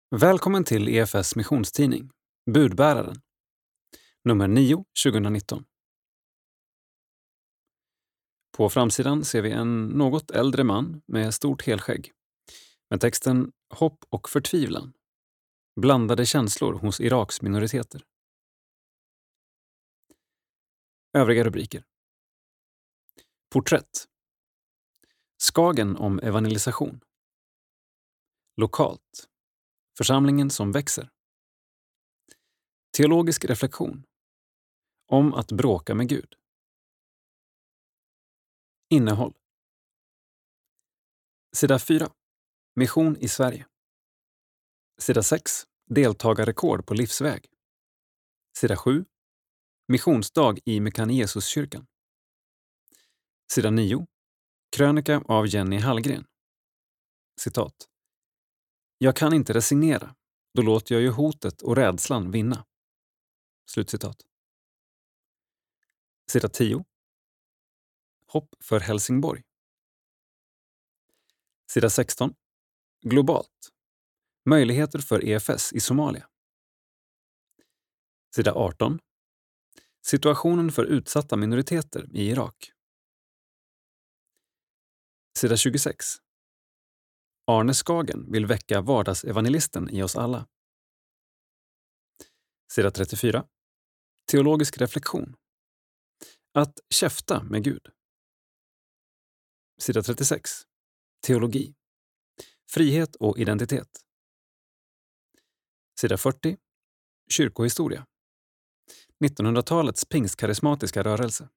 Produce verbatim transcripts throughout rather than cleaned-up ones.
Välkommen till E F S missionstidning, Budbäraren, nummer nio tjugonitton. På framsidan ser vi en något äldre man med stort helskägg, med texten Hopp och förtvivlan, blandade känslor hos Iraks minoriteter. Övriga rubriker. Porträtt. Skagen om evangelisation. Lokalt. Församlingen som växer. Teologisk reflektion. Om att bråka med Gud. Innehåll. Sida fyra. Mission i Sverige. Sida sex. Deltagarrekord på livsväg. Sida sju. Missionsdag i Mekane-Jesus-kyrkan. Sida nio. Krönika av Jenny Hallgren. Citat. Jag kan inte resignera, då låter jag ju hotet och rädslan vinna. Slutcitat. Sida tio. Hopp för Helsingborg. Sida sexton. Globalt. Möjligheter för E F S i Somalia. Sida arton. Situationen för utsatta minoriteter i Irak. Sida tjugosex. Arne Skagen vill väcka vardagsevangelisten i oss alla. Sida trettiofyra. Teologisk reflektion. Att käfta med Gud. Sida trettiosex. Teologi. Frihet och identitet. Sida fyrtio. Kyrkohistoria. nittonhundratalets pingstkarismatiska rörelse.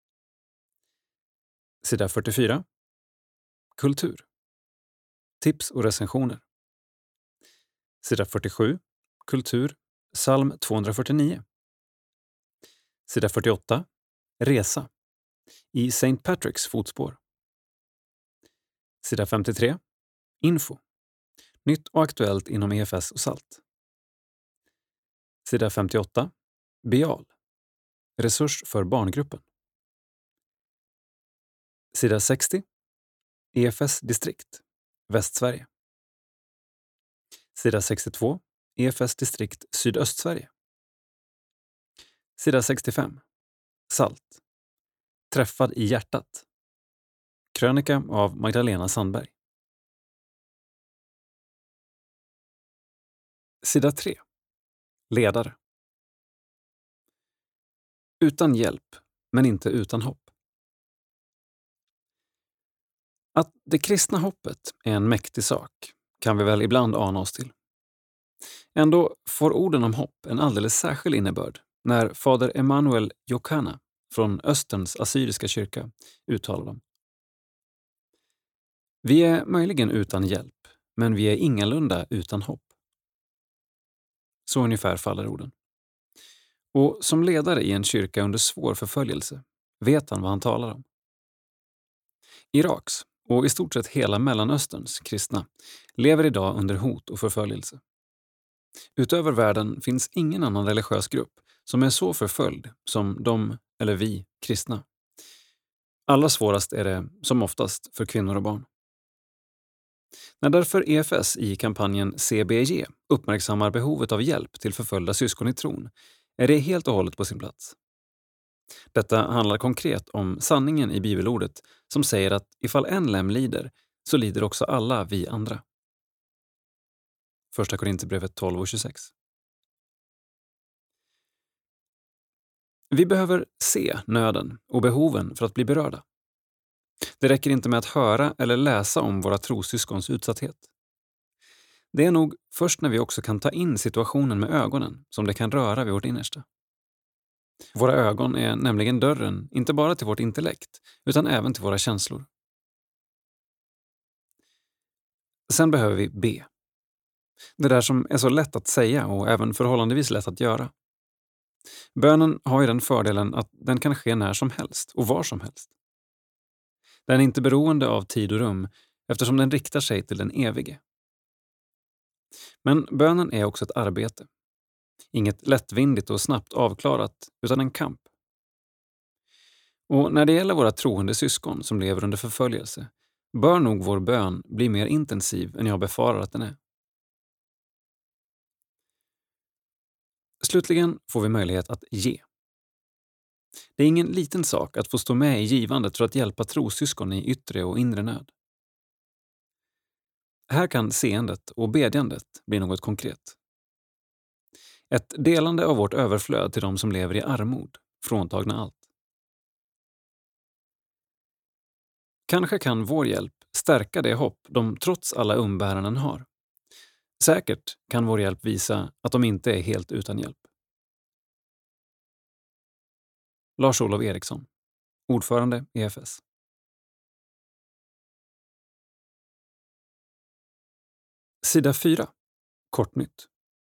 Sida fyrtiofyra. Kultur. Tips och recensioner. Sida fyrtiosju. Kultur. Psalm tvåhundrafyrtionio. Sida fyrtioåtta. Resa. I Saint Patricks fotspår. Sida femtiotre. Info. Nytt och aktuellt inom E F S och SALT. Sida femtioåtta. Bial. Resurs för barngruppen. Sida sextio. E F S-distrikt. Västsverige. Sida sextiotvå. E F S-distrikt Sydöstsverige. Sida sextiofem. SALT. Träffad i hjärtat. Krönika av Magdalena Sandberg. Sida tre. Ledare. Utan hjälp, men inte utan hopp. Att det kristna hoppet är en mäktig sak kan vi väl ibland ana oss till. Ändå får orden om hopp en alldeles särskild innebörd när fader Emanuel Jokana från Österns assyriska kyrka uttalar dem. Vi är möjligen utan hjälp, men vi är ingalunda utan hopp. Så ungefär faller orden. Och som ledare i en kyrka under svår förföljelse vet han vad han talar om. Iraks och i stort sett hela Mellanösterns kristna lever idag under hot och förföljelse. Utöver världen finns ingen annan religiös grupp som är så förföljd som de eller vi kristna. Allra svårast är det som oftast för kvinnor och barn. När därför E F S i kampanjen C B J uppmärksammar behovet av hjälp till förföljda syskon i tron är det helt och hållet på sin plats. Detta handlar konkret om sanningen i bibelordet som säger att ifall en lem lider så lider också alla vi andra. Första Korinthierbrevet tolv och tjugosex. Vi behöver se nöden och behoven för att bli berörda. Det räcker inte med att höra eller läsa om våra trossyskons utsatthet. Det är nog först när vi också kan ta in situationen med ögonen som det kan röra vid vårt innersta. Våra ögon är nämligen dörren inte bara till vårt intellekt utan även till våra känslor. Sen behöver vi be. Det där som är så lätt att säga och även förhållandevis lätt att göra. Bönen har ju den fördelen att den kan ske när som helst och var som helst. Den är inte beroende av tid och rum eftersom den riktar sig till den evige. Men bönen är också ett arbete. Inget lättvindigt och snabbt avklarat utan en kamp. Och när det gäller våra troende syskon som lever under förföljelse bör nog vår bön bli mer intensiv än jag befarar att den är. Slutligen får vi möjlighet att ge. Det är ingen liten sak att få stå med i givandet för att hjälpa trossyskon i yttre och inre nöd. Här kan seendet och bedjandet bli något konkret. Ett delande av vårt överflöd till de som lever i armod, fråntagna allt. Kanske kan vår hjälp stärka det hopp de trots alla umbäranden har. Säkert kan vår hjälp visa att de inte är helt utan hjälp. Lars-Olof Eriksson, ordförande E F S. Sida fyra. Kortnytt.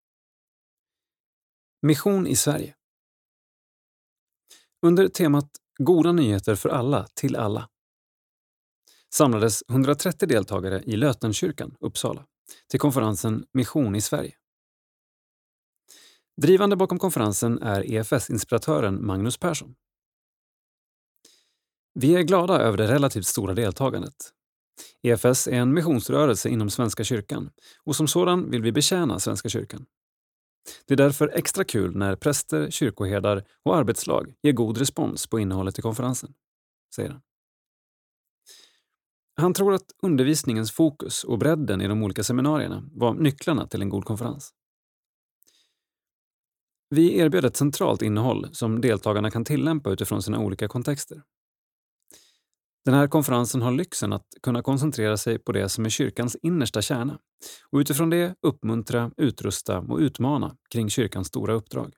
Mission i Sverige. Under temat Goda nyheter för alla till alla samlades hundratrettio deltagare i Lötenkyrkan, Uppsala, till konferensen Mission i Sverige. Drivande bakom konferensen är E F S-inspiratören Magnus Persson. Vi är glada över det relativt stora deltagandet. E F S är en missionsrörelse inom Svenska kyrkan och som sådan vill vi betjäna Svenska kyrkan. Det är därför extra kul när präster, kyrkoherdar och arbetslag ger god respons på innehållet i konferensen, säger han. Han tror att undervisningens fokus och bredden i de olika seminarierna var nycklarna till en god konferens. Vi erbjöd ett centralt innehåll som deltagarna kan tillämpa utifrån sina olika kontexter. Den här konferensen har lyxen att kunna koncentrera sig på det som är kyrkans innersta kärna och utifrån det uppmuntra, utrusta och utmana kring kyrkans stora uppdrag.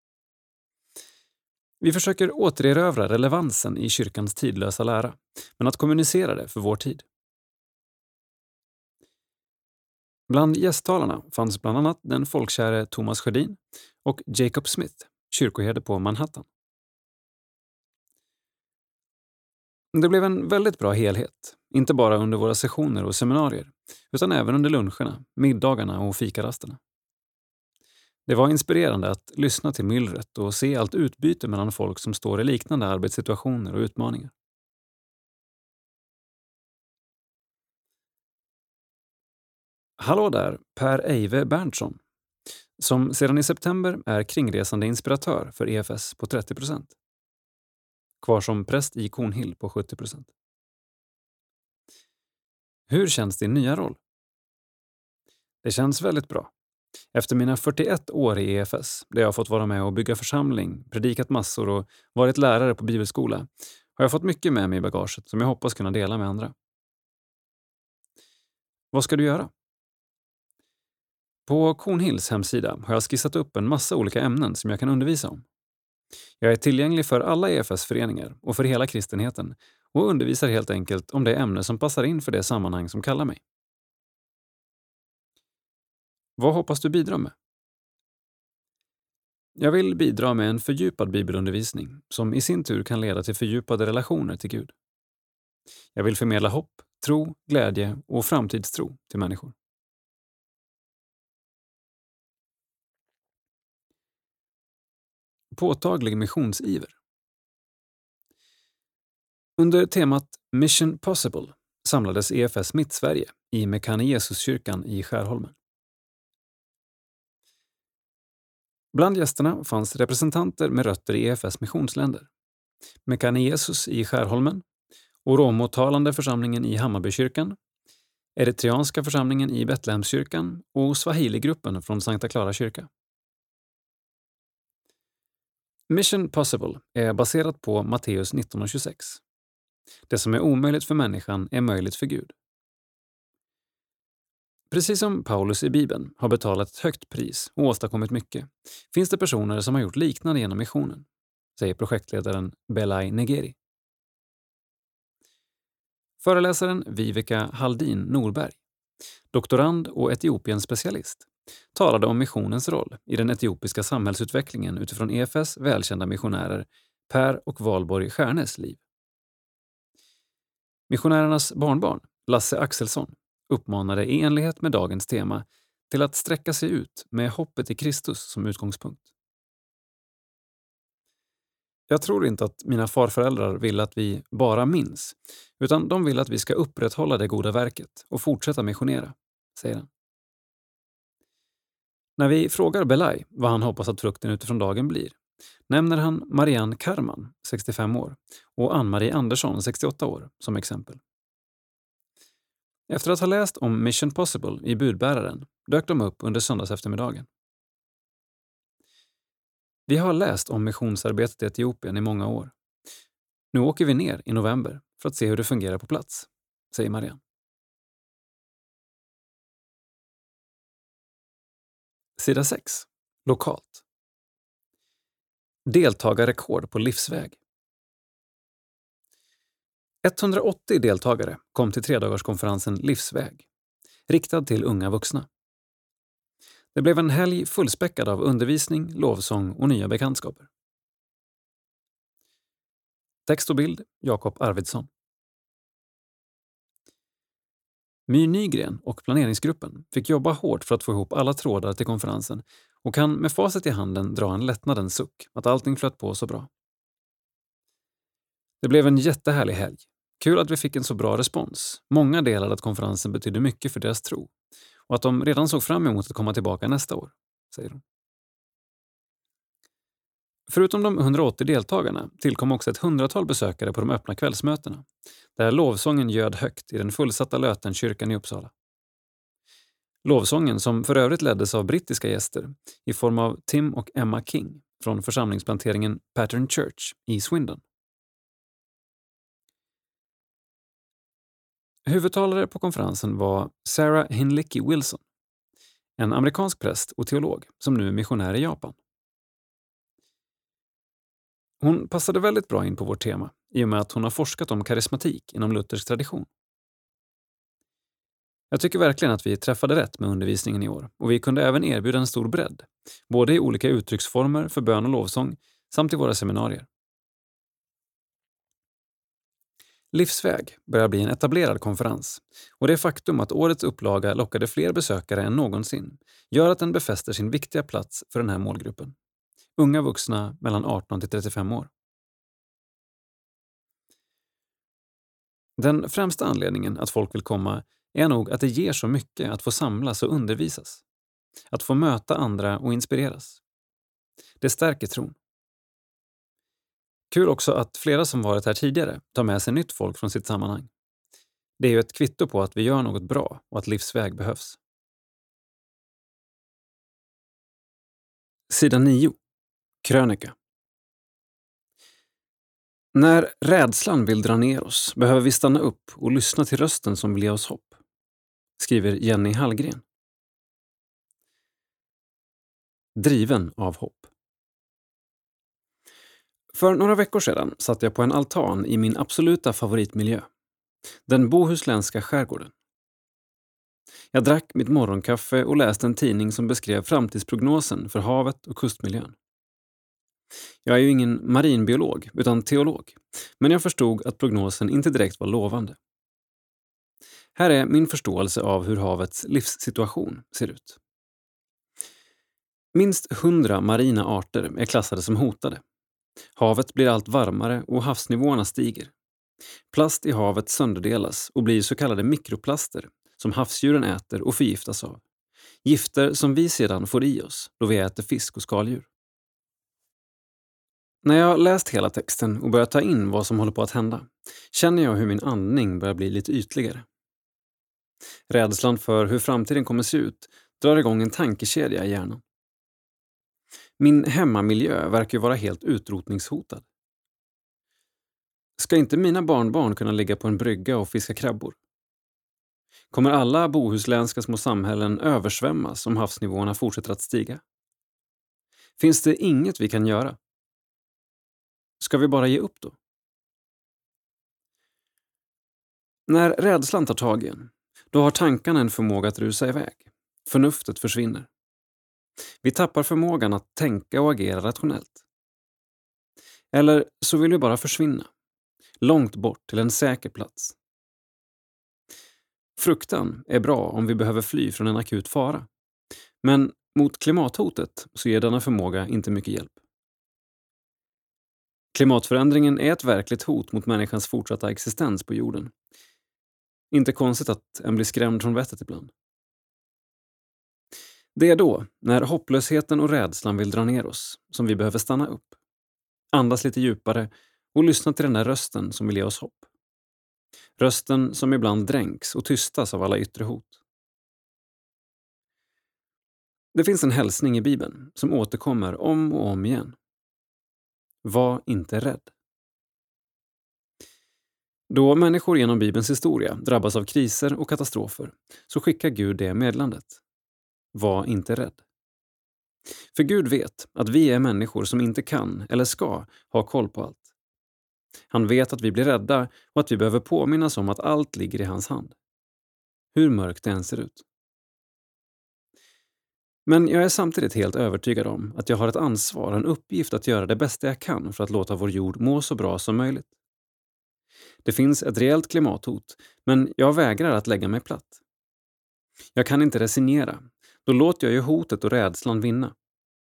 Vi försöker återerövra relevansen i kyrkans tidlösa lära, men att kommunicera det för vår tid. Bland gästtalarna fanns bland annat den folkkäre Thomas Sjödin och Jacob Smith, kyrkoherde på Manhattan. Det blev en väldigt bra helhet, inte bara under våra sessioner och seminarier, utan även under luncherna, middagarna och fikarasterna. Det var inspirerande att lyssna till myllret och se allt utbyte mellan folk som står i liknande arbetssituationer och utmaningar. Hallå där, Per Eive Berntsson, som sedan i september är kringresande inspiratör för E F S på trettio procent. Kvar som präst i Kornhill på sjuttio procent. Hur känns din nya roll? Det känns väldigt bra. Efter mina fyrtioett år i E F S, där jag har fått vara med och bygga församling, predikat massor och varit lärare på bibelskola, har jag fått mycket med mig i bagaget som jag hoppas kunna dela med andra. Vad ska du göra? På Kornhills hemsida har jag skissat upp en massa olika ämnen som jag kan undervisa om. Jag är tillgänglig för alla E F S-föreningar och för hela kristenheten och undervisar helt enkelt om det ämne som passar in för det sammanhang som kallar mig. Vad hoppas du bidra med? Jag vill bidra med en fördjupad bibelundervisning som i sin tur kan leda till fördjupade relationer till Gud. Jag vill förmedla hopp, tro, glädje och framtidstro till människor. Påtaglig missionsiver. Under temat Mission Possible samlades E F S Mitt-Sverige i Mekane Jesuskyrkan i Skärholmen. Bland gästerna fanns representanter med rötter i E F S missionsländer. Mekane Jesus i Skärholmen, Oromo-talande församlingen i Hammarbykyrkan, Eritreanska församlingen i Betlehemskyrkan och Swahili-gruppen från Sankta Clara kyrka. Mission Possible är baserat på Matteus nitton och tjugosex. Det som är omöjligt för människan är möjligt för Gud. Precis som Paulus i Bibeln har betalat ett högt pris och åstadkommit mycket, finns det personer som har gjort liknande genom missionen, säger projektledaren Belay Negeri. Föreläsaren Viveka Haldin Norberg, doktorand och Etiopien specialist, talade om missionens roll i den etiopiska samhällsutvecklingen utifrån E F S välkända missionärer Per och Valborg Stjärnes liv. Missionärernas barnbarn, Lasse Axelsson, uppmanade i enlighet med dagens tema till att sträcka sig ut med hoppet i Kristus som utgångspunkt. Jag tror inte att mina farföräldrar vill att vi bara minns, utan de vill att vi ska upprätthålla det goda verket och fortsätta missionera, säger han. När vi frågar Belay vad han hoppas att frukten utifrån dagen blir, nämner han Marianne Karman, sextiofem år, och Ann-Marie Andersson, sextioåtta år, som exempel. Efter att ha läst om Mission Possible i budbäraren dök de upp under söndags eftermiddagen. Vi har läst om missionsarbetet i Etiopien i många år. Nu åker vi ner i november för att se hur det fungerar på plats, säger Marianne. Sida sex. Lokalt. Deltagarrekord på livsväg. etthundraåttio deltagare kom till tredagarskonferensen Livsväg, riktad till unga vuxna. Det blev en helg fullspäckad av undervisning, lovsång och nya bekantskaper. Text och bild Jakob Arvidsson. My Nygren och planeringsgruppen fick jobba hårt för att få ihop alla trådar till konferensen och kan med facit i handen dra en lättnadens suck att allting flöt på så bra. Det blev en jättehärlig helg. Kul att vi fick en så bra respons. Många delade att konferensen betydde mycket för deras tro och att de redan såg fram emot att komma tillbaka nästa år, säger de. Förutom de hundraåttio deltagarna tillkom också ett hundratal besökare på de öppna kvällsmötena, där lovsången göd högt i den fullsatta Lötenkyrkan i Uppsala. Lovsången, som för övrigt leddes av brittiska gäster i form av Tim och Emma King från församlingsplanteringen Pattern Church i Swindon. Huvudtalare på konferensen var Sarah Hinlicky Wilson, en amerikansk präst och teolog som nu är missionär i Japan. Hon passade väldigt bra in på vårt tema i och med att hon har forskat om karismatik inom luthersk tradition. Jag tycker verkligen att vi träffade rätt med undervisningen i år och vi kunde även erbjuda en stor bredd, både i olika uttrycksformer för bön och lovsång samt i våra seminarier. Livsväg börjar bli en etablerad konferens och det faktum att årets upplaga lockade fler besökare än någonsin gör att den befäster sin viktiga plats för den här målgruppen. Unga vuxna mellan arton till trettiofem år. Den främsta anledningen att folk vill komma är nog att det ger så mycket att få samlas och undervisas. Att få möta andra och inspireras. Det stärker tron. Kul också att flera som varit här tidigare tar med sig nytt folk från sitt sammanhang. Det är ju ett kvitto på att vi gör något bra och att livsväg behövs. Sida nio. Krönika. När rädslan vill dra ner oss behöver vi stanna upp och lyssna till rösten som vill ge oss hopp, skriver Jenny Hallgren. Driven av hopp. För några veckor sedan satt jag på en altan i min absoluta favoritmiljö, den bohuslänska skärgården. Jag drack mitt morgonkaffe och läste en tidning som beskrev framtidsprognosen för havet och kustmiljön. Jag är ju ingen marinbiolog utan teolog, men jag förstod att prognosen inte direkt var lovande. Här är min förståelse av hur havets livssituation ser ut. Minst hundra marina arter är klassade som hotade. Havet blir allt varmare och havsnivåerna stiger. Plast i havet sönderdelas och blir så kallade mikroplaster som havsdjuren äter och förgiftas av. Gifter som vi sedan får i oss då vi äter fisk och skaldjur. När jag läst hela texten och börjat ta in vad som håller på att hända känner jag hur min andning börjar bli lite ytligare. Rädslan för hur framtiden kommer se ut drar igång en tankekedja i hjärnan. Min hemmamiljö verkar ju vara helt utrotningshotad. Ska inte mina barnbarn kunna ligga på en brygga och fiska krabbor? Kommer alla bohuslänska små samhällen översvämmas om havsnivåerna fortsätter att stiga? Finns det inget vi kan göra? Ska vi bara ge upp då? När rädslan tar tag i en, då har tankarna en förmåga att rusa iväg. Förnuftet försvinner. Vi tappar förmågan att tänka och agera rationellt. Eller så vill vi bara försvinna. Långt bort till en säker plats. Fruktan är bra om vi behöver fly från en akut fara. Men mot klimathotet så ger denna förmåga inte mycket hjälp. Klimatförändringen är ett verkligt hot mot människans fortsatta existens på jorden. Inte konstigt att en blir skrämd från vettet ibland. Det är då, när hopplösheten och rädslan vill dra ner oss, som vi behöver stanna upp. Andas lite djupare och lyssna till den där rösten som vill ge oss hopp. Rösten som ibland dränks och tystas av alla yttre hot. Det finns en hälsning i Bibeln som återkommer om och om igen. Var inte rädd. Då människor genom Bibelns historia drabbas av kriser och katastrofer så skickar Gud det meddelandet. Var inte rädd. För Gud vet att vi är människor som inte kan eller ska ha koll på allt. Han vet att vi blir rädda och att vi behöver påminnas om att allt ligger i hans hand. Hur mörkt det än ser ut. Men jag är samtidigt helt övertygad om att jag har ett ansvar, en uppgift att göra det bästa jag kan för att låta vår jord må så bra som möjligt. Det finns ett rejält klimathot, men jag vägrar att lägga mig platt. Jag kan inte resignera, då låter jag ju hotet och rädslan vinna.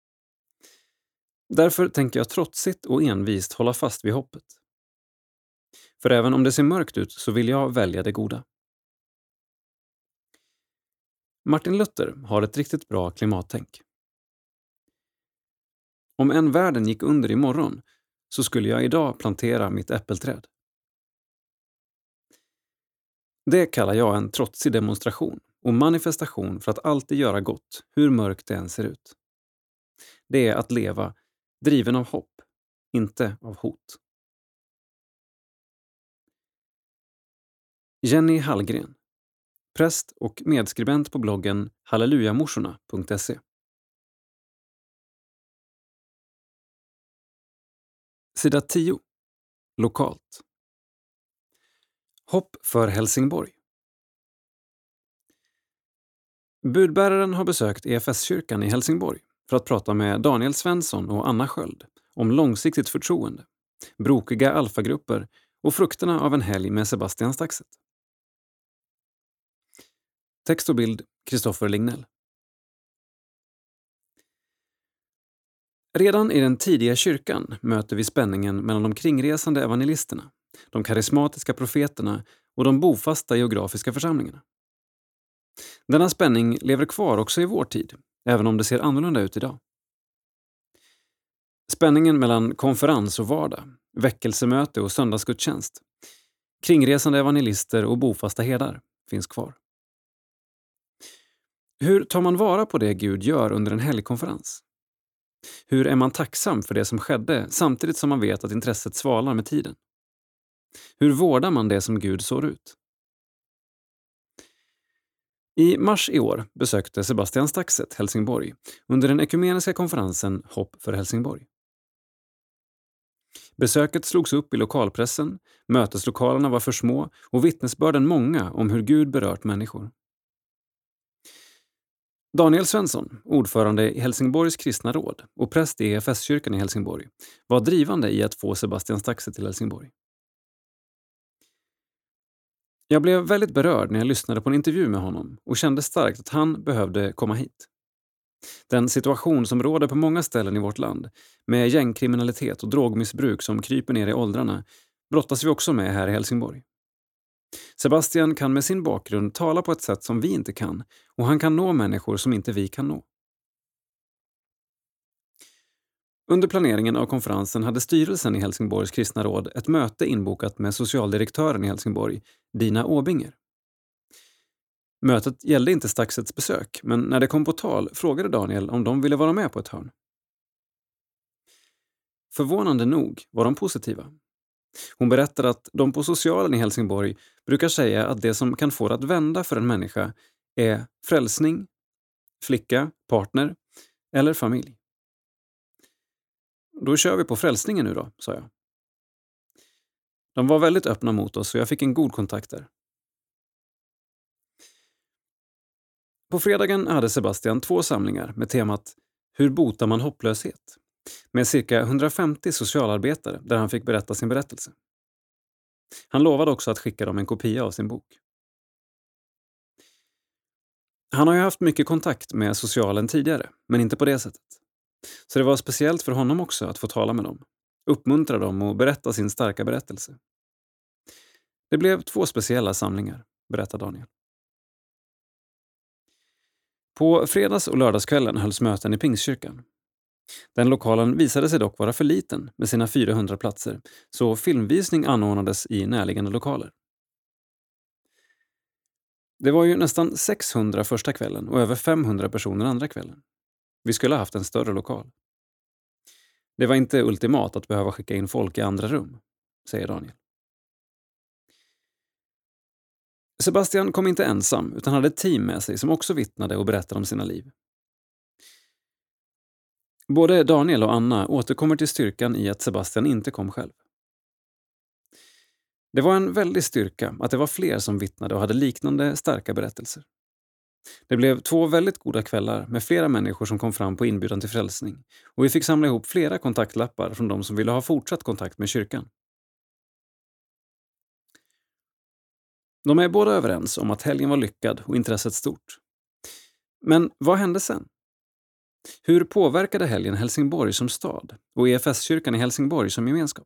Därför tänker jag trotsigt och envist hålla fast vid hoppet. För även om det ser mörkt ut så vill jag välja det goda. Martin Luther har ett riktigt bra klimattänk. Om en världen gick under imorgon så skulle jag idag plantera mitt äppelträd. Det kallar jag en trotsig demonstration och manifestation för att alltid göra gott, hur mörkt det än ser ut. Det är att leva driven av hopp, inte av hot. Jenny Hallgren, präst och medskribent på bloggen hallelujamorsorna punkt se. Sida tio. Lokalt. Hopp för Helsingborg. Budbäraren har besökt E F S-kyrkan i Helsingborg för att prata med Daniel Svensson och Anna Sköld om långsiktigt förtroende, brokiga alfagrupper och frukterna av en helg med Sebastian Staxet. Text och bild Kristoffer Lignell. Redan i den tidiga kyrkan möter vi spänningen mellan de kringresande evangelisterna, de karismatiska profeterna och de bofasta geografiska församlingarna. Denna spänning lever kvar också i vår tid, även om det ser annorlunda ut idag. Spänningen mellan konferens och vardag, väckelsemöte och söndagsgudstjänst, kringresande evangelister och bofasta herdar finns kvar. Hur tar man vara på det Gud gör under en helgkonferens? Hur är man tacksam för det som skedde samtidigt som man vet att intresset svalnar med tiden? Hur vårdar man det som Gud sår ut? I mars i år besökte Sebastian Staxet Helsingborg under den ekumeniska konferensen Hopp för Helsingborg. Besöket slogs upp i lokalpressen, möteslokalerna var för små och vittnesbörden många om hur Gud berört människor. Daniel Svensson, ordförande i Helsingborgs kristna råd och präst i E F S-kyrkan i Helsingborg, var drivande i att få Sebastian Staxet till Helsingborg. Jag blev väldigt berörd när jag lyssnade på en intervju med honom och kände starkt att han behövde komma hit. Den situation som råder på många ställen i vårt land, med gängkriminalitet och drogmissbruk som kryper ner i åldrarna, brottas vi också med här i Helsingborg. Sebastian kan med sin bakgrund tala på ett sätt som vi inte kan, och han kan nå människor som inte vi kan nå. Under planeringen av konferensen hade styrelsen i Helsingborgs kristna råd ett möte inbokat med socialdirektören i Helsingborg, Dina Åbinger. Mötet gällde inte Staxets besök, men när det kom på tal frågade Daniel om de ville vara med på ett hörn. Förvånande nog var de positiva. Hon berättade att de på socialen i Helsingborg brukar säga att det som kan få det att vända för en människa är frälsning, flicka, partner eller familj. Då kör vi på frälsningen nu då, sa jag. De var väldigt öppna mot oss och jag fick en god kontakt där. På fredagen hade Sebastian två samlingar med temat Hur botar man hopplöshet? Med cirka hundrafemtio socialarbetare där han fick berätta sin berättelse. Han lovade också att skicka dem en kopia av sin bok. Han har ju haft mycket kontakt med socialen tidigare, men inte på det sättet. Så det var speciellt för honom också att få tala med dem, uppmuntra dem och berätta sin starka berättelse. Det blev två speciella samlingar, berättar Daniel. På fredags- och lördagskvällen hölls möten i Pingstkyrkan. Den lokalen visade sig dock vara för liten med sina fyrahundra platser, så filmvisning anordnades i närliggande lokaler. Det var ju nästan sexhundra första kvällen och över femhundra personer andra kvällen. Vi skulle ha haft en större lokal. Det var inte ultimat att behöva skicka in folk i andra rum, säger Daniel. Sebastian kom inte ensam utan hade ett team med sig som också vittnade och berättade om sina liv. Både Daniel och Anna återkommer till styrkan i att Sebastian inte kom själv. Det var en väldig styrka att det var fler som vittnade och hade liknande starka berättelser. Det blev två väldigt goda kvällar med flera människor som kom fram på inbjudan till frälsning, och vi fick samla ihop flera kontaktlappar från de som ville ha fortsatt kontakt med kyrkan. De är båda överens om att helgen var lyckad och intresset stort. Men vad hände sen? Hur påverkade helgen Helsingborg som stad och E F S-kyrkan i Helsingborg som gemenskap?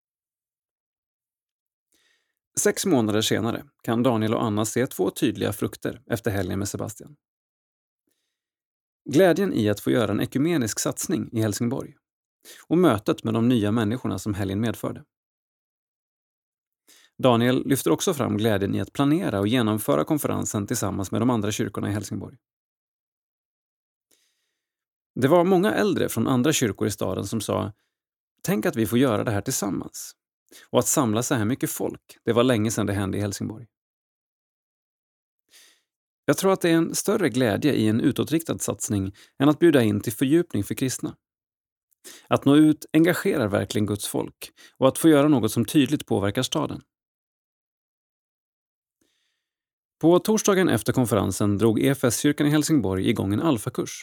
Sex månader senare kan Daniel och Anna se två tydliga frukter efter helgen med Sebastian. Glädjen i att få göra en ekumenisk satsning i Helsingborg och mötet med de nya människorna som helgen medförde. Daniel lyfter också fram glädjen i att planera och genomföra konferensen tillsammans med de andra kyrkorna i Helsingborg. Det var många äldre från andra kyrkor i staden som sa: tänk att vi får göra det här tillsammans. Och att samla så här mycket folk, det var länge sedan det hände i Helsingborg. Jag tror att det är en större glädje i en utåtriktad satsning än att bjuda in till fördjupning för kristna. Att nå ut engagerar verkligen Guds folk och att få göra något som tydligt påverkar staden. På torsdagen efter konferensen drog E F S-kyrkan i Helsingborg igång en alfakurs.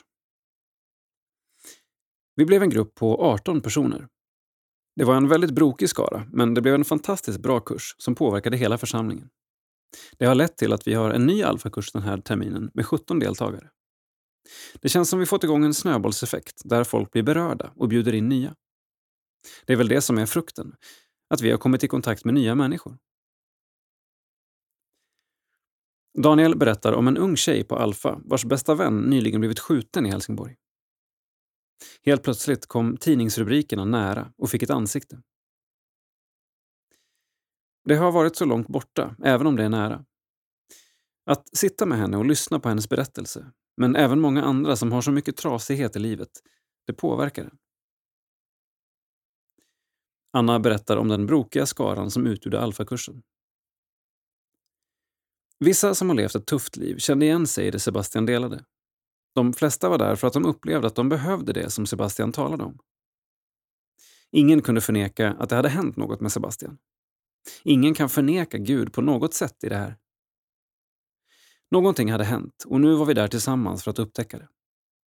Vi blev en grupp på arton personer. Det var en väldigt brokig skara, men det blev en fantastiskt bra kurs som påverkade hela församlingen. Det har lett till att vi har en ny alfakurs den här terminen med sjutton deltagare. Det känns som vi fått igång en snöbollseffekt där folk blir berörda och bjuder in nya. Det är väl det som är frukten, att vi har kommit i kontakt med nya människor. Daniel berättar om en ung tjej på Alfa vars bästa vän nyligen blivit skjuten i Helsingborg. Helt plötsligt kom tidningsrubrikerna nära och fick ett ansikte. Det har varit så långt borta, även om det är nära. Att sitta med henne och lyssna på hennes berättelse, men även många andra som har så mycket trasighet i livet, det påverkar den. Anna berättar om den brokiga skaran som utgjorde alfakursen. Vissa som har levt ett tufft liv kände igen sig i det Sebastian delade. De flesta var där för att de upplevde att de behövde det som Sebastian talade om. Ingen kunde förneka att det hade hänt något med Sebastian. Ingen kan förneka Gud på något sätt i det här. Någonting hade hänt och nu var vi där tillsammans för att upptäcka det.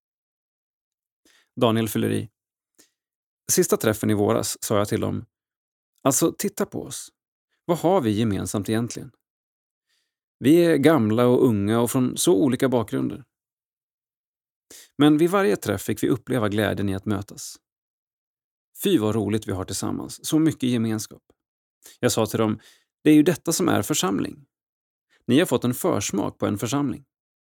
Daniel fyller i. Sista träffen i våras sa jag till dem: alltså, titta på oss. Vad har vi gemensamt egentligen? Vi är gamla och unga och från så olika bakgrunder. Men vid varje träff fick vi uppleva glädjen i att mötas. Fy vad roligt vi har tillsammans, så mycket gemenskap. Jag sa till dem, det är ju detta som är församling. Ni har fått en försmak på en församling.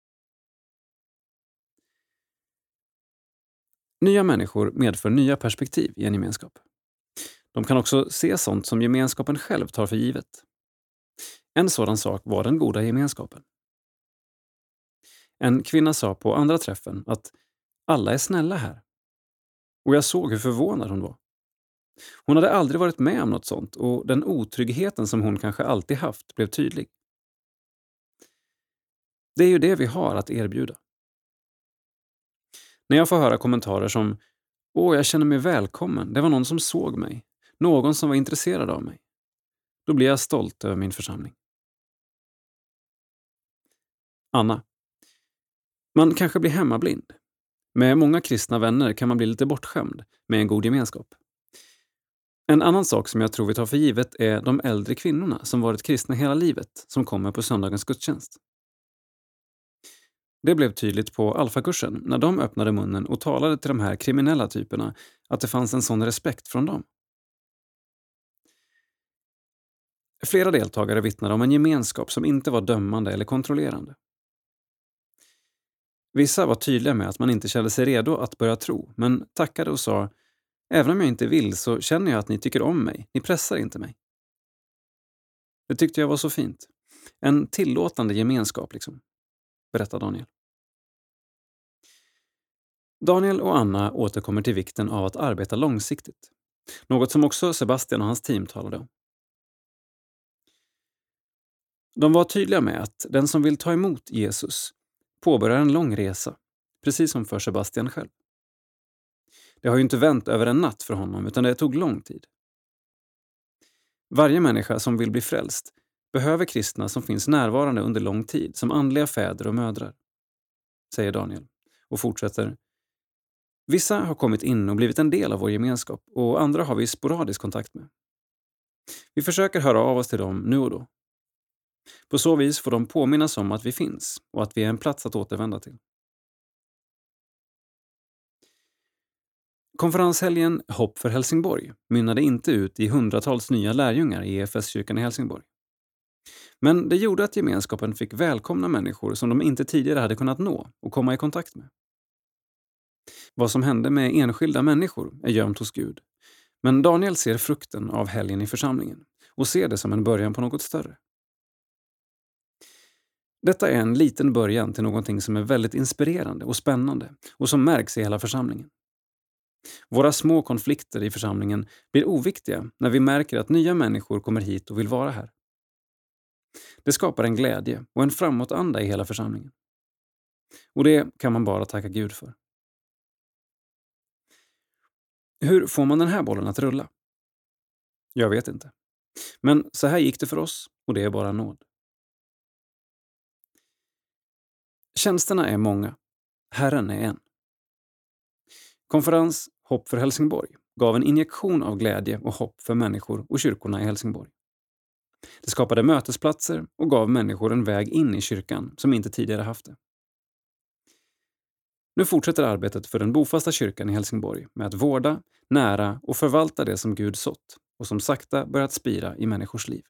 Nya människor medför nya perspektiv i en gemenskap. De kan också se sånt som gemenskapen själv tar för givet. En sådan sak var den goda gemenskapen. En kvinna sa på andra träffen att alla är snälla här. Och jag såg hur förvånad hon var. Hon hade aldrig varit med om något sånt och den otryggheten som hon kanske alltid haft blev tydlig. Det är ju det vi har att erbjuda. När jag får höra kommentarer som åh, jag känner mig välkommen, det var någon som såg mig, någon som var intresserad av mig, då blir jag stolt över min församling. Anna. Man kanske blir hemmablind. Med många kristna vänner kan man bli lite bortskämd med en god gemenskap. En annan sak som jag tror vi tar för givet är de äldre kvinnorna som varit kristna hela livet som kommer på söndagens gudstjänst. Det blev tydligt på alfakursen när de öppnade munnen och talade till de här kriminella typerna att det fanns en sån respekt från dem. Flera deltagare vittnade om en gemenskap som inte var dömande eller kontrollerande. Vissa var tydliga med att man inte kände sig redo att börja tro, men tackade och sa: även om jag inte vill så känner jag att ni tycker om mig, ni pressar inte mig. Det tyckte jag var så fint. En tillåtande gemenskap liksom, berättar Daniel. Daniel och Anna återkommer till vikten av att arbeta långsiktigt. Något som också Sebastian och hans team talade om. De var tydliga med att den som vill ta emot Jesus påbörjar en lång resa, precis som för Sebastian själv. Det har ju inte vänt över en natt för honom, utan det tog lång tid. Varje människa som vill bli frälst behöver kristna som finns närvarande under lång tid, som andliga fäder och mödrar, säger Daniel och fortsätter. Vissa har kommit in och blivit en del av vår gemenskap och andra har vi sporadisk kontakt med. Vi försöker höra av oss till dem nu och då. På så vis får de påminnas om att vi finns och att vi är en plats att återvända till. Konferenshelgen Hopp för Helsingborg mynnade inte ut i hundratals nya lärjungar i E F S-kyrkan i Helsingborg. Men det gjorde att gemenskapen fick välkomna människor som de inte tidigare hade kunnat nå och komma i kontakt med. Vad som hände med enskilda människor är gömt hos Gud. Men Daniel ser frukten av helgen i församlingen och ser det som en början på något större. Detta är en liten början till någonting som är väldigt inspirerande och spännande och som märks i hela församlingen. Våra små konflikter i församlingen blir oviktiga när vi märker att nya människor kommer hit och vill vara här. Det skapar en glädje och en framåtanda i hela församlingen. Och det kan man bara tacka Gud för. Hur får man den här bollen att rulla? Jag vet inte. Men så här gick det för oss och det är bara nåd. Tjänsterna är många. Herren är en. Konferens Hopp för Helsingborg gav en injektion av glädje och hopp för människor och kyrkorna i Helsingborg. Det skapade mötesplatser och gav människor en väg in i kyrkan som inte tidigare haft det. Nu fortsätter arbetet för den bofasta kyrkan i Helsingborg med att vårda, nära och förvalta det som Gud sått och som sakta börjat spira i människors liv.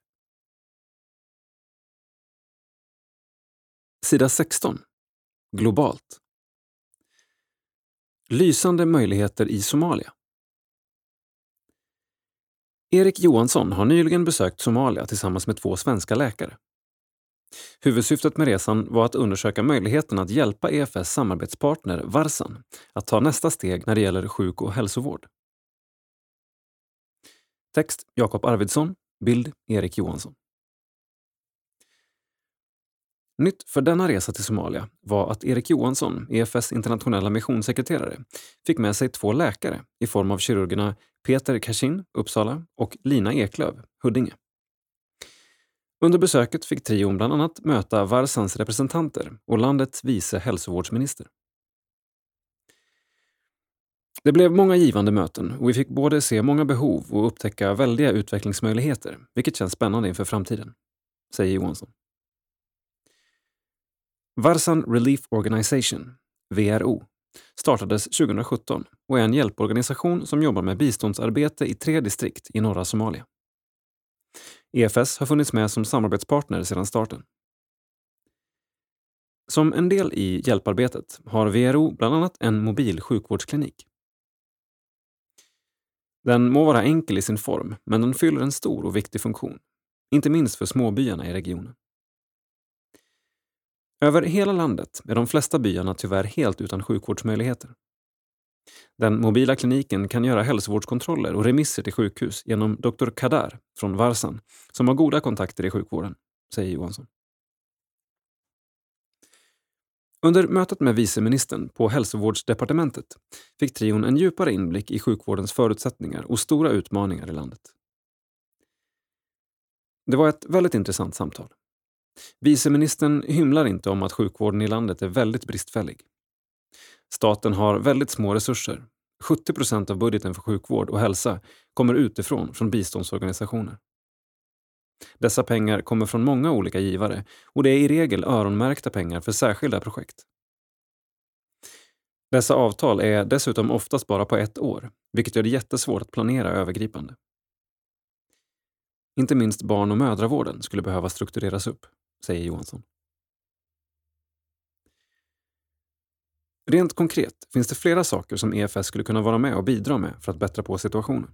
Sida sexton. Globalt. Lysande möjligheter i Somalia. Erik Johansson har nyligen besökt Somalia tillsammans med två svenska läkare. Huvudsyftet med resan var att undersöka möjligheten att hjälpa E F S samarbetspartner Varsan att ta nästa steg när det gäller sjuk- och hälsovård. Text Jakob Arvidsson, bild Erik Johansson. Nytt för denna resa till Somalia var att Erik Johansson, E F S internationella missionssekreterare, fick med sig två läkare i form av kirurgerna Peter Kashin, Uppsala, och Lina Eklöv, Huddinge. Under besöket fick trion bland annat möta Varsans representanter och landets vice hälsovårdsminister. Det blev många givande möten och vi fick både se många behov och upptäcka väldiga utvecklingsmöjligheter, vilket känns spännande inför framtiden, säger Johansson. Varsan Relief Organization, V R O, startades tjugohundrasjutton och är en hjälporganisation som jobbar med biståndsarbete i tre distrikt i norra Somalia. E F S har funnits med som samarbetspartner sedan starten. Som en del i hjälparbetet har V R O bland annat en mobil sjukvårdsklinik. Den må vara enkel i sin form, men den fyller en stor och viktig funktion, inte minst för småbyarna i regionen. Över hela landet är de flesta byarna tyvärr helt utan sjukvårdsmöjligheter. Den mobila kliniken kan göra hälsovårdskontroller och remisser till sjukhus genom doktor Kadar från Varsan, som har goda kontakter i sjukvården, säger Johansson. Under mötet med viceministern på hälsovårdsdepartementet fick trion en djupare inblick i sjukvårdens förutsättningar och stora utmaningar i landet. Det var ett väldigt intressant samtal. Viceministern hymlar inte om att sjukvården i landet är väldigt bristfällig. Staten har väldigt små resurser. sjuttio procent av budgeten för sjukvård och hälsa kommer utifrån från biståndsorganisationer. Dessa pengar kommer från många olika givare och det är i regel öronmärkta pengar för särskilda projekt. Dessa avtal är dessutom oftast bara på ett år, vilket gör det jättesvårt att planera övergripande. Inte minst barn- och mödravården skulle behöva struktureras upp, säger Johansson. Rent konkret finns det flera saker som E F S skulle kunna vara med och bidra med för att bättra på situationen.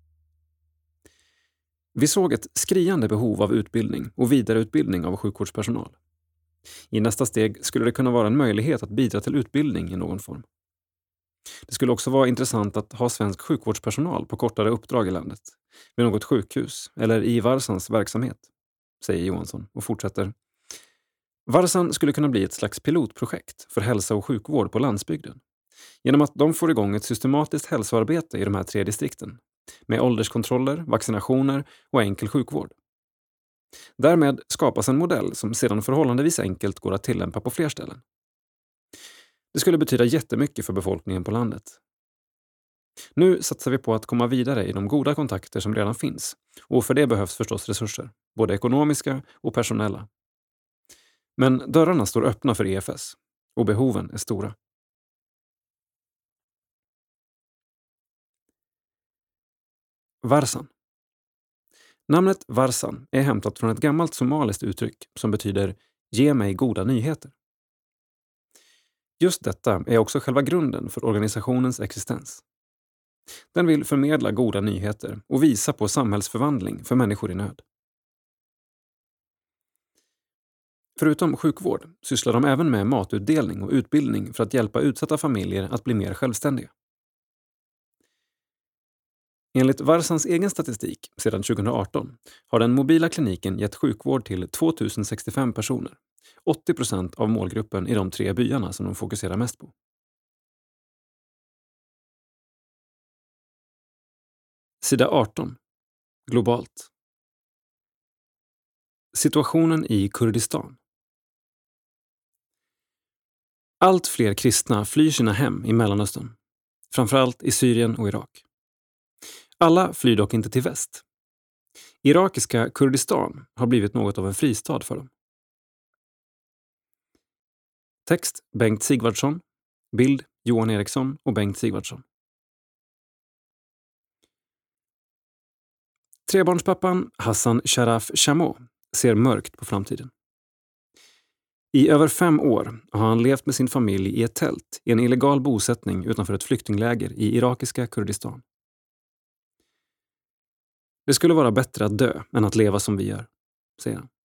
Vi såg ett skriande behov av utbildning och vidareutbildning av sjukvårdspersonal. I nästa steg skulle det kunna vara en möjlighet att bidra till utbildning i någon form. Det skulle också vara intressant att ha svensk sjukvårdspersonal på kortare uppdrag i landet, vid något sjukhus eller i Varsans verksamhet, säger Johansson och fortsätter. Varsan skulle kunna bli ett slags pilotprojekt för hälsa och sjukvård på landsbygden, genom att de får igång ett systematiskt hälsoarbete i de här tre distrikten, med ålderskontroller, vaccinationer och enkel sjukvård. Därmed skapas en modell som sedan förhållandevis enkelt går att tillämpa på fler ställen. Det skulle betyda jättemycket för befolkningen på landet. Nu satsar vi på att komma vidare i de goda kontakter som redan finns, och för det behövs förstås resurser, både ekonomiska och personella. Men dörrarna står öppna för E F S, och behoven är stora. Varsan. Namnet Varsan är hämtat från ett gammalt somaliskt uttryck som betyder ge mig goda nyheter. Just detta är också själva grunden för organisationens existens. Den vill förmedla goda nyheter och visa på samhällsförvandling för människor i nöd. Förutom sjukvård sysslar de även med matutdelning och utbildning för att hjälpa utsatta familjer att bli mer självständiga. Enligt Varsans egen statistik sedan tjugohundraarton har den mobila kliniken gett sjukvård till tvåtusen sextiofem personer, åttio procent av målgruppen i de tre byarna som de fokuserar mest på. Sida arton. Globalt. Situationen i Kurdistan. Allt fler kristna flyr sina hem i Mellanöstern, framförallt i Syrien och Irak. Alla flyr dock inte till väst. Irakiska Kurdistan har blivit något av en fristad för dem. Text Bengt Sigvardsson. Bild Johan Eriksson och Bengt Sigvardsson. Trebarnspappan Hassan Sharaf Shamo ser mörkt på framtiden. I över fem år har han levt med sin familj i ett tält i en illegal bosättning utanför ett flyktingläger i irakiska Kurdistan. Det skulle vara bättre att dö än att leva som vi gör, säger han.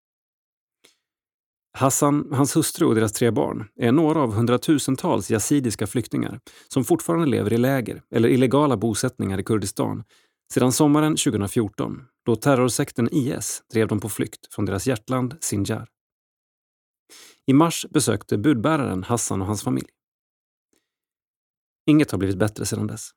Hassan, hans hustru och deras tre barn är några av hundratusentals yazidiska flyktingar som fortfarande lever i läger eller illegala bosättningar i Kurdistan sedan sommaren tjugohundrafjorton, då terrorsekten I S drev dem på flykt från deras hjärtland Sinjar. I mars besökte budbäraren Hassan och hans familj. Inget har blivit bättre sedan dess.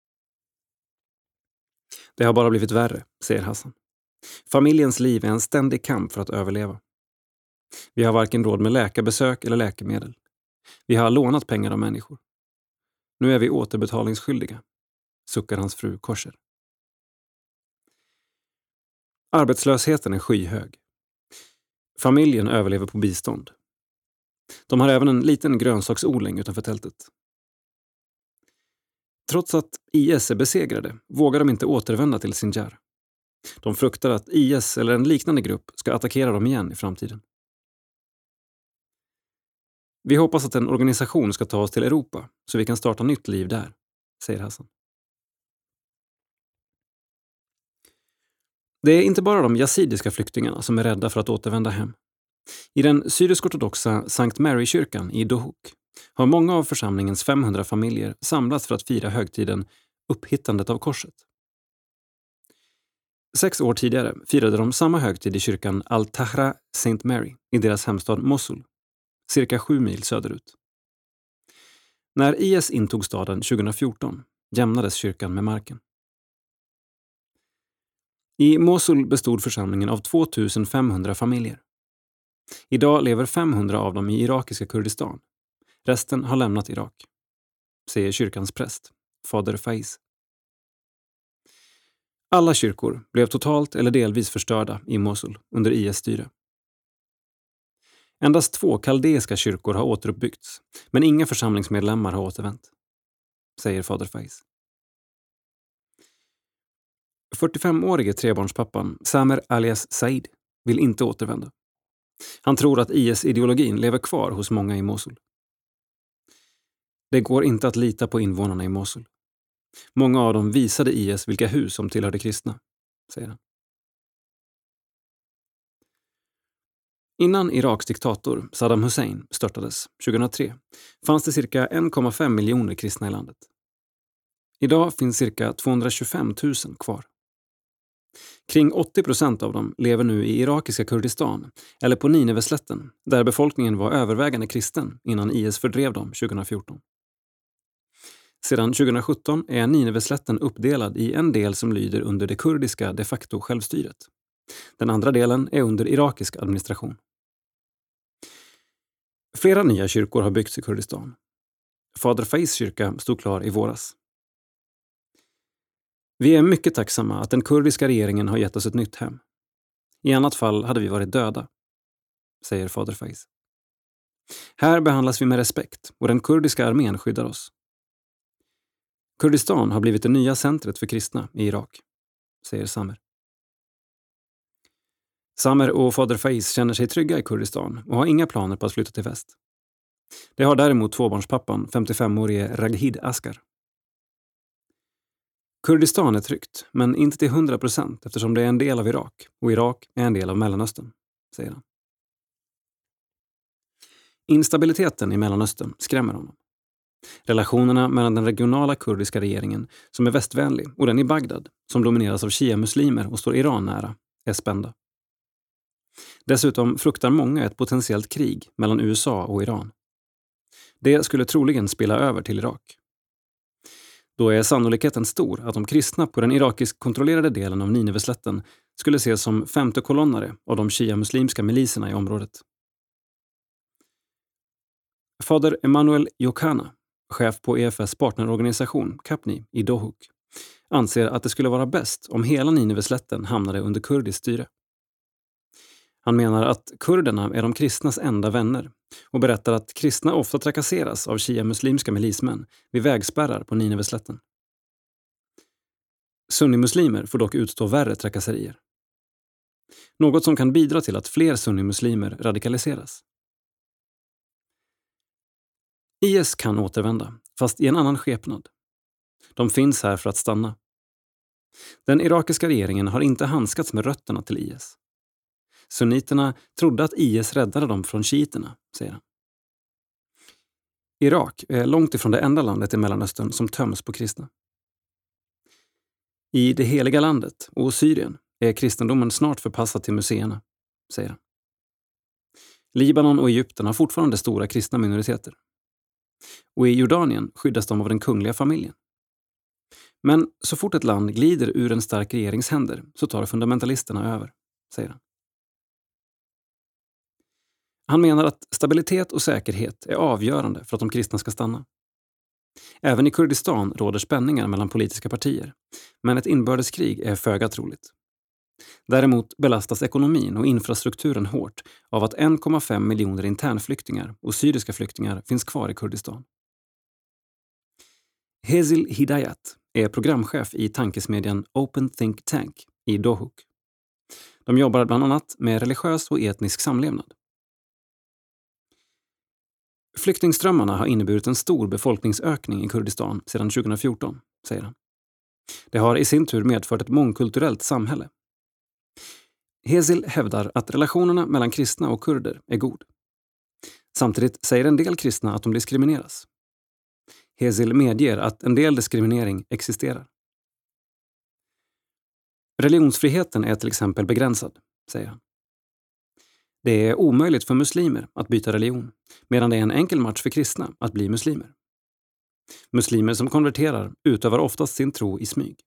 Det har bara blivit värre, säger Hassan. Familjens liv är en ständig kamp för att överleva. Vi har varken råd med läkarbesök eller läkemedel. Vi har lånat pengar av människor. Nu är vi återbetalningsskyldiga, suckar hans fru Korser. Arbetslösheten är skyhög. Familjen överlever på bistånd. De har även en liten grönsaksodling utanför tältet. Trots att I S är besegrade vågar de inte återvända till Sinjar. De fruktar att I S eller en liknande grupp ska attackera dem igen i framtiden. Vi hoppas att en organisation ska ta oss till Europa så vi kan starta nytt liv där, säger Hassan. Det är inte bara de yazidiska flyktingarna som är rädda för att återvända hem. I den syrisk-ortodoxa Sankt Mary-kyrkan i Dohuk har många av församlingens femhundra familjer samlats för att fira högtiden Upphittandet av korset. Sex år tidigare firade de samma högtid i kyrkan Al-Tahra Saint Mary i deras hemstad Mosul, cirka sju mil söderut. När I S intog staden tjugohundrafjorton jämnades kyrkan med marken. I Mosul bestod församlingen av tvåtusen femhundra familjer. Idag lever femhundra av dem i irakiska Kurdistan. Resten har lämnat Irak, säger kyrkans präst, fader Faiz. Alla kyrkor blev totalt eller delvis förstörda i Mosul under I S styre. Endast två kaldeiska kyrkor har återuppbyggts, men inga församlingsmedlemmar har återvänt, säger fader Faiz. fyrtiofemårige trebarnspappan Samer alias Said vill inte återvända. Han tror att I S-ideologin lever kvar hos många i Mosul. Det går inte att lita på invånarna i Mosul. Många av dem visade I S vilka hus som tillhörde kristna, säger han. Innan Iraks diktator Saddam Hussein störtades tjugohundratre fanns det cirka en komma fem miljoner kristna i landet. Idag finns cirka tvåhundratjugofem tusen kvar. Kring åttio procent av dem lever nu i irakiska Kurdistan eller på Nineveslätten, där befolkningen var övervägande kristen innan I S fördrev dem tjugohundrafjorton. Sedan tjugohundrasjutton är Nineveslätten uppdelad i en del som lyder under det kurdiska de facto självstyret. Den andra delen är under irakisk administration. Flera nya kyrkor har byggts i Kurdistan. Fader Fais kyrka stod klar i våras. Vi är mycket tacksamma att den kurdiska regeringen har gett oss ett nytt hem. I annat fall hade vi varit döda, säger Fader Fais. Här behandlas vi med respekt och den kurdiska armén skyddar oss. Kurdistan har blivit det nya centret för kristna i Irak, säger Samer. Samer och Fader Fais känner sig trygga i Kurdistan och har inga planer på att flytta till väst. Det har däremot tvåbarnspappan, femtiofemårige Raghid Askar. Kurdistan är tryggt, men inte till hundra procent eftersom det är en del av Irak och Irak är en del av Mellanöstern, säger han. Instabiliteten i Mellanöstern skrämmer honom. Relationerna mellan den regionala kurdiska regeringen, som är västvänlig, och den i Bagdad, som domineras av shia-muslimer och står Iran nära, är spända. Dessutom fruktar många ett potentiellt krig mellan U S A och Iran. Det skulle troligen spilla över till Irak. Då är sannolikheten stor att de kristna på den irakisk kontrollerade delen av Nineveslätten skulle ses som femte kolonnare av de shia-muslimska miliserna i området. Fader Emanuel Yokana, chef på E F S partnerorganisation Kapni i Dohuk, anser att det skulle vara bäst om hela Nineveslätten hamnade under kurdiskt styre. Han menar att kurderna är de kristnas enda vänner och berättar att kristna ofta trakasseras av shia-muslimska milismän vid vägspärrar på Nineveslätten. Sunnimuslimer får dock utstå värre trakasserier. Något som kan bidra till att fler sunnimuslimer radikaliseras. I S kan återvända, fast i en annan skepnad. De finns här för att stanna. Den irakiska regeringen har inte handskats med rötterna till I S. Sunniterna trodde att I S räddade dem från shiiterna, säger han. Irak är långt ifrån det enda landet i Mellanöstern som töms på kristna. I det heliga landet och Syrien är kristendomen snart förpassad till museerna, säger han. Libanon och Egypten har fortfarande stora kristna minoriteter. Och i Jordanien skyddas de av den kungliga familjen. Men så fort ett land glider ur en stark regerings händer så tar fundamentalisterna över, säger han. Han menar att stabilitet och säkerhet är avgörande för att de kristna ska stanna. Även i Kurdistan råder spänningar mellan politiska partier, men ett inbördeskrig är föga troligt. Däremot belastas ekonomin och infrastrukturen hårt av att en komma fem miljoner internflyktingar och syriska flyktingar finns kvar i Kurdistan. Hezil Hidayat är programchef i tankesmedjan Open Think Tank i Dohuk. De jobbar bland annat med religiös och etnisk samlevnad. Flyktingströmmarna har inneburit en stor befolkningsökning i Kurdistan sedan tjugohundrafjorton, säger han. Det har i sin tur medfört ett mångkulturellt samhälle. Hezil hävdar att relationerna mellan kristna och kurder är god. Samtidigt säger en del kristna att de diskrimineras. Hezil medger att en del diskriminering existerar. Religionsfriheten är till exempel begränsad, säger han. Det är omöjligt för muslimer att byta religion, medan det är en enkel match för kristna att bli muslimer. Muslimer som konverterar utövar oftast sin tro i smyg.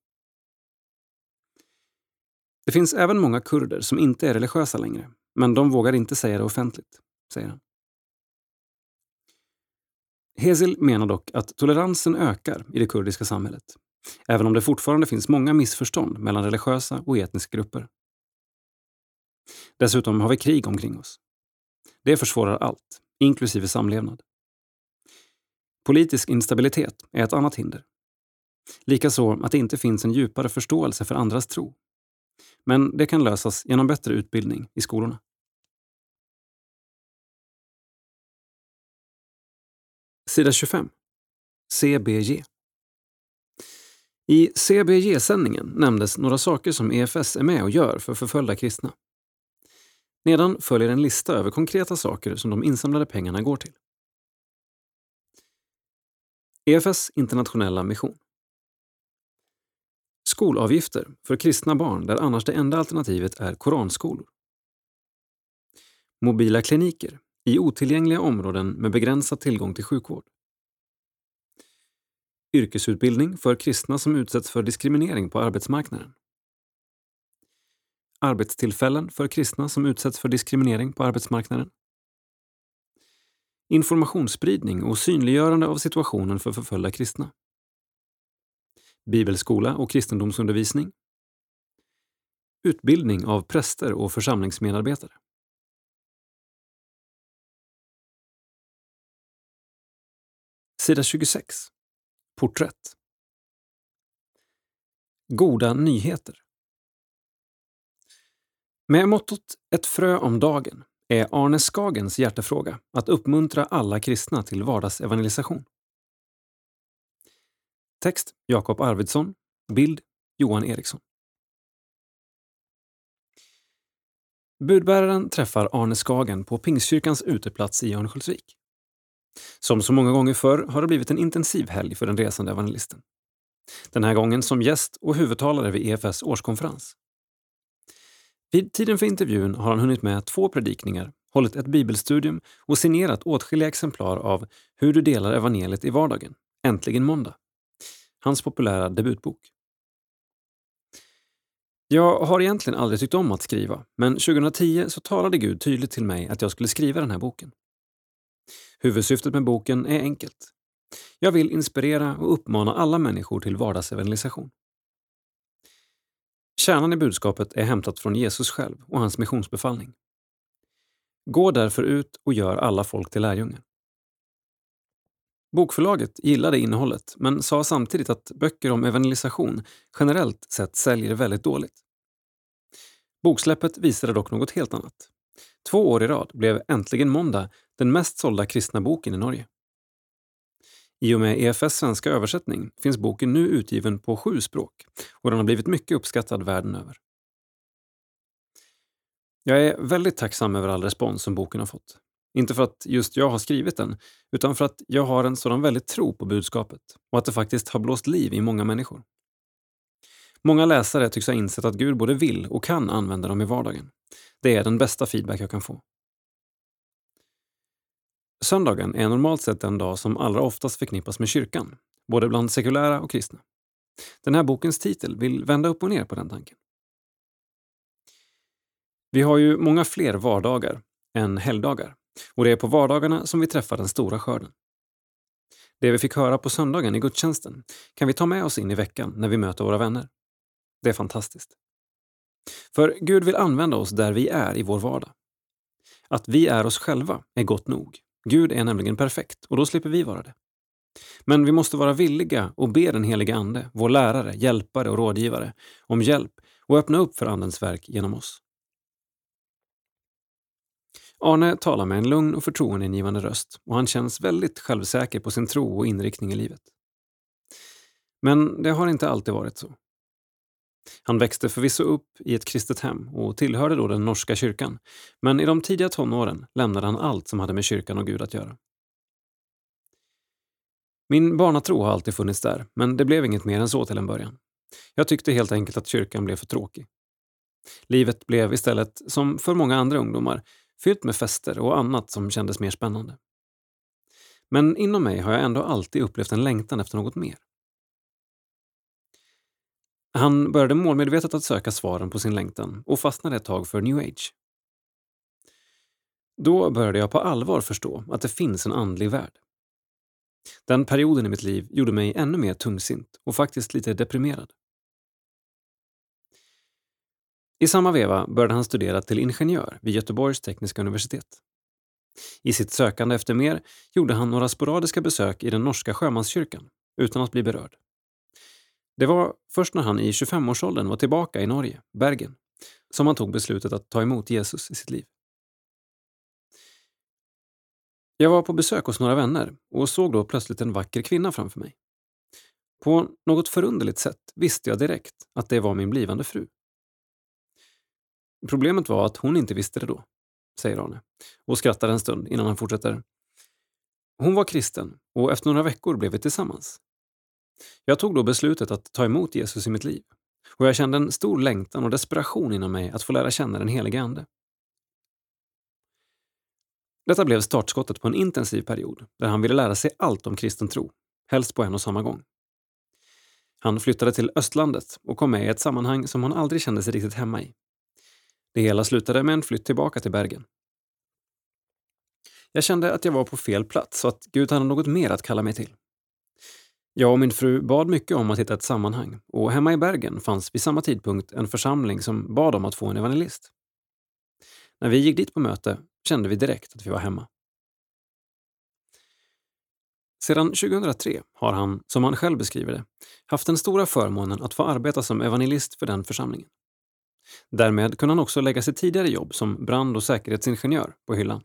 Det finns även många kurder som inte är religiösa längre, men de vågar inte säga det offentligt, säger han. Hezil menar dock att toleransen ökar i det kurdiska samhället, även om det fortfarande finns många missförstånd mellan religiösa och etniska grupper. Dessutom har vi krig omkring oss. Det försvårar allt, inklusive samlevnad. Politisk instabilitet är ett annat hinder. Likaså att det inte finns en djupare förståelse för andras tro. Men det kan lösas genom bättre utbildning i skolorna. Sida tjugofem. C B J. I C B J-sändningen nämndes några saker som E F S är med och gör för förföljda kristna. Nedan följer en lista över konkreta saker som de insamlade pengarna går till. E F S internationella mission. Skolavgifter för kristna barn där annars det enda alternativet är koranskolor. Mobila kliniker i otillgängliga områden med begränsad tillgång till sjukvård. Yrkesutbildning för kristna som utsätts för diskriminering på arbetsmarknaden. Arbetstillfällen för kristna som utsätts för diskriminering på arbetsmarknaden. Informationsspridning och synliggörande av situationen för förföljda kristna. Bibelskola och kristendomsundervisning. Utbildning av präster och församlingsmedarbetare. Sida tjugosex. Porträtt. Goda nyheter. Med mottot ett frö om dagen är Arne Skagens hjärtefråga att uppmuntra alla kristna till vardagsevangelisation. Text Jakob Arvidsson. Bild Johan Eriksson. Budbäraren träffar Arne Skagen på Pingstkyrkans uteplats i Örnsköldsvik. Som så många gånger förr har det blivit en intensiv helg för den resande evangelisten. Den här gången som gäst och huvudtalare vid E F S årskonferens. Vid tiden för intervjun har han hunnit med två predikningar, hållit ett bibelstudium och signerat åtskilliga exemplar av Hur du delar evangeliet i vardagen, Äntligen måndag. Hans populära debutbok. Jag har egentligen aldrig tyckt om att skriva, men tjugohundratio så talade Gud tydligt till mig att jag skulle skriva den här boken. Huvudsyftet med boken är enkelt. Jag vill inspirera och uppmana alla människor till vardagsevangelisation. Kärnan i budskapet är hämtat från Jesus själv och hans missionsbefallning. Gå därför ut och gör alla folk till lärjungar. Bokförlaget gillade innehållet men sa samtidigt att böcker om evangelisation generellt sett säljer väldigt dåligt. Boksläppet visade dock något helt annat. Två år i rad blev Äntligen måndag den mest sålda kristna boken i Norge. I och med E F S svenska översättning finns boken nu utgiven på sju språk och den har blivit mycket uppskattad världen över. Jag är väldigt tacksam över all respons som boken har fått. Inte för att just jag har skrivit den, utan för att jag har en sådan väldigt tro på budskapet och att det faktiskt har blåst liv i många människor. Många läsare tycks ha insett att Gud både vill och kan använda dem i vardagen. Det är den bästa feedback jag kan få. Söndagen är normalt sett en dag som allra oftast förknippas med kyrkan, både bland sekulära och kristna. Den här bokens titel vill vända upp och ner på den tanken. Vi har ju många fler vardagar än helgdagar, och det är på vardagarna som vi träffar den stora skörden. Det vi fick höra på söndagen i gudstjänsten kan vi ta med oss in i veckan när vi möter våra vänner. Det är fantastiskt. För Gud vill använda oss där vi är i vår vardag. Att vi är oss själva är gott nog. Gud är nämligen perfekt och då slipper vi vara det. Men vi måste vara villiga och be den heliga ande, vår lärare, hjälpare och rådgivare, om hjälp och öppna upp för andens verk genom oss. Arne talar med en lugn och förtroendeingivande röst och han känns väldigt självsäker på sin tro och inriktning i livet. Men det har inte alltid varit så. Han växte förvisso upp i ett kristet hem och tillhörde då den norska kyrkan, men i de tidiga tonåren lämnade han allt som hade med kyrkan och Gud att göra. Min barnatro har alltid funnits där, men det blev inget mer än så till en början. Jag tyckte helt enkelt att kyrkan blev för tråkig. Livet blev istället, som för många andra ungdomar, fyllt med fester och annat som kändes mer spännande. Men inom mig har jag ändå alltid upplevt en längtan efter något mer. Han började målmedvetet att söka svaren på sin längtan och fastnade ett tag för New Age. Då började jag på allvar förstå att det finns en andlig värld. Den perioden i mitt liv gjorde mig ännu mer tungsint och faktiskt lite deprimerad. I samma veva började han studera till ingenjör vid Göteborgs tekniska universitet. I sitt sökande efter mer gjorde han några sporadiska besök i den norska sjömanskyrkan utan att bli berörd. Det var först när han i tjugofemårsåldern var tillbaka i Norge, Bergen, som han tog beslutet att ta emot Jesus i sitt liv. Jag var på besök hos några vänner och såg då plötsligt en vacker kvinna framför mig. På något förunderligt sätt visste jag direkt att det var min blivande fru. Problemet var att hon inte visste det då, säger Arne och skrattar en stund innan han fortsätter. Hon var kristen och efter några veckor blev vi tillsammans. Jag tog då beslutet att ta emot Jesus i mitt liv och jag kände en stor längtan och desperation inom mig att få lära känna den helige ande. Detta blev startskottet på en intensiv period där han ville lära sig allt om kristen tro, helst på en och samma gång. Han flyttade till östlandet och kom med i ett sammanhang som han aldrig kände sig riktigt hemma i. Det hela slutade med en flytt tillbaka till Bergen. Jag kände att jag var på fel plats och att Gud hade något mer att kalla mig till. Jag och min fru bad mycket om att hitta ett sammanhang och hemma i Bergen fanns vid samma tidpunkt en församling som bad om att få en evangelist. När vi gick dit på möte kände vi direkt att vi var hemma. Sedan tjugohundratre har han, som han själv beskriver det, haft den stora förmånen att få arbeta som evangelist för den församlingen. Därmed kunde han också lägga sitt tidigare jobb som brand- och säkerhetsingenjör på hyllan.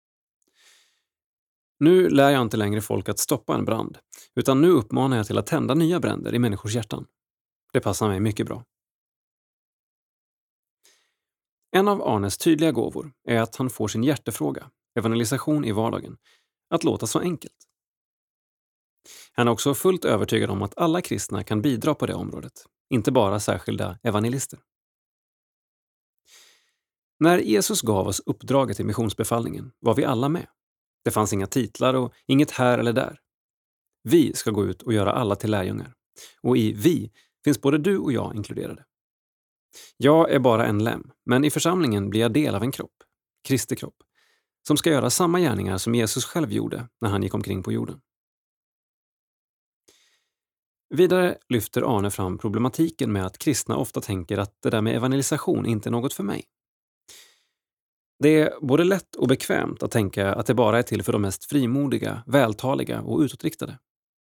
Nu lär jag inte längre folk att stoppa en brand, utan nu uppmanar jag till att tända nya bränder i människors hjärtan. Det passar mig mycket bra. En av Arnes tydliga gåvor är att han får sin hjärtefråga, evangelisation i vardagen, att låta så enkelt. Han är också fullt övertygad om att alla kristna kan bidra på det området, inte bara särskilda evangelister. När Jesus gav oss uppdraget i missionsbefallningen var vi alla med. Det fanns inga titlar och inget här eller där. Vi ska gå ut och göra alla till lärjungar. Och i vi finns både du och jag inkluderade. Jag är bara en lem, men i församlingen blir jag del av en kropp, Kristi kropp, som ska göra samma gärningar som Jesus själv gjorde när han gick omkring på jorden. Vidare lyfter Arne fram problematiken med att kristna ofta tänker att det där med evangelisation inte är något för mig. Det är både lätt och bekvämt att tänka att det bara är till för de mest frimodiga, vältaliga och utåtriktade.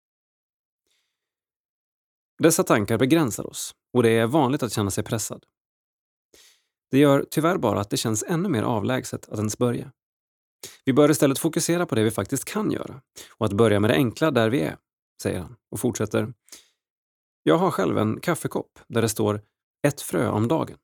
Dessa tankar begränsar oss och det är vanligt att känna sig pressad. Det gör tyvärr bara att det känns ännu mer avlägset att ens börja. Vi bör istället fokusera på det vi faktiskt kan göra och att börja med det enkla där vi är, säger han och fortsätter. Jag har själv en kaffekopp där det står ett frö om dagen.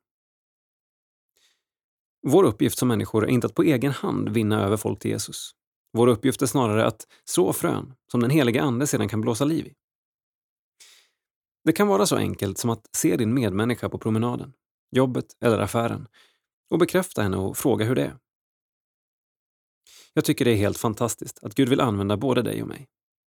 Vår uppgift som människor är inte att på egen hand vinna över folk till Jesus. Vår uppgift är snarare att så frön som den helige ande sedan kan blåsa liv i. Det kan vara så enkelt som att se din medmänniska på promenaden, jobbet eller affären och bekräfta henne och fråga hur det är. Jag tycker det är helt fantastiskt att Gud vill använda både dig och mig.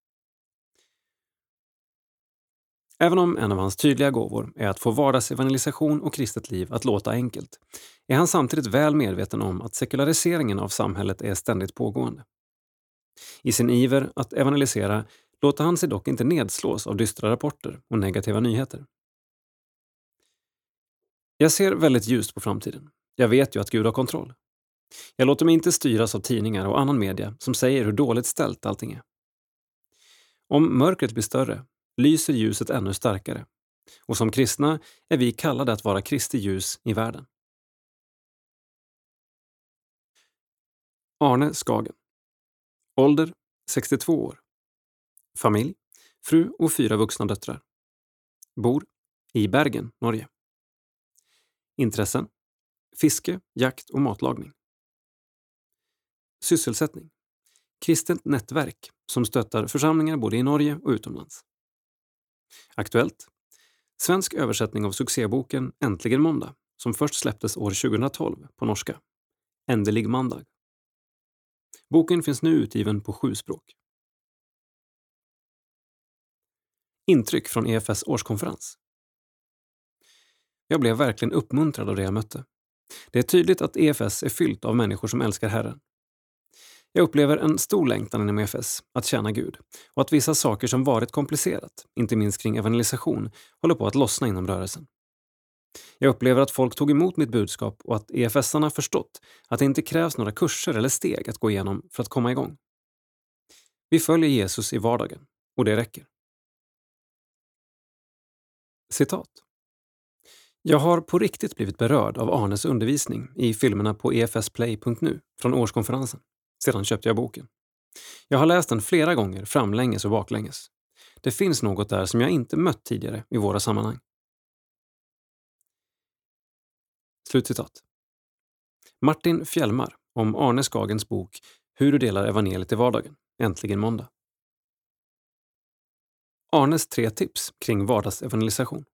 Även om en av hans tydliga gåvor är att få vardagsevangelisation och kristet liv att låta enkelt, är han samtidigt väl medveten om att sekulariseringen av samhället är ständigt pågående. I sin iver att evangelisera låter han sig dock inte nedslås av dystra rapporter och negativa nyheter. Jag ser väldigt ljust på framtiden. Jag vet ju att Gud har kontroll. Jag låter mig inte styras av tidningar och annan media som säger hur dåligt ställt allting är. Om mörkret blir större, lyser ljuset ännu starkare. Och som kristna är vi kallade att vara Kristi ljus i världen. Arne Skagen. Ålder sextiotvå år. Familj, fru och fyra vuxna döttrar. Bor i Bergen, Norge. Intressen: fiske, jakt och matlagning. Sysselsättning: kristet nätverk som stöttar församlingar både i Norge och utomlands. Aktuellt: svensk översättning av succéboken Äntligen måndag som först släpptes år tjugohundratolv på norska. Endelig mandag. Boken finns nu utgiven på sju språk. Intryck från E F S årskonferens. Jag blev verkligen uppmuntrad av det jag mötte. Det är tydligt att E F S är fyllt av människor som älskar Herren. Jag upplever en stor längtan inom E F S att tjäna Gud och att vissa saker som varit komplicerat, inte minst kring evangelisation, håller på att lossna inom rörelsen. Jag upplever att folk tog emot mitt budskap och att E F S-arna förstått att det inte krävs några kurser eller steg att gå igenom för att komma igång. Vi följer Jesus i vardagen och det räcker. Citat. Jag har på riktigt blivit berörd av Arnes undervisning i filmerna på e f s play punkt nu från årskonferensen. Sedan köpte jag boken. Jag har läst den flera gånger, framlänges och baklänges. Det finns något där som jag inte mött tidigare i våra sammanhang. Slutcitat. Martin Fjällmar om Arne Skagens bok Hur du delar evangeliet i vardagen, äntligen måndag. Arnes tre tips kring vardagsevangelisation.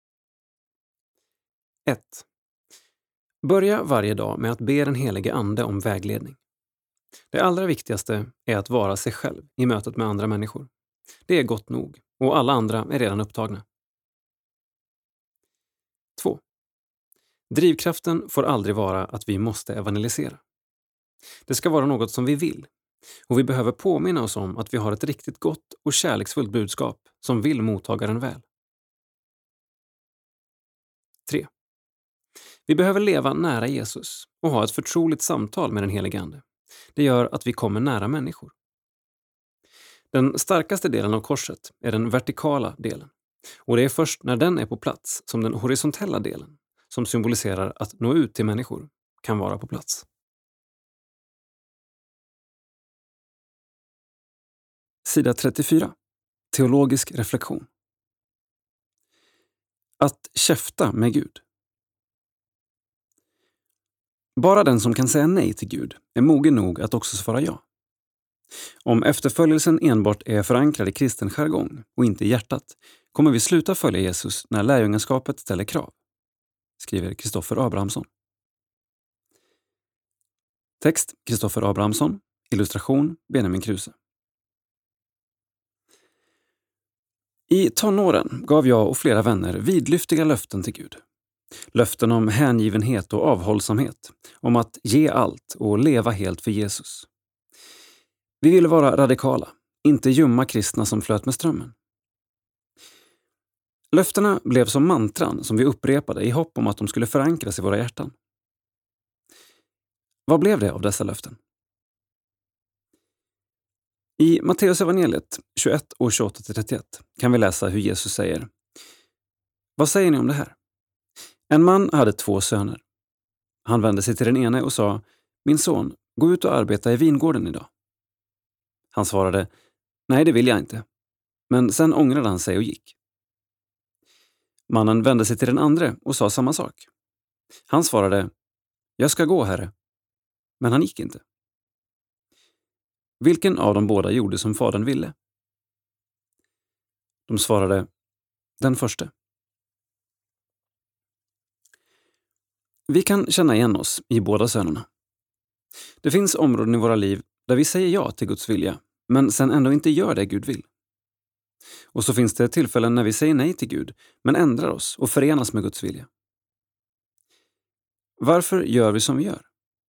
ett. Börja varje dag med att be den helige ande om vägledning. Det allra viktigaste är att vara sig själv i mötet med andra människor. Det är gott nog och alla andra är redan upptagna. två. Drivkraften får aldrig vara att vi måste evangelisera. Det ska vara något som vi vill, och vi behöver påminna oss om att vi har ett riktigt gott och kärleksfullt budskap som vill mottagaren väl. tre. Vi behöver leva nära Jesus och ha ett förtroligt samtal med den helige ande. Det gör att vi kommer nära människor. Den starkaste delen av korset är den vertikala delen, och det är först när den är på plats som den horisontella delen, som symboliserar att nå ut till människor, kan vara på plats. Sida trettiofyra. Teologisk reflektion. Att käfta med Gud. Bara den som kan säga nej till Gud är mogen nog att också svara ja. Om efterföljelsen enbart är förankrad i kristen jargong och inte i hjärtat kommer vi sluta följa Jesus när lärjungaskapet ställer krav, skriver Kristoffer Abrahamsson. Text Kristoffer Abrahamsson, illustration Benjamin Kruse. I tonåren gav jag och flera vänner vidlyftiga löften till Gud. Löften om hängivenhet och avhållsamhet, om att ge allt och leva helt för Jesus. Vi ville vara radikala, inte ljumma kristna som flöt med strömmen. Löftena blev som mantran som vi upprepade i hopp om att de skulle förankras i våra hjärtan. Vad blev det av dessa löften? I Matteus evangeliet tjugoett och tjugoåtta till trettioett kan vi läsa hur Jesus säger: Vad säger ni om det här? En man hade två söner. Han vände sig till den ene och sa: Min son, gå ut och arbeta i vingården idag. Han svarade: Nej, det vill jag inte. Men sen ångrade han sig och gick. Mannen vände sig till den andre och sa samma sak. Han svarade: Jag ska gå, herre. Men han gick inte. Vilken av de båda gjorde som fadern ville? De svarade: Den första. Vi kan känna igen oss i båda sönerna. Det finns områden i våra liv där vi säger ja till Guds vilja, men sen ändå inte gör det Gud vill. Och så finns det tillfällen när vi säger nej till Gud, men ändrar oss och förenas med Guds vilja. Varför gör vi som vi gör?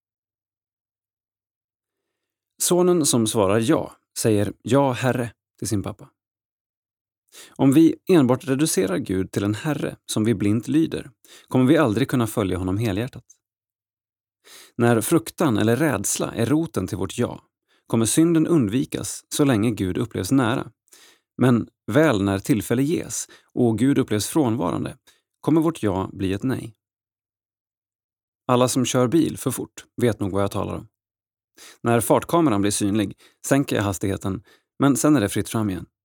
Sonen som svarar ja säger ja, herre, till sin pappa. Om vi enbart reducerar Gud till en herre som vi blint lyder, kommer vi aldrig kunna följa honom helhjärtat. När fruktan eller rädsla är roten till vårt ja, kommer synden undvikas så länge Gud upplevs nära. Men väl när tillfälle ges och Gud upplevs frånvarande, kommer vårt ja bli ett nej. Alla som kör bil för fort vet nog vad jag talar om. När fartkameran blir synlig sänker jag hastigheten, men sen är det fritt fram igen.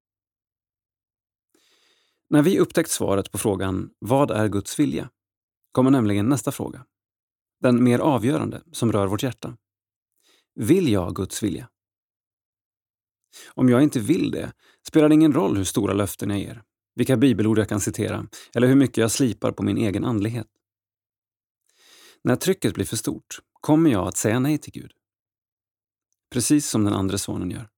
När vi upptäckt svaret på frågan vad är Guds vilja, kommer nämligen nästa fråga. Den mer avgörande som rör vårt hjärta. Vill jag Guds vilja? Om jag inte vill det spelar det ingen roll hur stora löften jag ger, vilka bibelord jag kan citera eller hur mycket jag slipar på min egen andlighet. När trycket blir för stort kommer jag att säga nej till Gud. Precis som den andra sonen gör.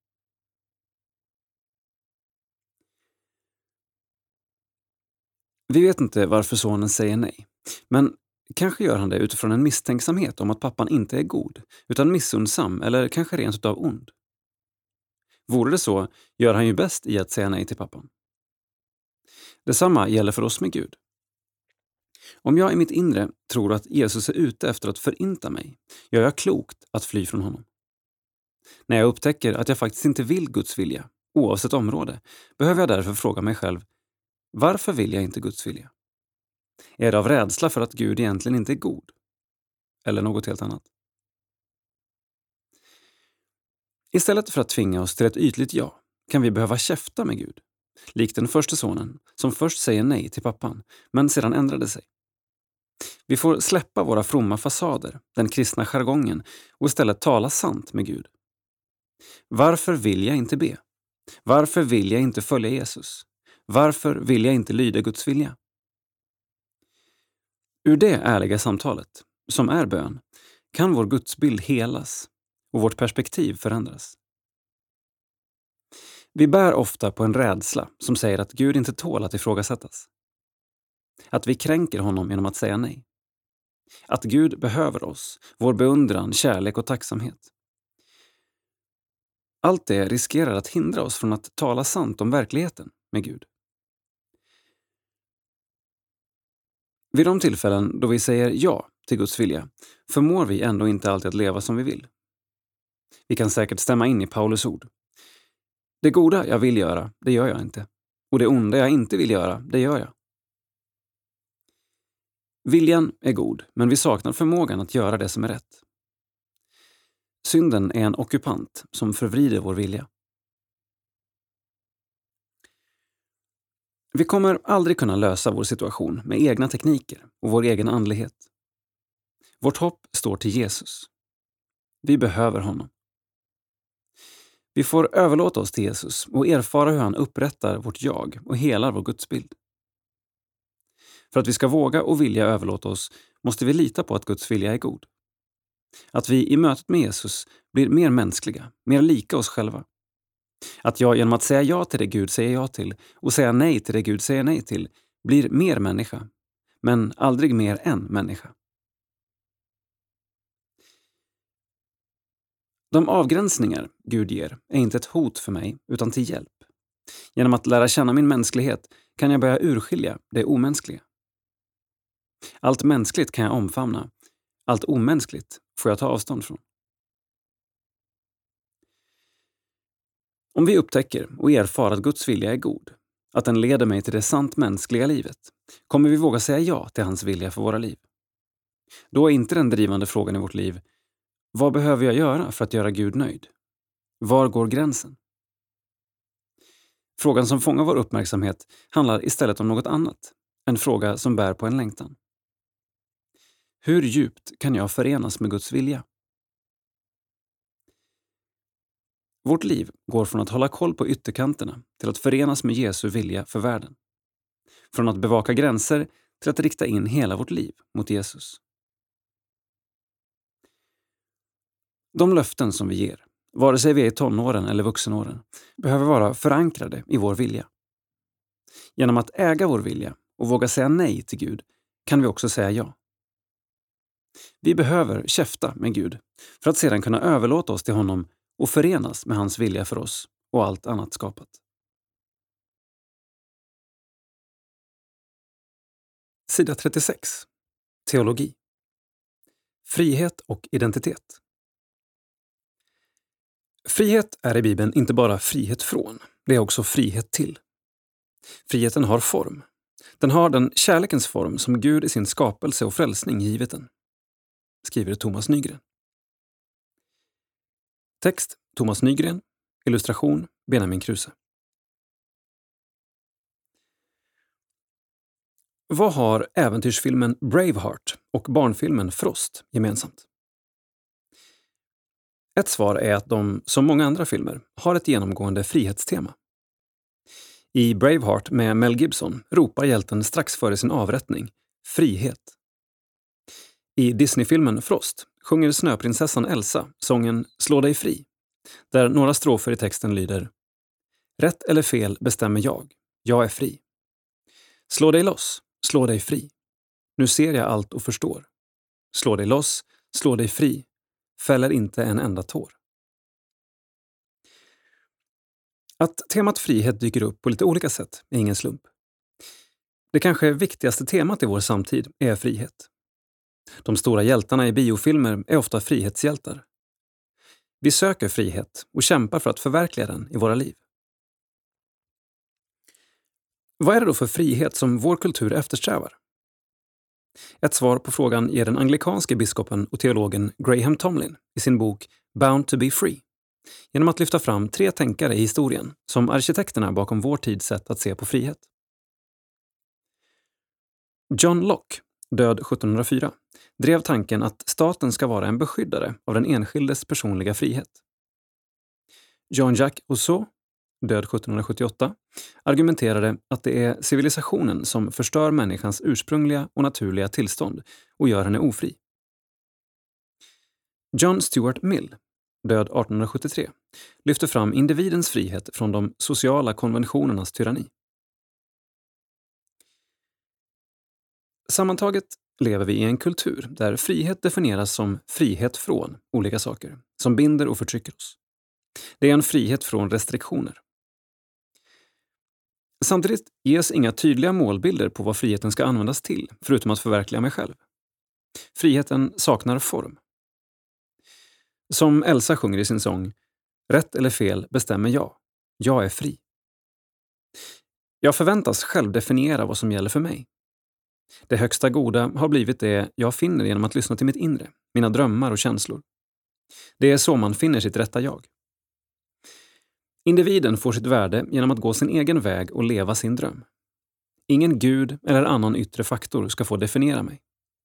Vi vet inte varför sonen säger nej, men kanske gör han det utifrån en misstänksamhet om att pappan inte är god, utan missundsam eller kanske rent utav ond. Vore det så gör han ju bäst i att säga nej till pappan. Detsamma gäller för oss med Gud. Om jag i mitt inre tror att Jesus är ute efter att förinta mig, gör jag klokt att fly från honom. När jag upptäcker att jag faktiskt inte vill Guds vilja, oavsett område, behöver jag därför fråga mig själv: varför vill jag inte Guds vilja? Är det av rädsla för att Gud egentligen inte är god? Eller något helt annat? Istället för att tvinga oss till ett ytligt ja kan vi behöva käfta med Gud, likt den första sonen som först säger nej till pappan, men sedan ändrade sig. Vi får släppa våra fromma fasader, den kristna jargongen, och istället tala sant med Gud. Varför vill jag inte be? Varför vill jag inte följa Jesus? Varför vill jag inte lyda Guds vilja? Ur det ärliga samtalet, som är bön, kan vår gudsbild helas och vårt perspektiv förändras. Vi bär ofta på en rädsla som säger att Gud inte tål att ifrågasättas. Att vi kränker honom genom att säga nej. Att Gud behöver oss, vår beundran, kärlek och tacksamhet. Allt det riskerar att hindra oss från att tala sant om verkligheten med Gud. Vid de tillfällen då vi säger ja till Guds vilja förmår vi ändå inte alltid att leva som vi vill. Vi kan säkert stämma in i Paulus ord. Det goda jag vill göra, det gör jag inte. Och det onda jag inte vill göra, det gör jag. Viljan är god, men vi saknar förmågan att göra det som är rätt. Synden är en ockupant som förvrider vår vilja. Vi kommer aldrig kunna lösa vår situation med egna tekniker och vår egen andlighet. Vårt hopp står till Jesus. Vi behöver honom. Vi får överlåta oss till Jesus och erfara hur han upprättar vårt jag och helar vår gudsbild. För att vi ska våga och vilja överlåta oss måste vi lita på att Guds vilja är god. Att vi i mötet med Jesus blir mer mänskliga, mer lika oss själva. Att jag genom att säga ja till det Gud säger ja till och säga nej till det Gud säger nej till blir mer människa, men aldrig mer än människa. De avgränsningar Gud ger är inte ett hot för mig utan till hjälp. Genom att lära känna min mänsklighet kan jag börja urskilja det omänskliga. Allt mänskligt kan jag omfamna, allt omänskligt får jag ta avstånd från. Om vi upptäcker och erfar att Guds vilja är god, att den leder mig till det sant mänskliga livet, kommer vi våga säga ja till hans vilja för våra liv. Då är inte den drivande frågan i vårt liv: vad behöver jag göra för att göra Gud nöjd? Var går gränsen? Frågan som fångar vår uppmärksamhet handlar istället om något annat, en fråga som bär på en längtan. Hur djupt kan jag förenas med Guds vilja? Vårt liv går från att hålla koll på ytterkanterna till att förenas med Jesu vilja för världen. Från att bevaka gränser till att rikta in hela vårt liv mot Jesus. De löften som vi ger, vare sig vi är i tonåren eller vuxenåren, behöver vara förankrade i vår vilja. Genom att äga vår vilja och våga säga nej till Gud kan vi också säga ja. Vi behöver käfta med Gud för att sedan kunna överlåta oss till honom och förenas med hans vilja för oss och allt annat skapat. Sida trettiosex. Teologi. Frihet och identitet. Frihet är i Bibeln inte bara frihet från, det är också frihet till. Friheten har form. Den har den kärlekens form som Gud i sin skapelse och frälsning givit den, skriver Thomas Nygren. Text Thomas Nygren, illustration Benjamin Kruse. Vad har äventyrsfilmen Braveheart och barnfilmen Frost gemensamt? Ett svar är att de, som många andra filmer, har ett genomgående frihetstema. I Braveheart med Mel Gibson ropar hjälten strax före sin avrättning frihet. I Disney-filmen Frost sjunger snöprinsessan Elsa sången Slå dig fri, där några strofer i texten lyder: rätt eller fel bestämmer jag, jag är fri. Slå dig loss, slå dig fri. Nu ser jag allt och förstår. Slå dig loss, slå dig fri. Fäller inte en enda tår. Att temat frihet dyker upp på lite olika sätt är ingen slump. Det kanske viktigaste temat i vår samtid är frihet. De stora hjältarna i biofilmer är ofta frihetshjältar. Vi söker frihet och kämpar för att förverkliga den i våra liv. Vad är det då för frihet som vår kultur eftersträvar? Ett svar på frågan ger den anglikanske biskopen och teologen Graham Tomlin i sin bok Bound to be Free, genom att lyfta fram tre tänkare i historien som arkitekterna bakom vår tids sätt att se på frihet. John Locke, död sjuttonhundrafyra, drev tanken att staten ska vara en beskyddare av den enskildes personliga frihet. Jean-Jacques Rousseau, död sjuttonhundrasjuttioåtta, argumenterade att det är civilisationen som förstör människans ursprungliga och naturliga tillstånd och gör henne ofri. John Stuart Mill, död artonhundrasjuttiotre, lyfte fram individens frihet från de sociala konventionernas tyranni. Sammantaget lever vi i en kultur där frihet definieras som frihet från olika saker som binder och förtrycker oss. Det är en frihet från restriktioner. Samtidigt ges inga tydliga målbilder på vad friheten ska användas till, förutom att förverkliga mig själv. Friheten saknar form. Som Elsa sjunger i sin sång, rätt eller fel bestämmer jag. Jag är fri. Jag förväntas själv definiera vad som gäller för mig. Det högsta goda har blivit det jag finner genom att lyssna till mitt inre, mina drömmar och känslor. Det är så man finner sitt rätta jag. Individen får sitt värde genom att gå sin egen väg och leva sin dröm. Ingen gud eller annan yttre faktor ska få definiera mig.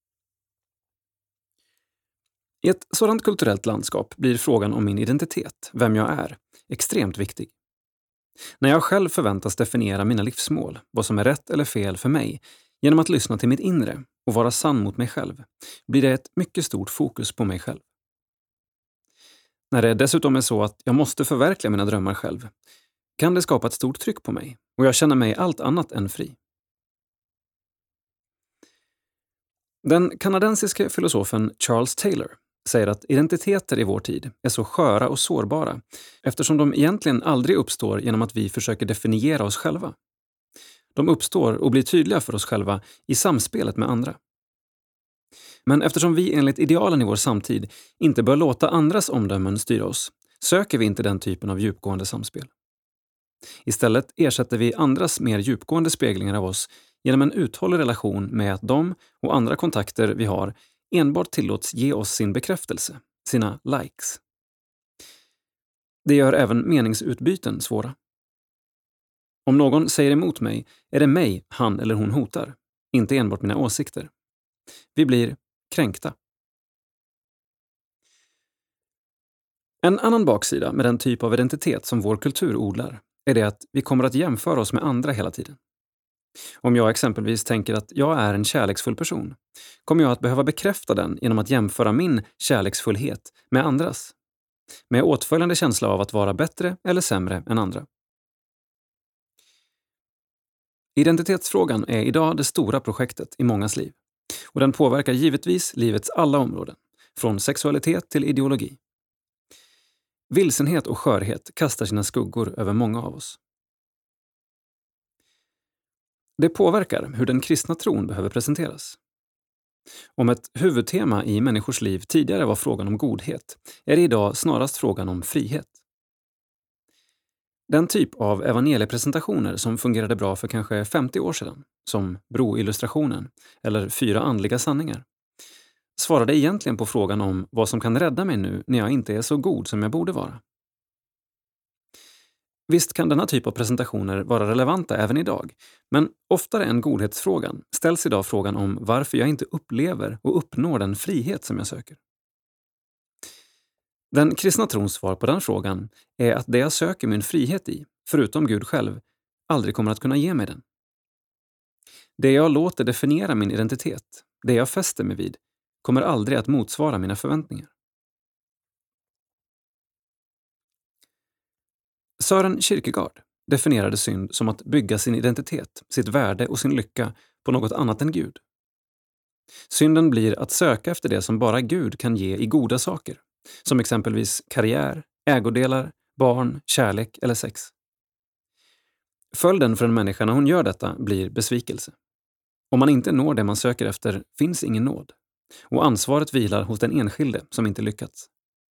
I ett sådant kulturellt landskap blir frågan om min identitet, vem jag är, extremt viktig. När jag själv förväntas definiera mina livsmål, vad som är rätt eller fel för mig, genom att lyssna till mitt inre och vara sann mot mig själv, blir det ett mycket stort fokus på mig själv. När det dessutom är så att jag måste förverkliga mina drömmar själv, kan det skapa ett stort tryck på mig och jag känner mig allt annat än fri. Den kanadensiske filosofen Charles Taylor säger att identiteter i vår tid är så sköra och sårbara eftersom de egentligen aldrig uppstår genom att vi försöker definiera oss själva. De uppstår och blir tydliga för oss själva i samspelet med andra. Men eftersom vi enligt idealen i vår samtid inte bör låta andras omdömen styra oss, söker vi inte den typen av djupgående samspel. Istället ersätter vi andras mer djupgående speglingar av oss genom en uthållig relation med att de och andra kontakter vi har enbart tillåts ge oss sin bekräftelse, sina likes. Det gör även meningsutbyten svåra. Om någon säger emot mig är det mig han eller hon hotar, inte enbart mina åsikter. Vi blir kränkta. En annan baksida med den typ av identitet som vår kultur odlar är det att vi kommer att jämföra oss med andra hela tiden. Om jag exempelvis tänker att jag är en kärleksfull person, kommer jag att behöva bekräfta den genom att jämföra min kärleksfullhet med andras, med åtföljande känsla av att vara bättre eller sämre än andra. Identitetsfrågan är idag det stora projektet i mångas liv, och den påverkar givetvis livets alla områden, från sexualitet till ideologi. Vilsenhet och skörhet kastar sina skuggor över många av oss. Det påverkar hur den kristna tron behöver presenteras. Om ett huvudtema i människors liv tidigare var frågan om godhet, är det idag snarast frågan om frihet. Den typ av evangeliepresentationer som fungerade bra för kanske femtio år sedan, som broillustrationen eller fyra andliga sanningar, svarade egentligen på frågan om vad som kan rädda mig nu när jag inte är så god som jag borde vara. Visst kan denna typ av presentationer vara relevanta även idag, men oftare än godhetsfrågan ställs idag frågan om varför jag inte upplever och uppnår den frihet som jag söker. Den kristna trons svar på den frågan är att det jag söker min frihet i, förutom Gud själv, aldrig kommer att kunna ge mig den. Det jag låter definiera min identitet, det jag fäster mig vid, kommer aldrig att motsvara mina förväntningar. Søren Kierkegaard definierade synd som att bygga sin identitet, sitt värde och sin lycka på något annat än Gud. Synden blir att söka efter det som bara Gud kan ge i goda saker, som exempelvis karriär, ägodelar, barn, kärlek eller sex. Följden för en människa när hon gör detta blir besvikelse. Om man inte når det man söker efter finns ingen nåd, och ansvaret vilar hos den enskilde som inte lyckats.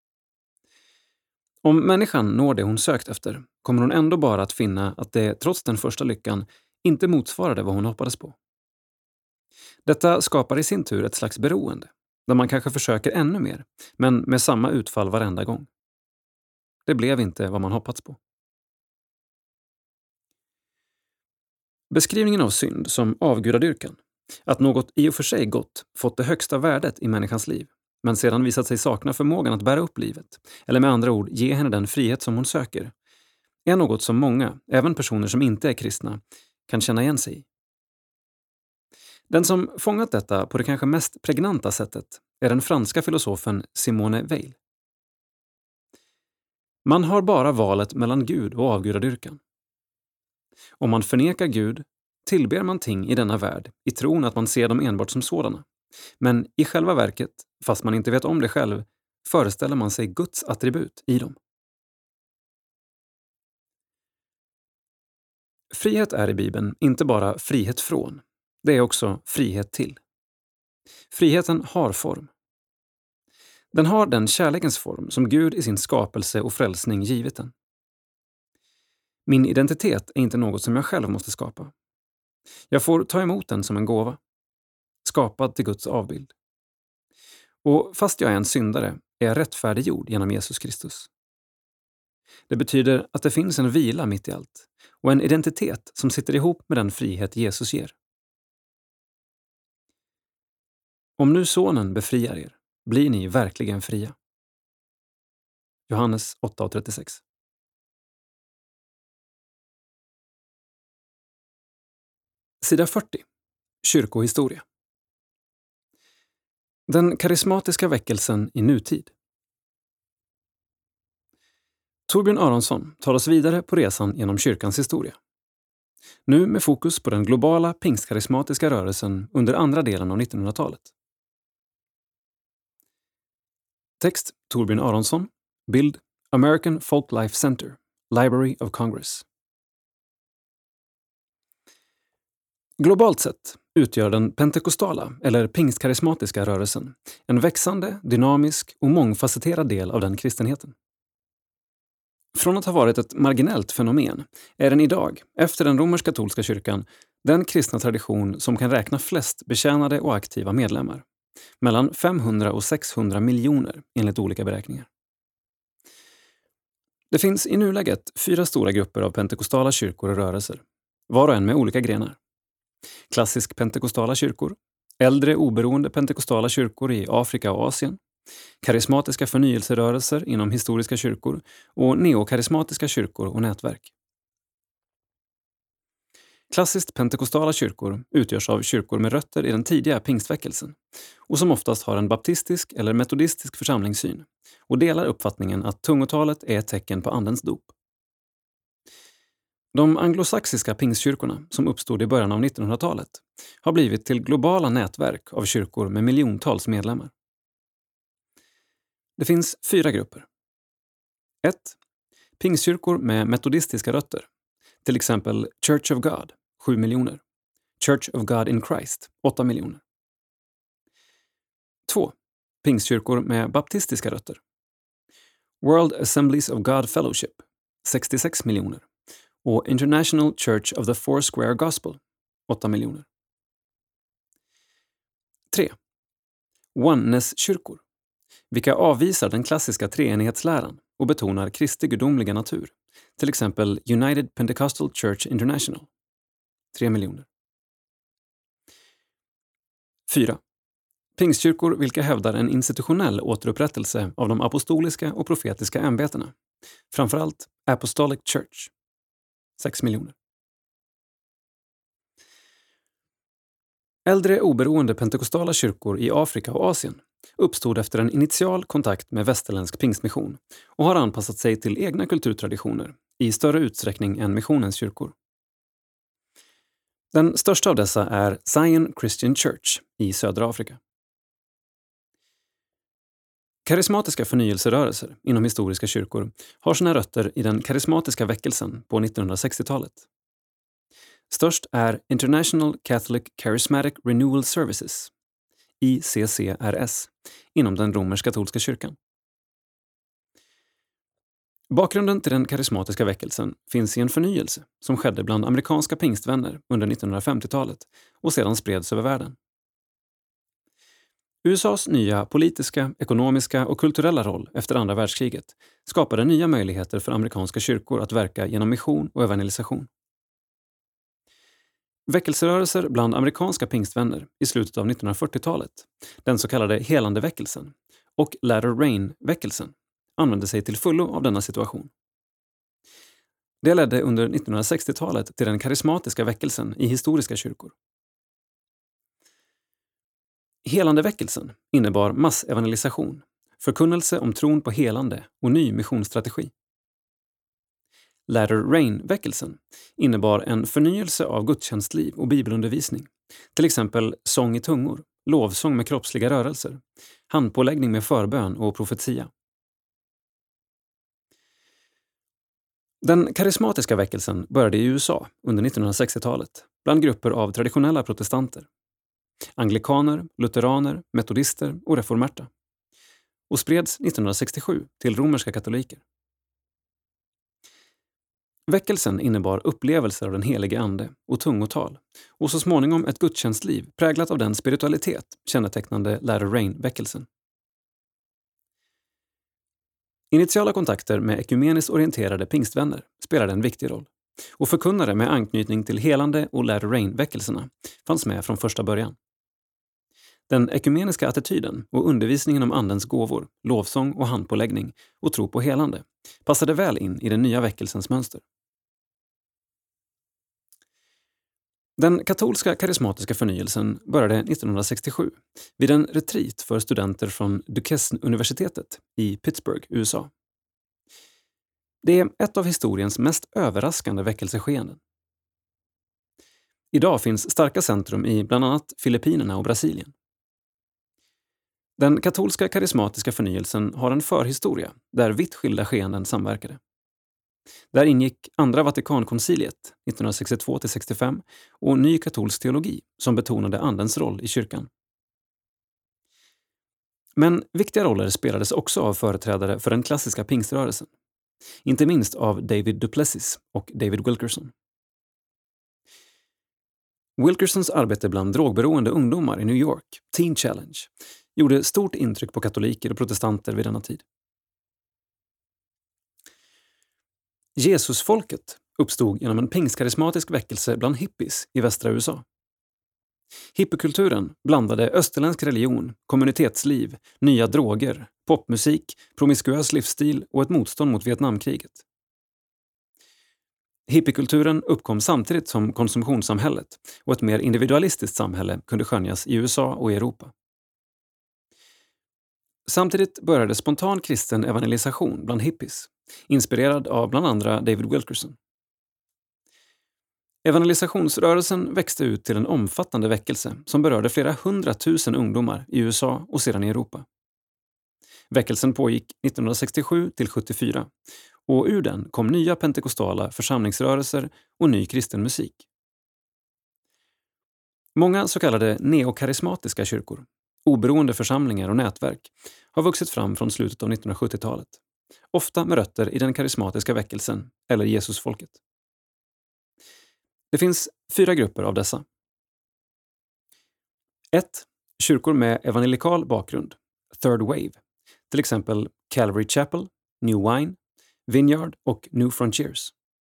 Om människan når det hon sökt efter kommer hon ändå bara att finna att det, trots den första lyckan, inte motsvarade vad hon hoppades på. Detta skapar i sin tur ett slags beroende, där man kanske försöker ännu mer, men med samma utfall varenda gång. det blev inte vad man hoppats på. Beskrivningen av synd som avgudadyrkan, att något i och för sig gott fått det högsta värdet i människans liv, men sedan visat sig sakna förmågan att bära upp livet, eller med andra ord ge henne den frihet som hon söker, är något som många, även personer som inte är kristna, kan känna igen sig i. Den som fångat detta på det kanske mest pregnanta sättet är den franska filosofen Simone Weil. Man har bara valet mellan Gud och avgudadyrkan. Om man förnekar Gud tillber man ting i denna värld i tron att man ser dem enbart som sådana. Men i själva verket, fast man inte vet om det själv, föreställer man sig Guds attribut i dem. Frihet är i Bibeln inte bara frihet från, det är också frihet till. Friheten har form. Den har den kärlekens form som Gud i sin skapelse och frälsning givit den. Min identitet är inte något som jag själv måste skapa. Jag får ta emot den som en gåva, skapad till Guds avbild. Och fast jag är en syndare är jag rättfärdiggjord genom Jesus Kristus. Det betyder att det finns en vila mitt i allt och en identitet som sitter ihop med den frihet Jesus ger. Om nu sonen befriar er, blir ni verkligen fria. Johannes åtta trettiosex. Sida fyrtio. Kyrkohistoria. Den karismatiska väckelsen i nutid. Torbjörn Aronsson tar oss vidare på resan genom kyrkans historia. Nu med fokus på den globala pingstkarismatiska rörelsen under andra delen av nittonhundratalet. Text Torbjörn Aronsson. Bild American Folklife Center, Library of Congress. Globalt sett utgör den pentekostala eller pingstkarismatiska rörelsen en växande, dynamisk och mångfacetterad del av den kristenheten. Från att ha varit ett marginellt fenomen är den idag, efter den romersk-katolska kyrkan, den kristna tradition som kan räkna flest betjänade och aktiva medlemmar. Mellan femhundra och sexhundra miljoner enligt olika beräkningar. Det finns i nuläget fyra stora grupper av pentekostala kyrkor och rörelser, var och en med olika grenar. Klassisk pentekostala kyrkor, äldre oberoende pentekostala kyrkor i Afrika och Asien, karismatiska förnyelserörelser inom historiska kyrkor och neokarismatiska kyrkor och nätverk. Klassiskt pentekostala kyrkor utgörs av kyrkor med rötter i den tidiga pingstväckelsen och som oftast har en baptistisk eller metodistisk församlingssyn och delar uppfattningen att tungotalet är ett tecken på andens dop. De anglosaxiska pingstkyrkorna som uppstod i början av nittonhundratalet har blivit till globala nätverk av kyrkor med miljontals medlemmar. Det finns fyra grupper. ett. Pingstkyrkor med metodistiska rötter, till exempel Church of God, sju miljoner. Church of God in Christ, åtta miljoner. två. Pingstkyrkor med baptistiska rötter. World Assemblies of God Fellowship, sextiosex miljoner. Och International Church of the Four Square Gospel, åtta miljoner. tre. Oneness-kyrkor, vilka avvisar den klassiska treenighetsläran och betonar Kristi gudomliga natur, till exempel United Pentecostal Church International, tre miljoner. fyra. Pingstkyrkor vilka hävdar en institutionell återupprättelse av de apostoliska och profetiska ämbetena, framförallt Apostolic Church, sex miljoner. Äldre oberoende pentekostala kyrkor i Afrika och Asien uppstod efter en initial kontakt med västerländsk pingstmission och har anpassat sig till egna kulturtraditioner i större utsträckning än missionens kyrkor. Den största av dessa är Zion Christian Church i södra Afrika. Karismatiska förnyelserörelser inom historiska kyrkor har sina rötter i den karismatiska väckelsen på nittonhundrasextiotalet. Störst är International Catholic Charismatic Renewal Services, I C C R S, inom den romersk-katolska kyrkan. Bakgrunden till den karismatiska väckelsen finns i en förnyelse som skedde bland amerikanska pingstvänner under nittonhundrafemtiotalet och sedan spreds över världen. U S A:s nya politiska, ekonomiska och kulturella roll efter andra världskriget skapade nya möjligheter för amerikanska kyrkor att verka genom mission och evangelisation. Väckelserörelser bland amerikanska pingstvänner i slutet av nittonhundrafyrtiotalet, den så kallade helandeväckelsen och Latter Rain-väckelsen, använde sig till fullo av denna situation. Det ledde under nittonhundrasextiotalet till den karismatiska väckelsen i historiska kyrkor. Helandeväckelsen innebar massevangelisation, förkunnelse om tron på helande och ny missionsstrategi. Latter Rain-väckelsen innebar en förnyelse av gudstjänstliv och bibelundervisning, till exempel sång i tungor, lovsång med kroppsliga rörelser, handpåläggning med förbön och profetia. Den karismatiska väckelsen började i U S A under nittonhundrasextiotalet bland grupper av traditionella protestanter, anglikaner, lutheraner, metodister och reformerta, och spreds nittonhundrasextiosju till romerska katoliker. Väckelsen innebar upplevelser av den helige ande och tungotal och så småningom ett gudstjänstliv präglat av den spiritualitet kännetecknande Latter Rain-väckelsen. Initiala kontakter med ekumeniskt orienterade pingstvänner spelade en viktig roll och förkunnare med anknytning till helande och Latter Rain-väckelserna fanns med från första början. Den ekumeniska attityden och undervisningen om andens gåvor, lovsång och handpåläggning och tro på helande passade väl in i den nya väckelsens mönster. Den katolska karismatiska förnyelsen började nittonhundrasextiosju vid en retreat för studenter från Duquesne-universitetet i Pittsburgh, U S A. Det är ett av historiens mest överraskande väckelseskeenden. Idag finns starka centrum i bland annat Filippinerna och Brasilien. Den katolska karismatiska förnyelsen har en förhistoria där vitt skilda skeenden samverkade. Där ingick andra Vatikankonciliet nittonhundrasextiotvå till sextiofem och ny katolsk teologi som betonade andens roll i kyrkan. Men viktiga roller spelades också av företrädare för den klassiska pingströrelsen, inte minst av David Duplessis och David Wilkerson. Wilkersons arbete bland drogberoende ungdomar i New York, Teen Challenge, gjorde stort intryck på katoliker och protestanter vid denna tid. Jesusfolket uppstod genom en pingstkarismatisk väckelse bland hippies i västra U S A. Hippiekulturen blandade österländsk religion, kommunitetsliv, nya droger, popmusik, promiskuös livsstil och ett motstånd mot Vietnamkriget. Hippiekulturen uppkom samtidigt som konsumtionssamhället och ett mer individualistiskt samhälle kunde skönjas i U S A och i Europa. Samtidigt började spontan kristen evangelisation bland hippies, inspirerad av bland andra David Wilkerson. Evangelisationsrörelsen växte ut till en omfattande väckelse som berörde flera hundratusen ungdomar i U S A och sedan i Europa. Väckelsen pågick nittonhundrasextiosju till sjuttiofyra och ur den kom nya pentekostala församlingsrörelser och ny kristen musik. Många så kallade neokarismatiska kyrkor, oberoende församlingar och nätverk, har vuxit fram från slutet av nittonhundrasjuttiotalet, ofta med rötter i den karismatiska väckelsen eller Jesusfolket. Det finns fyra grupper av dessa. ett. Kyrkor med evangelikal bakgrund, Third Wave, till exempel Calvary Chapel, New Wine, Vineyard och New Frontiers.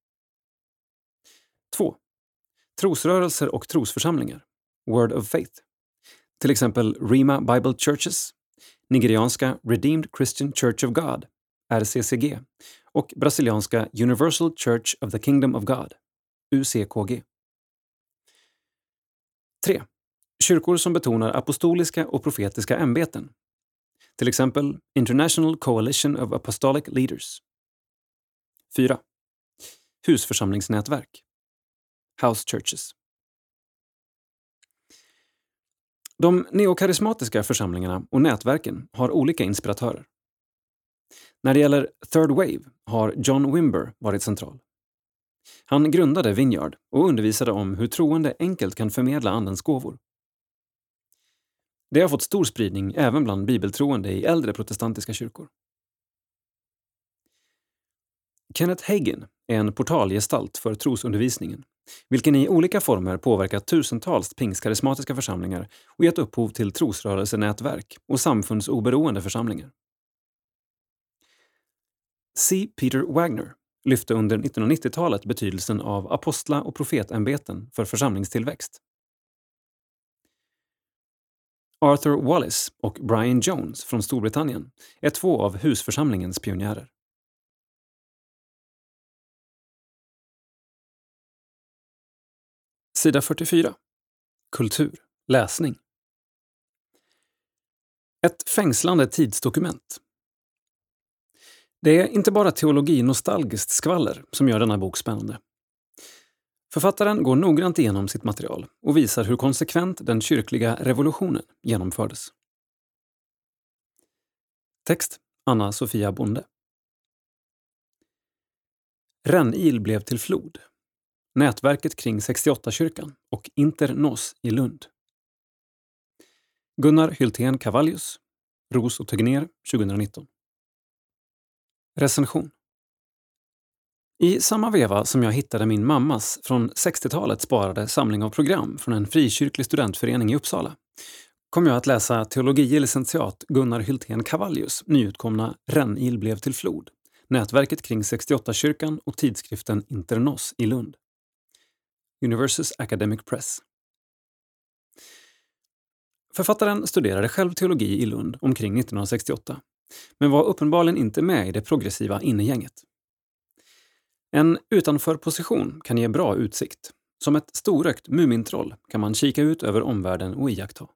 två. Trosrörelser och trosförsamlingar, Word of Faith, till exempel Rhema Bible Churches, nigerianska Redeemed Christian Church of God, R C C G, och brasilianska Universal Church of the Kingdom of God, U C K G. tre. Kyrkor som betonar apostoliska och profetiska ämbeten, till exempel International Coalition of Apostolic Leaders. fyra. Husförsamlingsnätverk, House Churches. De neokarismatiska församlingarna och nätverken har olika inspiratörer. När det gäller Third Wave har John Wimber varit central. Han grundade Vineyard och undervisade om hur troende enkelt kan förmedla andens gåvor. Det har fått stor spridning även bland bibeltroende i äldre protestantiska kyrkor. Kenneth Hagin är en portalgestalt för trosundervisningen vilken i olika former påverkat tusentals pingstkarismatiska församlingar och gett upphov till trosrörelsenätverk och samfundsoberoende församlingar. C. Peter Wagner lyfte under nittonhundranittiotalet betydelsen av apostla- och profetämbeten för församlingstillväxt. Arthur Wallis och Brian Jones från Storbritannien är två av husförsamlingens pionjärer. Sida fyrtiofyra. Kultur. Läsning. Ett fängslande tidsdokument. Det är inte bara teologi-nostalgiskt skvaller som gör denna bok spännande. Författaren går noggrant igenom sitt material och visar hur konsekvent den kyrkliga revolutionen genomfördes. Text: Anna-Sofia Bonde. Rännil blev till flod. Nätverket kring sextioåtta-kyrkan och Internos i Lund. Gunnar Hyltén Cavallius, Ros och Tegnér, tjugonitton. Recension. I samma veva som jag hittade min mammas från sextiotalet sparade samling av program från en frikyrklig studentförening i Uppsala kom jag att läsa teologie licentiat Gunnar Hyltén Cavallius nyutkomna Rännil blev till flod, nätverket kring sextioåtta-kyrkan och tidskriften Internos i Lund. Universus Academic Press. Författaren studerade själv teologi i Lund omkring nittonhundrasextioåtta, men var uppenbarligen inte med i det progressiva innegänget. En utanförposition kan ge bra utsikt. Som ett storögt mumintroll kan man kika ut över omvärlden och iaktta.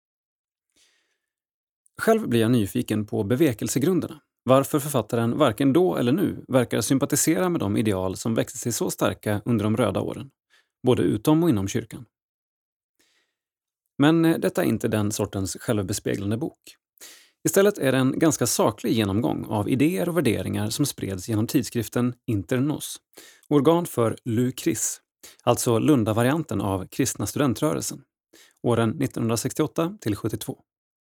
Själv blir jag nyfiken på bevekelsegrunderna, varför författaren varken då eller nu verkar sympatisera med de ideal som växte sig så starka under de röda åren, både utom och inom kyrkan. Men detta är inte den sortens självbespeglande bok. Istället är det en ganska saklig genomgång av idéer och värderingar som spreds genom tidskriften Internos, organ för Lukris, alltså Lunda-varianten av kristna studentrörelsen, åren nittonhundrasextioåtta till sjuttiotvå.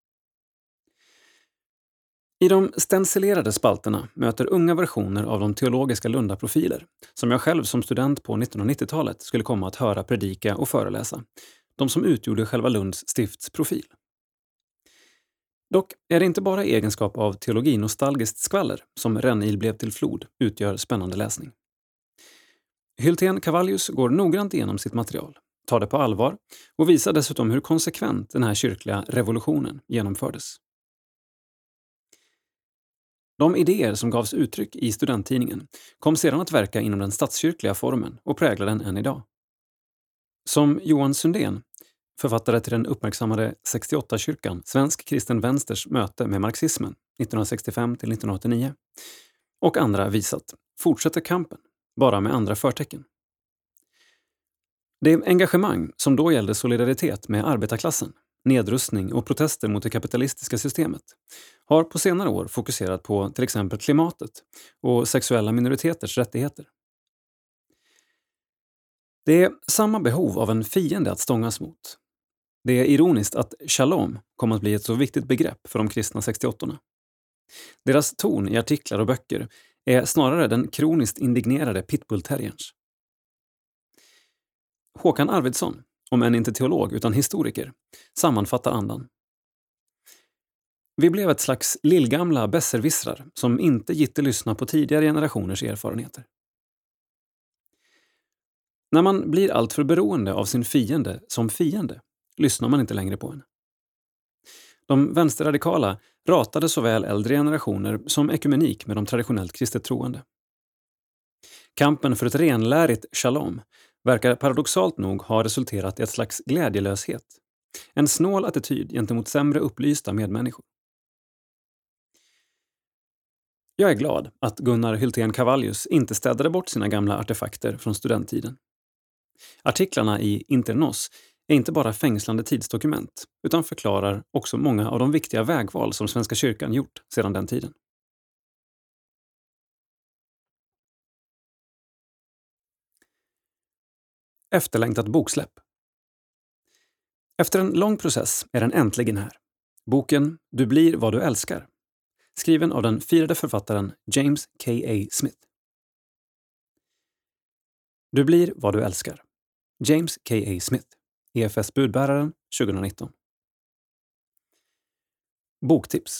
I de stencilerade spalterna möter unga versioner av de teologiska Lunda-profiler, som jag själv som student på nittonhundranittiotalet skulle komma att höra predika och föreläsa, de som utgjorde själva Lunds stifts profil. Dock är det inte bara i egenskap av teologi-nostalgiskt skvaller som Rännil blev till flod utgör spännande läsning. Hyltén Cavallius går noggrant igenom sitt material, tar det på allvar och visar dessutom hur konsekvent den här kyrkliga revolutionen genomfördes. De idéer som gavs uttryck i studenttidningen kom sedan att verka inom den statskyrkliga formen och präglar den än idag. Som Johan Sundén, författare till den uppmärksammade sextioåtta-kyrkan, Svensk kristen vänsters möte med marxismen nittonhundrasextiofem till nittonhundraåttionio, och andra visat, fortsätter kampen, bara med andra förtecken. Det engagemang som då gällde solidaritet med arbetarklassen, nedrustning och protester mot det kapitalistiska systemet har på senare år fokuserat på till exempel klimatet och sexuella minoriteters rättigheter. Det är samma behov av en fiende att stångas mot. Det är ironiskt att shalom kom att bli ett så viktigt begrepp för de kristna sextioåttorna. Deras ton i artiklar och böcker är snarare den kroniskt indignerade pitbullterriers. Håkan Arvidsson, om än inte teolog utan historiker, sammanfattar andan. Vi blev ett slags lillgamla besserwissrar som inte gitte lyssna på tidigare generationers erfarenheter. När man blir allt för beroende av sin fiende som fiende lyssnar man inte längre på henne. De vänsterradikala ratade såväl äldre generationer som ekumenik med de traditionellt kristet troende. Kampen för ett renlärigt shalom verkar paradoxalt nog ha resulterat i ett slags glädjelöshet. En snål attityd gentemot sämre upplysta medmänniskor. Jag är glad att Gunnar Hyltén Cavallius inte städade bort sina gamla artefakter från studenttiden. Artiklarna i Internos är inte bara fängslande tidsdokument utan förklarar också många av de viktiga vägval som Svenska kyrkan gjort sedan den tiden. Efterlängtat boksläpp. Efter en lång process är den äntligen här. Boken Du blir vad du älskar. Skriven av den firade författaren James K A Smith. Du blir vad du älskar. James K A Smith, E F S-budbäraren tjugonitton. Boktips.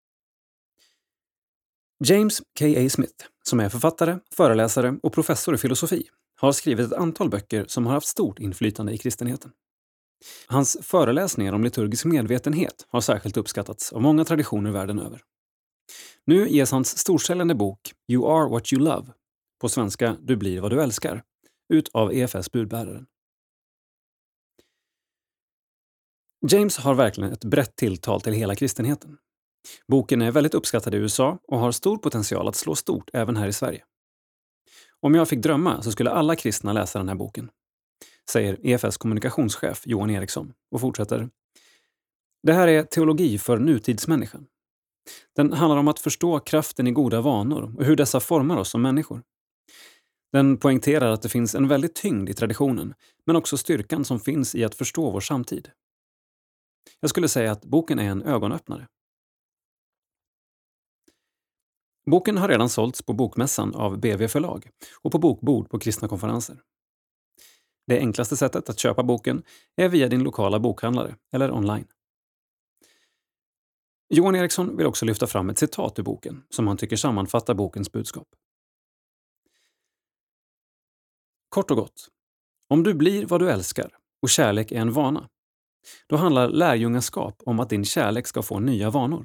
James K A Smith, som är författare, föreläsare och professor i filosofi, har skrivit ett antal böcker som har haft stort inflytande i kristenheten. Hans föreläsningar om liturgisk medvetenhet har särskilt uppskattats av många traditioner världen över. Nu ges hans storsäljande bok You are what you love, på svenska Du blir vad du älskar, ut av E F S-budbäraren. James har verkligen ett brett tilltal till hela kristenheten. Boken är väldigt uppskattad i U S A och har stor potential att slå stort även här i Sverige. Om jag fick drömma så skulle alla kristna läsa den här boken, säger E F S kommunikationschef Johan Eriksson och fortsätter. Det här är teologi för nutidsmänniskan. Den handlar om att förstå kraften i goda vanor och hur dessa formar oss som människor. Den poängterar att det finns en väldigt tyngd i traditionen, men också styrkan som finns i att förstå vår samtid. Jag skulle säga att boken är en ögonöppnare. Boken har redan sålts på Bokmässan av B V förlag och på bokbord på kristna konferenser. Det enklaste sättet att köpa boken är via din lokala bokhandlare eller online. Johan Eriksson vill också lyfta fram ett citat ur boken som han tycker sammanfattar bokens budskap. Kort och gott. Om du blir vad du älskar och kärlek är en vana, då handlar lärjungaskap om att din kärlek ska få nya vanor.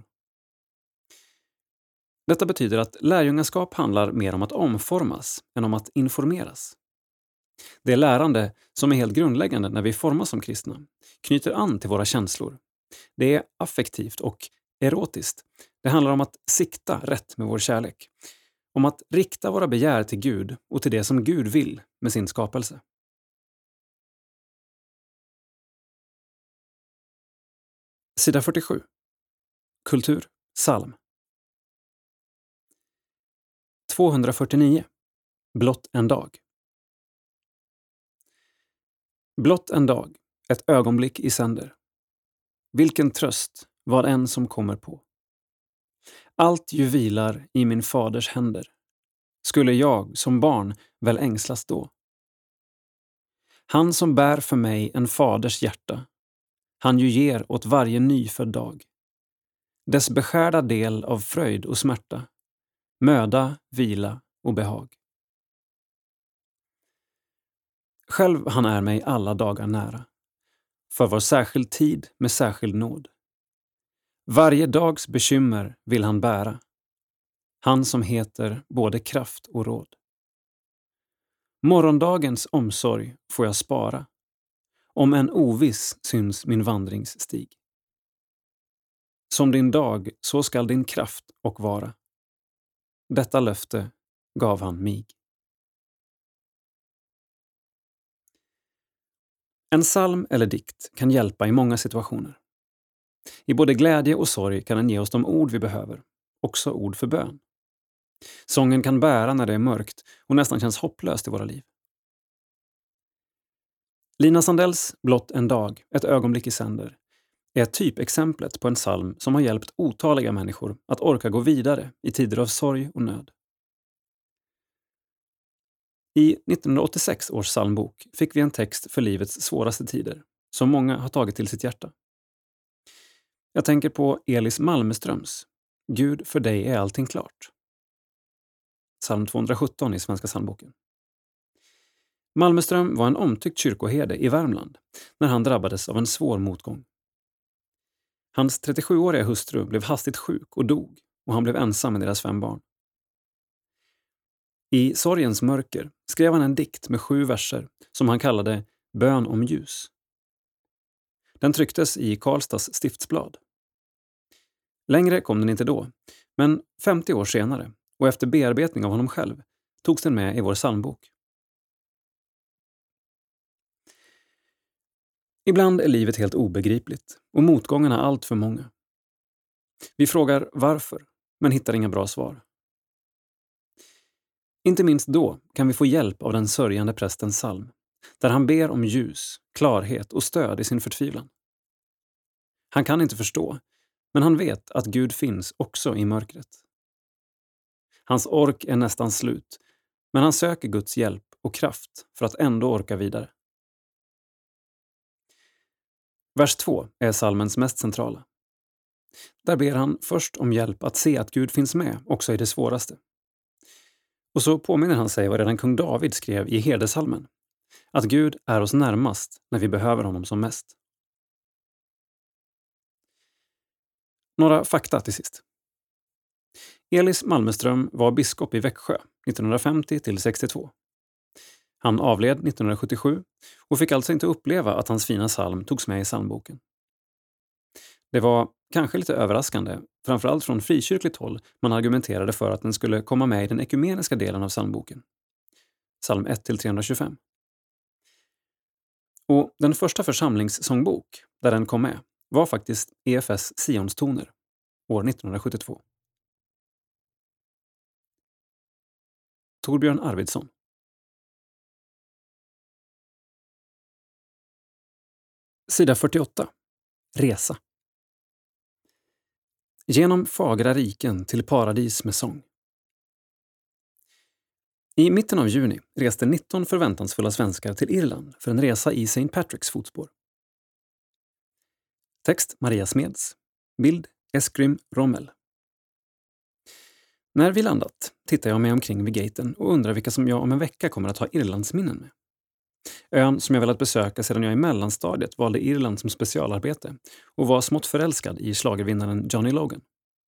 Detta betyder att lärjungaskap handlar mer om att omformas än om att informeras. Det lärande som är helt grundläggande när vi formas som kristna knyter an till våra känslor. Det är affektivt och erotiskt. Det handlar om att sikta rätt med vår kärlek. Om att rikta våra begär till Gud och till det som Gud vill med sin skapelse. Sida fyrtiosju. Kultur, psalm. tvåhundrafyrtionio. Blott en dag. Blott en dag, ett ögonblick i sänder. Vilken tröst, vad än som kommer på. Allt ju vilar i min faders händer. Skulle jag som barn väl ängslas då? Han som bär för mig en faders hjärta, han ju ger åt varje nyfödd dag. Dess beskärda del av fröjd och smärta, möda, vila och behag. Själv han är mig alla dagar nära, för var särskild tid med särskild nåd. Varje dags bekymmer vill han bära, han som heter både kraft och råd. Morgondagens omsorg får jag spara, om en oviss syns min vandringsstig. Som din dag, så skall din kraft och vara. Detta löfte gav han mig. En psalm eller dikt kan hjälpa i många situationer. I både glädje och sorg kan den ge oss de ord vi behöver, också ord för bön. Sången kan bära när det är mörkt och nästan känns hopplöst i våra liv. Lina Sandells Blott en dag, ett ögonblick i sänder, är typexemplet på en psalm som har hjälpt otaliga människor att orka gå vidare i tider av sorg och nöd. I nittonhundraåttiosex års psalmbok fick vi en text för livets svåraste tider, som många har tagit till sitt hjärta. Jag tänker på Elis Malmströms Gud, för dig är allting klart. Psalm tvåhundrasjutton i Svenska psalmboken. Malmström var en omtyckt kyrkoherde i Värmland när han drabbades av en svår motgång. Hans trettiosjuåriga hustru blev hastigt sjuk och dog och han blev ensam med deras fem barn. I sorgens mörker skrev han en dikt med sju verser som han kallade Bön om ljus. Den trycktes i Karlstads stiftsblad. Längre kom den inte då, men femtio år senare och efter bearbetning av honom själv togs den med i vår psalmbok. Ibland är livet helt obegripligt och motgångarna allt för många. Vi frågar varför, men hittar inga bra svar. Inte minst då kan vi få hjälp av den sörjande prästens psalm, där han ber om ljus, klarhet och stöd i sin förtvivlan. Han kan inte förstå, men han vet att Gud finns också i mörkret. Hans ork är nästan slut, men han söker Guds hjälp och kraft för att ändå orka vidare. Vers två är psalmens mest centrala. Där ber han först om hjälp att se att Gud finns med, också i det svåraste. Och så påminner han sig vad redan kung David skrev i Herdesalmen, att Gud är oss närmast när vi behöver honom som mest. Några fakta till sist. Elis Malmström var biskop i Växjö nittonhundrafemtio till sextiotvå. Han avled nittonhundrasjuttiosju och fick alltså inte uppleva att hans fina psalm togs med i psalmboken. Det var kanske lite överraskande, framförallt från frikyrkligt håll man argumenterade för att den skulle komma med i den ekumeniska delen av psalmboken. Psalm ett till trehundratjugofem. Och den första församlingssångbok där den kom med var faktiskt E F S Sionstoner år nittonhundrasjuttiotvå. Torbjörn Arvidsson. Sida fyrtioåtta. Resa. Genom fagra riken till paradis med sång. I mitten av juni reste nitton förväntansfulla svenskar till Irland för en resa i Saint Patricks fotspår. Text Maria Smeds. Bild Eskrim Rommel. När vi landat tittar jag mig omkring vid gaten och undrar vilka som jag om en vecka kommer att ha Irlandsminnen med. Ön som jag velat besöka sedan jag i mellanstadiet valde Irland som specialarbete och var smått förälskad i schlagervinnaren Johnny Logan.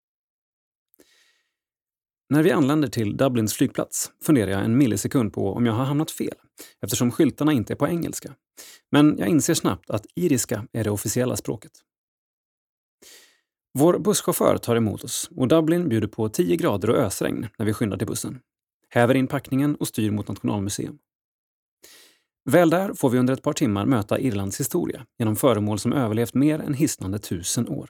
När vi anländer till Dublins flygplats funderar jag en millisekund på om jag har hamnat fel, eftersom skyltarna inte är på engelska. Men jag inser snabbt att iriska är det officiella språket. Vår busschaufför tar emot oss och Dublin bjuder på tio grader och ösregn när vi skyndar till bussen. Häver in packningen och styr mot Nationalmuseum. Väl där får vi under ett par timmar möta Irlands historia genom föremål som överlevt mer än hisnande tusen år.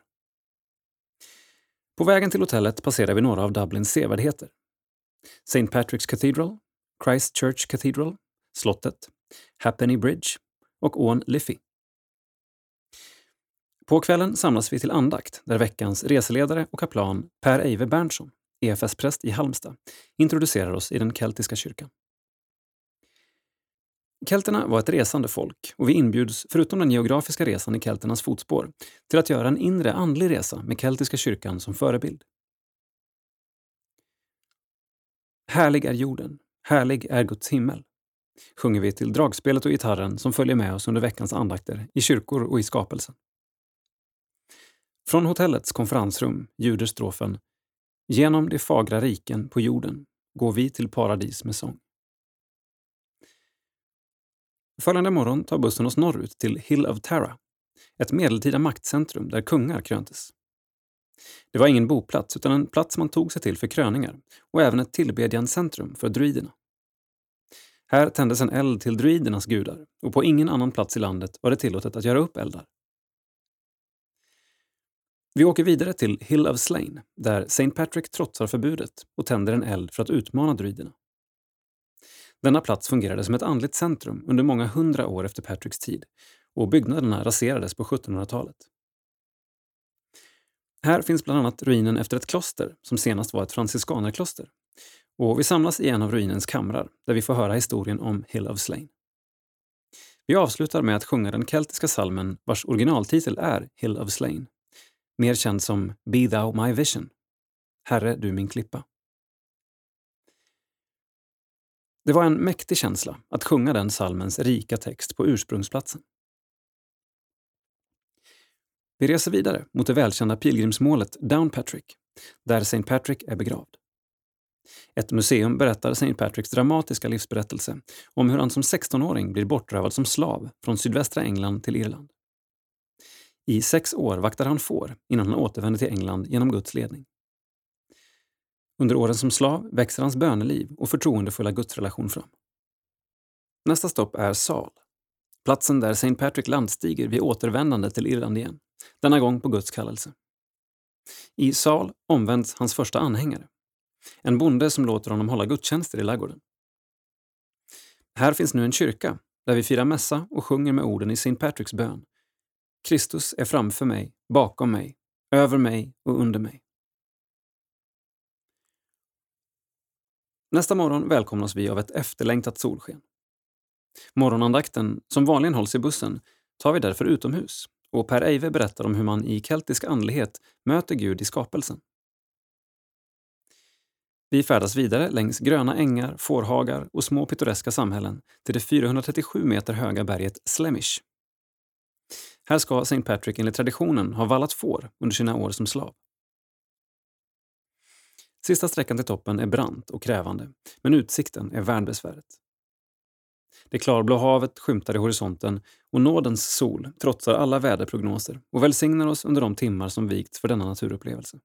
På vägen till hotellet passerar vi några av Dublins sevärdheter. Saint Patrick's Cathedral, Christ Church Cathedral, slottet, Halfpenny Bridge och ån Liffey. På kvällen samlas vi till andakt där veckans reseledare och kaplan Per Eive Berntsson, E F S-präst i Halmstad, introducerar oss i den keltiska kyrkan. Kelterna var ett resande folk och vi inbjuds, förutom den geografiska resan i kelternas fotspår, till att göra en inre andlig resa med keltiska kyrkan som förebild. Härlig är jorden, härlig är Guds himmel, sjunger vi till dragspelet och gitarren som följer med oss under veckans andakter i kyrkor och i skapelsen. Från hotellets konferensrum ljuder strofen Genom de fagra riken på jorden går vi till paradis med sång. Följande morgon tar bussen oss norrut till Hill of Tara, ett medeltida maktcentrum där kungar kröntes. Det var ingen boplats utan en plats man tog sig till för kröningar och även ett tillbedjanscentrum för druiderna. Här tändes en eld till druidernas gudar och på ingen annan plats i landet var det tillåtet att göra upp eldar. Vi åker vidare till Hill of Slane där Saint Patrick trotsar förbudet och tänder en eld för att utmana druiderna. Denna plats fungerade som ett andligt centrum under många hundra år efter Patricks tid och byggnaderna raserades på sjuttonhundratalet. Här finns bland annat ruinen efter ett kloster som senast var ett franciskanerkloster och vi samlas i en av ruinens kamrar där vi får höra historien om Hill of Slane. Vi avslutar med att sjunga den keltiska psalmen vars originaltitel är Hill of Slane, mer känd som Be Thou My Vision, Herre du min klippa. Det var en mäktig känsla att sjunga den psalmens rika text på ursprungsplatsen. Vi reser vidare mot det välkända pilgrimsmålet Downpatrick, där Saint Patrick är begravd. Ett museum berättar Saint Patricks dramatiska livsberättelse om hur han som sextonåring blir bortrövad som slav från sydvästra England till Irland. I sex år vaktar han får innan han återvänder till England genom Guds ledning. Under åren som slav växer hans böneliv och förtroendefulla gudsrelation fram. Nästa stopp är Sal, platsen där Saint Patrick landstiger vid återvändande till Irland igen, denna gång på Guds kallelse. I Sal omvänds hans första anhängare, en bonde som låter honom hålla gudstjänster i ladugården. Här finns nu en kyrka där vi firar mässa och sjunger med orden i Saint Patricks bön. Kristus är framför mig, bakom mig, över mig och under mig. Nästa morgon välkomnas vi av ett efterlängtat solsken. Morgonandakten, som vanligen hålls i bussen, tar vi därför utomhus och Per Eive berättar om hur man i keltisk andlighet möter Gud i skapelsen. Vi färdas vidare längs gröna ängar, fårhagar och små pittoreska samhällen till det fyrahundratrettiosju meter höga berget Slemish. Här ska Saint Patrick enligt traditionen ha vallat får under sina år som slav. Sista sträckan till toppen är brant och krävande, men utsikten är värd besväret. Det klarblå havet skymtar i horisonten och nådens sol trotsar alla väderprognoser och välsignar oss under de timmar som vigts för denna naturupplevelse.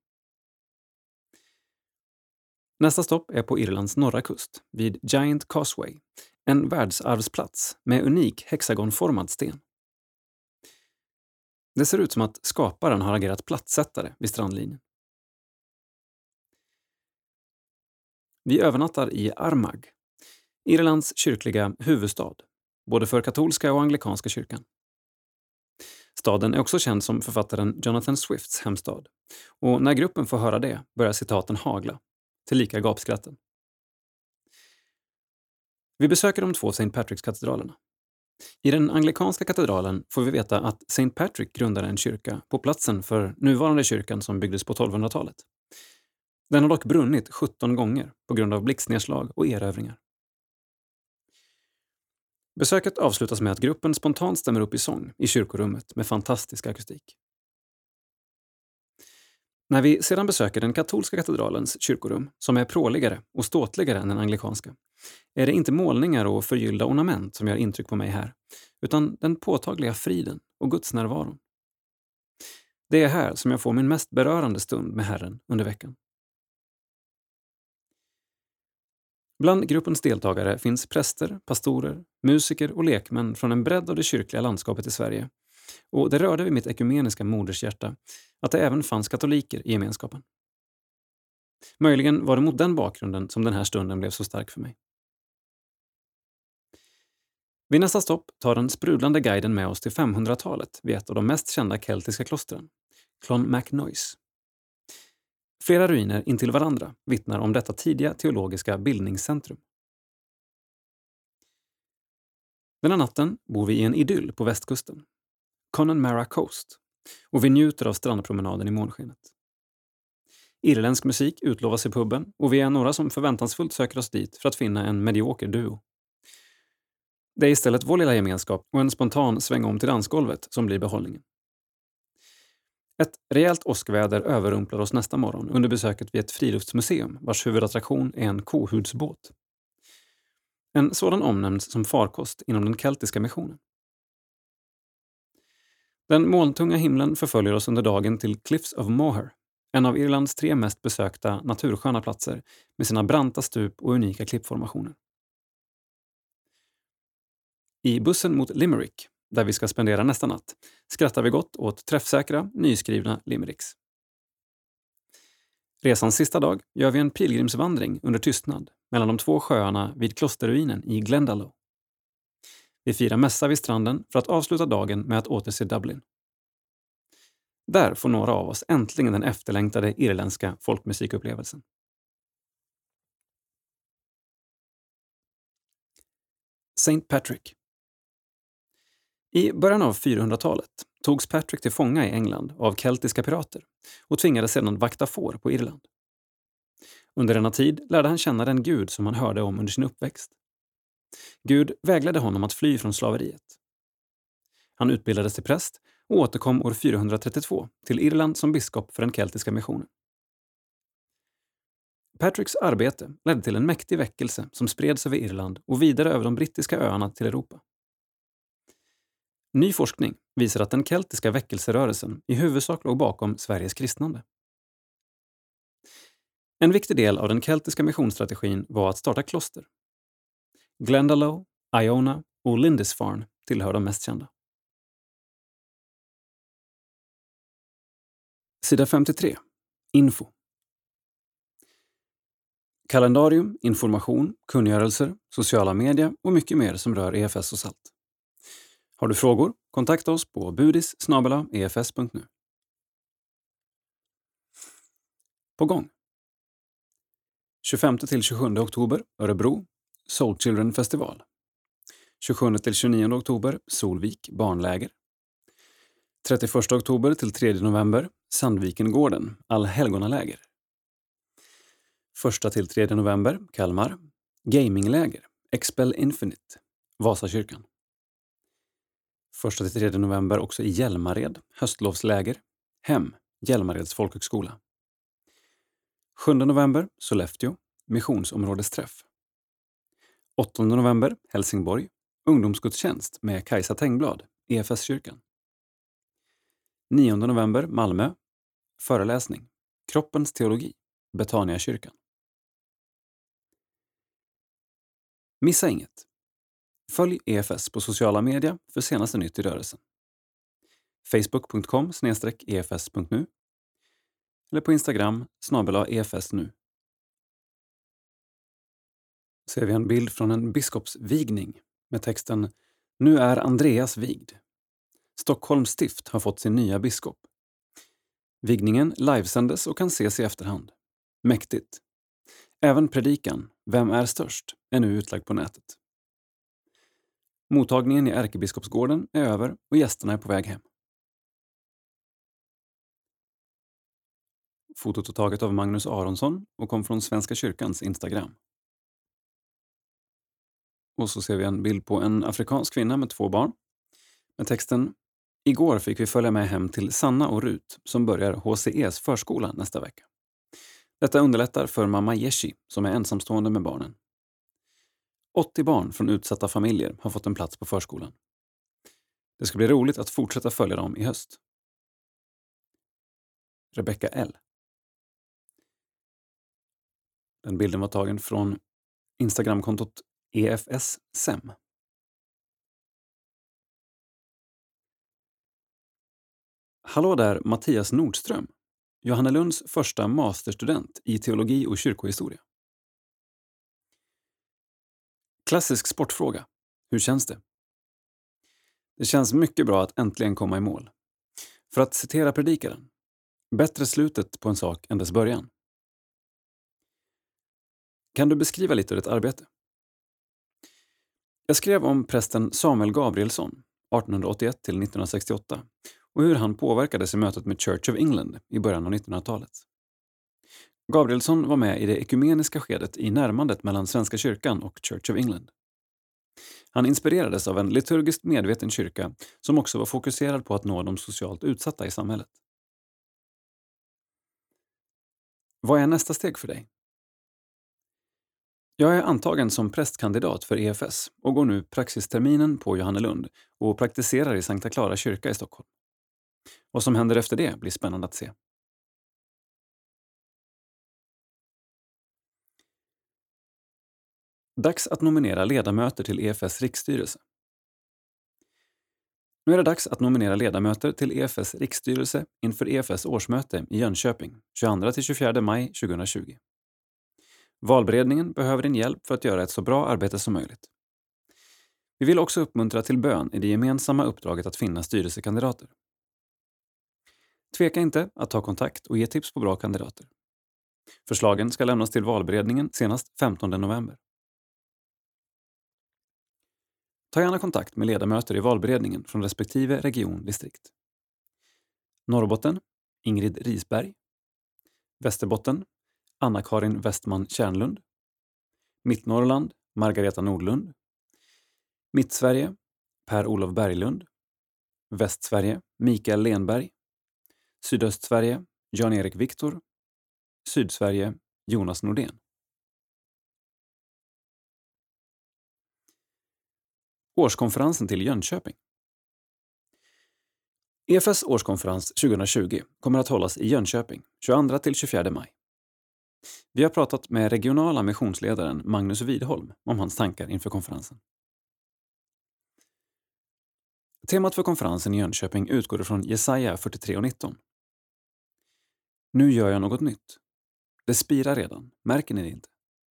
Nästa stopp är på Irlands norra kust, vid Giant Causeway, en världsarvsplats med unik hexagonformad sten. Det ser ut som att skaparen har agerat plattsättare vid strandlinjen. Vi övernattar i Armagh, Irlands kyrkliga huvudstad, både för katolska och anglikanska kyrkan. Staden är också känd som författaren Jonathan Swifts hemstad, och när gruppen får höra det börjar citaten hagla, tillika gapskratten. Vi besöker de två Saint Patrick's-katedralerna. I den anglikanska katedralen får vi veta att Saint Patrick grundade en kyrka på platsen för nuvarande kyrkan som byggdes på tolvhundratalet. Den har dock brunnit sjutton gånger på grund av blixtnedslag och erövringar. Besöket avslutas med att gruppen spontant stämmer upp i sång i kyrkorummet med fantastisk akustik. När vi sedan besöker den katolska katedralens kyrkorum, som är pråligare och ståtligare än den anglikanska, är det inte målningar och förgyllda ornament som gör intryck på mig här, utan den påtagliga friden och Guds närvaron. Det är här som jag får min mest berörande stund med Herren under veckan. Bland gruppens deltagare finns präster, pastorer, musiker och lekmän från en bredd av det kyrkliga landskapet i Sverige. Och det rörde vid mitt ekumeniska modershjärta att det även fanns katoliker i gemenskapen. Möjligen var det mot den bakgrunden som den här stunden blev så stark för mig. Vid nästa stopp tar den sprudlande guiden med oss till femhundratalet vid ett av de mest kända keltiska klostren, Clonmacnoise. Flera ruiner intill varandra vittnar om detta tidiga teologiska bildningscentrum. Den här natten bor vi i en idyll på västkusten, Connemara Coast, och vi njuter av strandpromenaden i månskenet. Irländsk musik utlovas i puben och vi är några som förväntansfullt söker oss dit för att finna en medioker duo. Det är istället vår lilla gemenskap och en spontan sväng om till dansgolvet som blir behållningen. Ett rejält åskväder överrumplar oss nästa morgon under besöket vid ett friluftsmuseum vars huvudattraktion är en kohudsbåt. En sådan omnämns som farkost inom den keltiska missionen. Den molntunga himlen förföljer oss under dagen till Cliffs of Moher, en av Irlands tre mest besökta natursköna platser med sina branta stup och unika klippformationer. I bussen mot Limerick, där vi ska spendera nästa natt, skrattar vi gott åt träffsäkra, nyskrivna limericks. Resans sista dag gör vi en pilgrimsvandring under tystnad mellan de två sjöarna vid klosterruinen i Glendalough. Vi firar mässa vid stranden för att avsluta dagen med att återse Dublin. Där får några av oss äntligen den efterlängtade irländska folkmusikupplevelsen. Saint Patrick. I början av fyrahundratalet togs Patrick till fånga i England av keltiska pirater och tvingades sedan vakta får på Irland. Under denna tid lärde han känna den Gud som han hörde om under sin uppväxt. Gud vägledde honom att fly från slaveriet. Han utbildades till präst och återkom år fyrahundratrettiotvå till Irland som biskop för den keltiska missionen. Patricks arbete ledde till en mäktig väckelse som spreds över Irland och vidare över de brittiska öarna till Europa. Ny forskning visar att den keltiska väckelserörelsen i huvudsak låg bakom Sveriges kristnande. En viktig del av den keltiska missionsstrategin var att starta kloster. Glendalough, Iona och Lindisfarne tillhör de mest kända. Sida femtiotre. Info. Kalendarium, information, kungörelser, sociala medier och mycket mer som rör E F S och SALT. Har du frågor? Kontakta oss på budis snabel-a e f s punkt nu. På gång. tjugofemte till tjugosjunde oktober, Örebro, Soul Children Festival. tjugosjunde till tjugonionde oktober, Solvik, barnläger. trettioförsta oktober till tredje november, Sandvikengården, allhelgonaläger. första till tredje november, Kalmar, gamingläger, Expel Infinite, Vasakyrkan. första till tredje november också i Hjälmared, höstlovsläger, Hem, Hjälmareds folkhögskola. sjunde november, Sollefteå, missionsområdesträff. åttonde november, Helsingborg, ungdomsgudstjänst med Kajsa Tengblad, E F S-kyrkan. nionde november, Malmö, föreläsning, Kroppens teologi, Betaniakyrkan. Missa inget. Följ E F S på sociala medier för senaste nytt i rörelsen. facebook punkt com snedstreck e f s punkt nu eller på Instagram snabel-a E F S nu. Ser vi en bild från en biskopsvigning med texten "Nu är Andreas vigd. Stockholms stift har fått sin nya biskop." Vigningen livesändes och kan ses i efterhand. Mäktigt. Även predikan "Vem är störst?" är nu utlagd på nätet. Mottagningen i Ärkebiskopsgården är över och gästerna är på väg hem. Fotot är taget av Magnus Aronsson och kom från Svenska kyrkans Instagram. Och så ser vi en bild på en afrikansk kvinna med två barn. Med texten "Igår fick vi följa med hem till Sanna och Rut som börjar H C E:s förskola nästa vecka. Detta underlättar för mamma Yeshi som är ensamstående med barnen. åttio barn från utsatta familjer har fått en plats på förskolan. Det ska bli roligt att fortsätta följa dem i höst." Rebecca L. Den bilden var tagen från Instagramkontot E F S S E M. Hallå där, Mattias Nordström, Johannelunds första masterstudent i teologi och kyrkohistoria. Klassisk sportfråga. Hur känns det? Det känns mycket bra att äntligen komma i mål. För att citera predikaren: bättre slutet på en sak än dess början. Kan du beskriva lite ur ditt arbete? Jag skrev om prästen Samuel Gabrielsson, artonhundraåttioett till nittonhundrasextioåtta, och hur han påverkades i mötet med Church of England i början av nittonhundratalet. Gabrielsson var med i det ekumeniska skedet i närmandet mellan Svenska kyrkan och Church of England. Han inspirerades av en liturgiskt medveten kyrka som också var fokuserad på att nå de socialt utsatta i samhället. Vad är nästa steg för dig? Jag är antagen som prästkandidat för E F S och går nu praxisterminen på Johannelund och praktiserar i Sankta Clara kyrka i Stockholm. Vad som händer efter det blir spännande att se. Dags att nominera ledamöter till E F S riksstyrelse. Nu är det dags att nominera ledamöter till E F S riksstyrelse inför E F S årsmöte i Jönköping tjugoandra till tjugofjärde maj tjugohundratjugo. Valberedningen behöver din hjälp för att göra ett så bra arbete som möjligt. Vi vill också uppmuntra till bön i det gemensamma uppdraget att finna styrelsekandidater. Tveka inte att ta kontakt och ge tips på bra kandidater. Förslagen ska lämnas till valberedningen senast femtonde november. Ta gärna kontakt med ledamöter i valberedningen från respektive region-distrikt. Norrbotten, Ingrid Risberg. Västerbotten, Anna-Karin Westman Kärnlund. Mittnorrland, Margareta Nordlund. Mittsverige, Per-Olof Berglund. Västsverige, Mikael Lenberg. Sydöstsverige, Jan-Erik Viktor. Sydsverige, Jonas Nordén. Årskonferensen till Jönköping. E F S årskonferens tjugohundratjugo kommer att hållas i Jönköping tjugoandra till tjugofjärde maj. Vi har pratat med regionala missionsledaren Magnus Widholm om hans tankar inför konferensen. Temat för konferensen i Jönköping utgår från Jesaja fyrtiotre och nitton. Nu gör jag något nytt. Det spirar redan, märker ni det inte?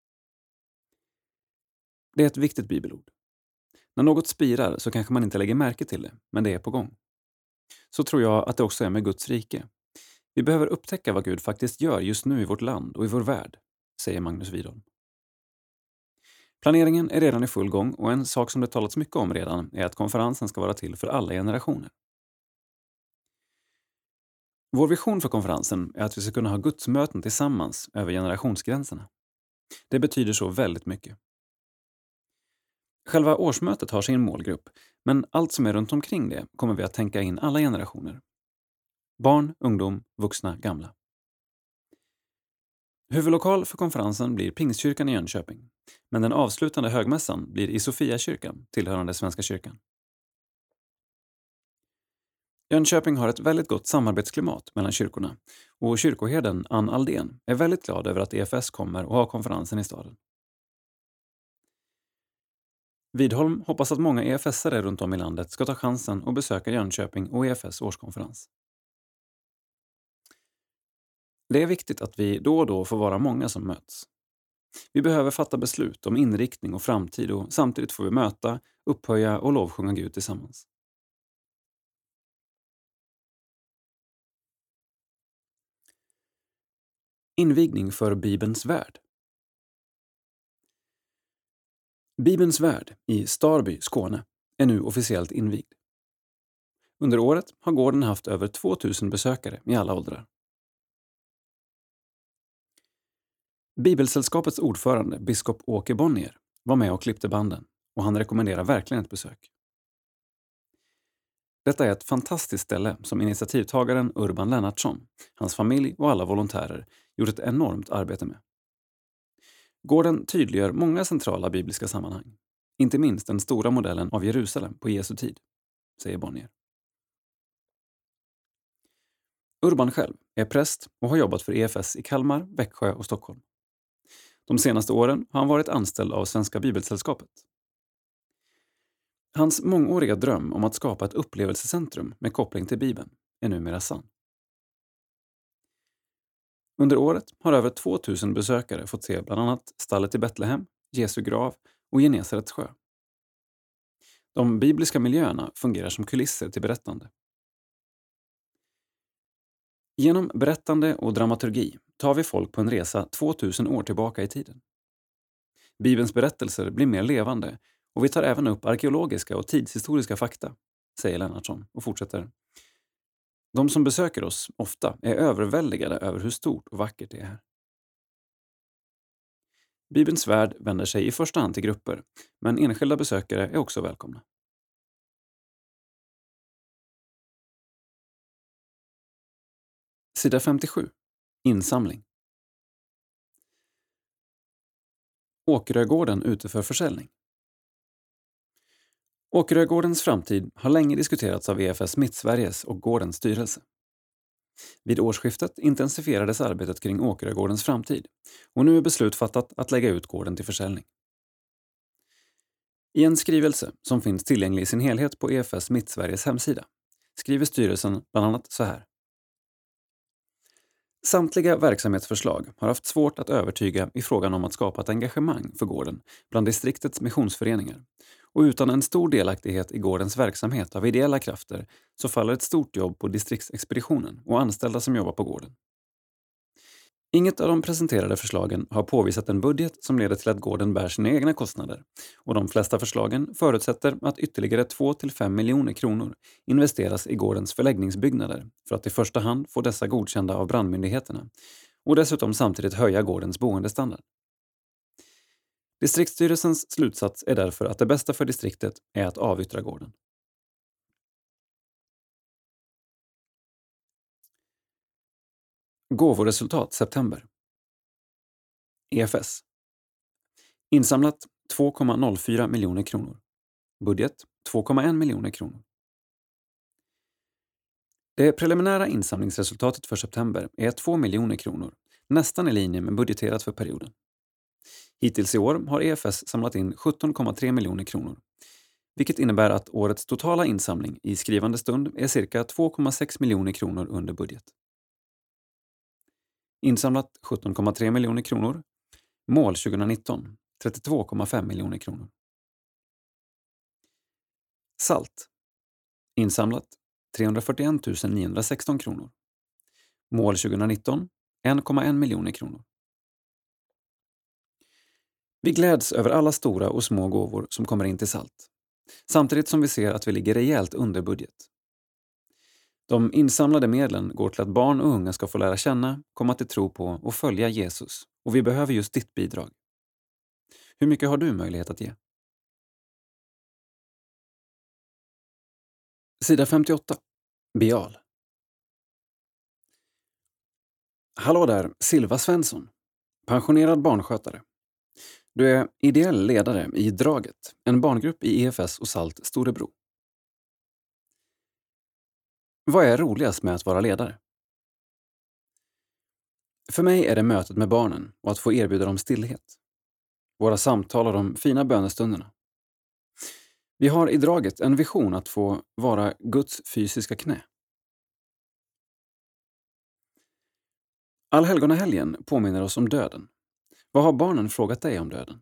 Det är ett viktigt bibelord. När något spirar så kanske man inte lägger märke till det, men det är på gång. Så tror jag att det också är med Guds rike. Vi behöver upptäcka vad Gud faktiskt gör just nu i vårt land och i vår värld, säger Magnus Widholm. Planeringen är redan i full gång och en sak som det talats mycket om redan är att konferensen ska vara till för alla generationer. Vår vision för konferensen är att vi ska kunna ha gudsmöten tillsammans över generationsgränserna. Det betyder så väldigt mycket. Själva årsmötet har sin målgrupp, men allt som är runt omkring det kommer vi att tänka in alla generationer. Barn, ungdom, vuxna, gamla. Huvudlokal för konferensen blir Pingstkyrkan i Jönköping, men den avslutande högmässan blir i Sofiakyrkan, tillhörande Svenska kyrkan. Jönköping har ett väldigt gott samarbetsklimat mellan kyrkorna och kyrkoherden Ann Aldén är väldigt glad över att E F S kommer och har konferensen i staden. Vidholm hoppas att många E F S-are runt om i landet ska ta chansen och besöka Jönköping och E F S årskonferens. Det är viktigt att vi då och då får vara många som möts. Vi behöver fatta beslut om inriktning och framtid och samtidigt får vi möta, upphöja och lovsjunga Gud tillsammans. Invigning för Bibelns värld. Bibelns värld i Starby, Skåne, är nu officiellt invigd. Under året har gården haft över tvåtusen besökare i alla åldrar. Bibelsällskapets ordförande, biskop Åke Bonnier, var med och klippte banden och han rekommenderar verkligen ett besök. Detta är ett fantastiskt ställe som initiativtagaren Urban Lennartsson, hans familj och alla volontärer gjort ett enormt arbete med. Gården tydliggör många centrala bibliska sammanhang, inte minst den stora modellen av Jerusalem på Jesu tid, säger Bonnier. Urban själv är präst och har jobbat för E F S i Kalmar, Växjö och Stockholm. De senaste åren har han varit anställd av Svenska Bibelsällskapet. Hans mångåriga dröm om att skapa ett upplevelsecentrum med koppling till Bibeln är numera sann. Under året har över tvåtusen besökare fått se bland annat stallet i Betlehem, Jesu grav och Genesarets sjö. De bibliska miljöerna fungerar som kulisser till berättande. Genom berättande och dramaturgi tar vi folk på en resa tvåtusen år tillbaka i tiden. Bibelns berättelser blir mer levande och vi tar även upp arkeologiska och tidshistoriska fakta, säger Lennartsson och fortsätter. De som besöker oss ofta är överväldigade över hur stort och vackert det är här. Bibelns värld vänder sig i första hand till grupper, men enskilda besökare är också välkomna. Sida femtiosju. Insamling. Åkerögården ute för försäljning. Åkerögårdens framtid har länge diskuterats av E F S Mittsveriges och gårdens styrelse. Vid årsskiftet intensifierades arbetet kring Åkerögårdens framtid och nu är beslut fattat att lägga ut gården till försäljning. I en skrivelse som finns tillgänglig i sin helhet på E F S Mittsveriges hemsida skriver styrelsen bland annat så här. Samtliga verksamhetsförslag har haft svårt att övertyga i frågan om att skapa ett engagemang för gården bland distriktets missionsföreningar. Och utan en stor delaktighet i gårdens verksamhet av ideella krafter så faller ett stort jobb på distriktsexpeditionen och anställda som jobbar på gården. Inget av de presenterade förslagen har påvisat en budget som leder till att gården bär sina egna kostnader och de flesta förslagen förutsätter att ytterligare två till fem miljoner kronor investeras i gårdens förläggningsbyggnader för att i första hand få dessa godkända av brandmyndigheterna och dessutom samtidigt höja gårdens boendestandard. Distriktsstyrelsens slutsats är därför att det bästa för distriktet är att avyttra gården. Gåvoresultat september. E F S. Insamlat två komma noll fyra miljoner kronor. Budget två komma en miljoner kronor. Det preliminära insamlingsresultatet för september är två miljoner kronor, nästan i linje med budgeterat för perioden. Hittills i år har E F S samlat in sjutton komma tre miljoner kronor, vilket innebär att årets totala insamling i skrivande stund är cirka två komma sex miljoner kronor under budget. Insamlat sjutton komma tre miljoner kronor. Mål tjugonitton trettiotvå komma fem miljoner kronor. Salt. Insamlat trehundrafyrtioen tusen niohundrasexton kronor. Mål tjugonitton en komma en miljoner kronor. Vi gläds över alla stora och små gåvor som kommer in till Salt, samtidigt som vi ser att vi ligger rejält under budget. De insamlade medlen går till att barn och unga ska få lära känna, komma till tro på och följa Jesus. Och vi behöver just ditt bidrag. Hur mycket har du möjlighet att ge? Sida femtioåtta. Bial. Hallå där, Silva Svensson. Pensionerad barnskötare. Du är ideell ledare i Draget, en barngrupp i E F S och SALT Storebro. Vad är roligast med att vara ledare? För mig är det mötet med barnen och att få erbjuda dem stillhet. Våra samtal och de fina bönestunderna. Vi har i Draget en vision att få vara Guds fysiska knä. Allhelgonahelgen påminner oss om döden. Vad har barnen frågat dig om döden?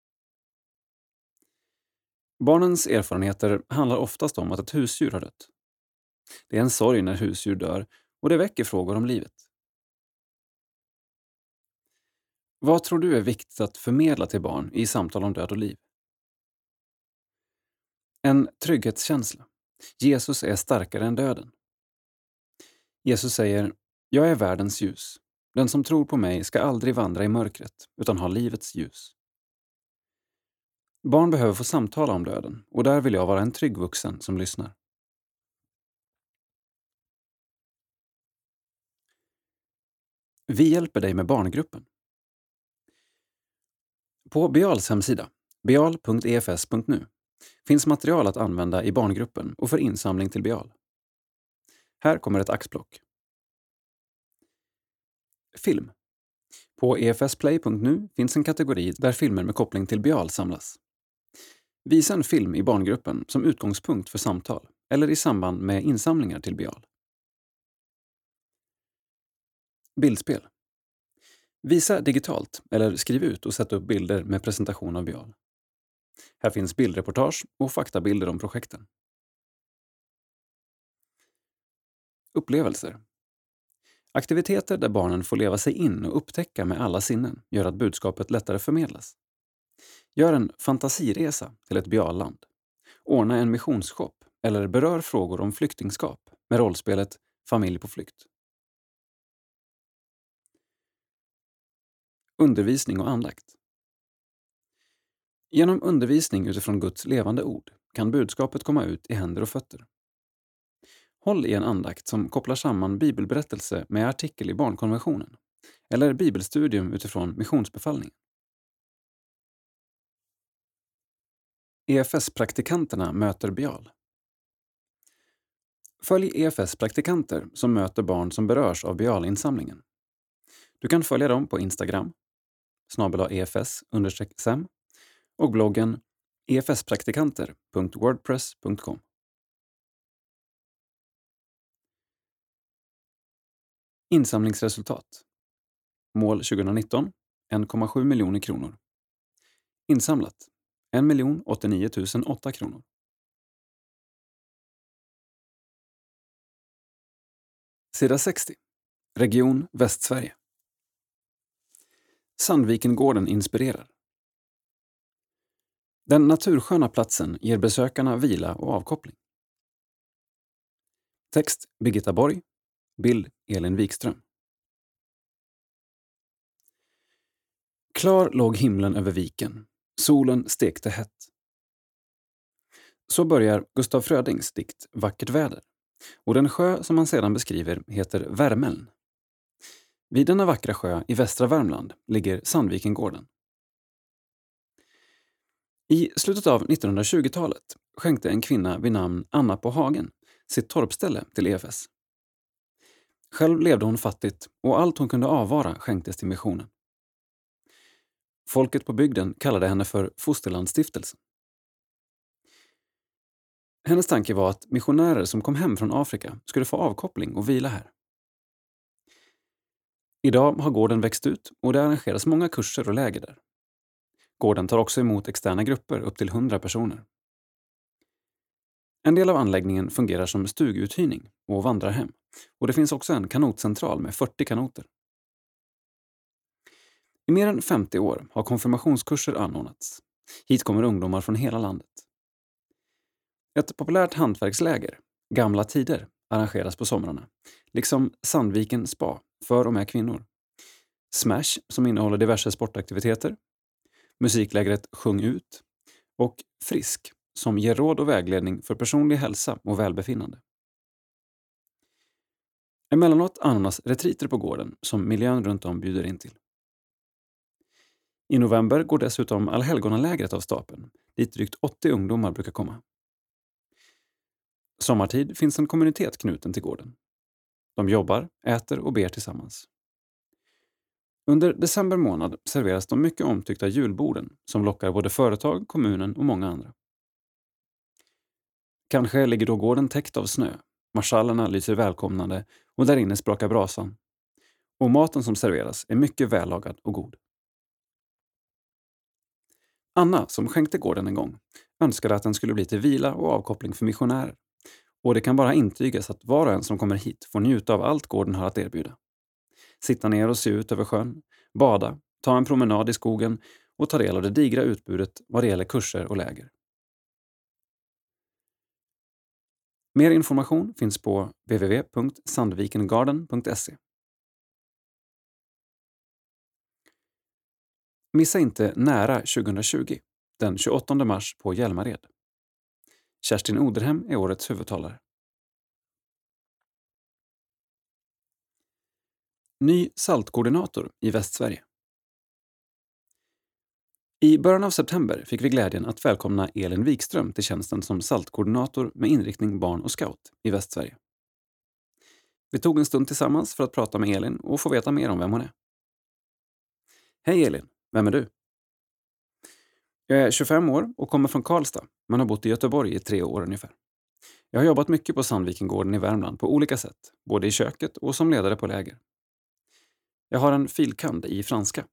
Barnens erfarenheter handlar oftast om att ett husdjur har dött. Det är en sorg när husdjur dör och det väcker frågor om livet. Vad tror du är viktigt att förmedla till barn i samtal om död och liv? En trygghetskänsla. Jesus är starkare än döden. Jesus säger, jag är världens ljus. Den som tror på mig ska aldrig vandra i mörkret, utan ha livets ljus. Barn behöver få samtala om döden, och där vill jag vara en trygg vuxen som lyssnar. Vi hjälper dig med barngruppen. På Bials hemsida, bial punkt e f s punkt nu, finns material att använda i barngruppen och för insamling till Bial. Här kommer ett axplock. Film. På e f s play punkt nu finns en kategori där filmer med koppling till Bial samlas. Visa en film i barngruppen som utgångspunkt för samtal eller i samband med insamlingar till Bial. Bildspel. Visa digitalt eller skriv ut och sätt upp bilder med presentation av Bial. Här finns bildreportage och faktabilder om projekten. Upplevelser. Aktiviteter där barnen får leva sig in och upptäcka med alla sinnen gör att budskapet lättare förmedlas. Gör en fantasiresa till ett Bialland. Ordna en missionsshop eller berör frågor om flyktingskap med rollspelet Familj på flykt. Undervisning och andakt. Genom undervisning utifrån Guds levande ord kan budskapet komma ut i händer och fötter. Håll i en andakt som kopplar samman bibelberättelse med artikel i barnkonventionen eller bibelstudium utifrån missionsbefallningen. E F S-praktikanterna möter Bial. Följ E F S-praktikanter som möter barn som berörs av Bialinsamlingen. Du kan följa dem på Instagram, snabel-a efs understreck sem, och bloggen e f s praktikanter punkt wordpress punkt com. Insamlingsresultat. Mål tjugonitton, en komma sju miljoner kronor. Insamlat, en miljon åttionio tusen åtta kronor. Sida sextio. Region Västsverige. Sandvikengården inspirerar. Den natursköna platsen ger besökarna vila och avkoppling. Text Birgitta Borg. Bild Elin Wikström. Klar låg himlen över viken. Solen stekte hett. Så börjar Gustaf Frödings dikt Vackert väder. Och den sjö som han sedan beskriver heter Värmeln. Vid denna vackra sjö i västra Värmland ligger Sandvikengården. I slutet av nittonhundratjugotalet skänkte en kvinna vid namn Anna på Hagen sitt torpställe till E F S. Själv levde hon fattigt och allt hon kunde avvara skänktes till missionen. Folket på bygden kallade henne för Fosterlandsstiftelsen. Hennes tanke var att missionärer som kom hem från Afrika skulle få avkoppling och vila här. Idag har gården växt ut och det arrangeras många kurser och läger där. Gården tar också emot externa grupper upp till hundra personer. En del av anläggningen fungerar som stuguthyrning och vandrarhem, och det finns också en kanotcentral med fyrtio kanoter. I mer än femtio år har konfirmationskurser anordnats. Hit kommer ungdomar från hela landet. Ett populärt hantverksläger, Gamla tider, arrangeras på somrarna, liksom Sandviken Spa för och med kvinnor. Smash som innehåller diverse sportaktiviteter, musiklägret Sjung ut och Frisk som ger råd och vägledning för personlig hälsa och välbefinnande. Emellanåt anordnas retriter på gården som miljön runt om bjuder in till. I november går dessutom Allhelgonalägret av stapeln, dit drygt åttio ungdomar brukar komma. Sommartid finns en kommunitet knuten till gården. De jobbar, äter och ber tillsammans. Under december månad serveras de mycket omtyckta julborden som lockar både företag, kommunen och många andra. Kanske ligger då gården täckt av snö, marschallerna lyser välkomnande och där inne sprakar brasan. Och maten som serveras är mycket vällagad och god. Anna, som skänkte gården en gång, önskade att den skulle bli till vila och avkoppling för missionärer. Och det kan bara intygas att var och en som kommer hit får njuta av allt gården har att erbjuda. Sitta ner och se ut över sjön, bada, ta en promenad i skogen och ta del av det digra utbudet vad det gäller kurser och läger. Mer information finns på w w w punkt sandvikengarden punkt se. Missa inte Nära tjugohundratjugo, den tjugoåttonde mars på Hjälmared. Kerstin Oderhem är årets huvudtalare. Ny saltkoordinator i Västsverige. I början av september fick vi glädjen att välkomna Elin Wikström till tjänsten som saltkoordinator med inriktning barn och scout i Västsverige. Vi tog en stund tillsammans för att prata med Elin och få veta mer om vem hon är. Hej Elin, vem är du? Jag är tjugofem år och kommer från Karlstad, men har bott i Göteborg i tre år ungefär. Jag har jobbat mycket på Sandvikengården i Värmland på olika sätt, både i köket och som ledare på läger. Jag har en filkand i franska.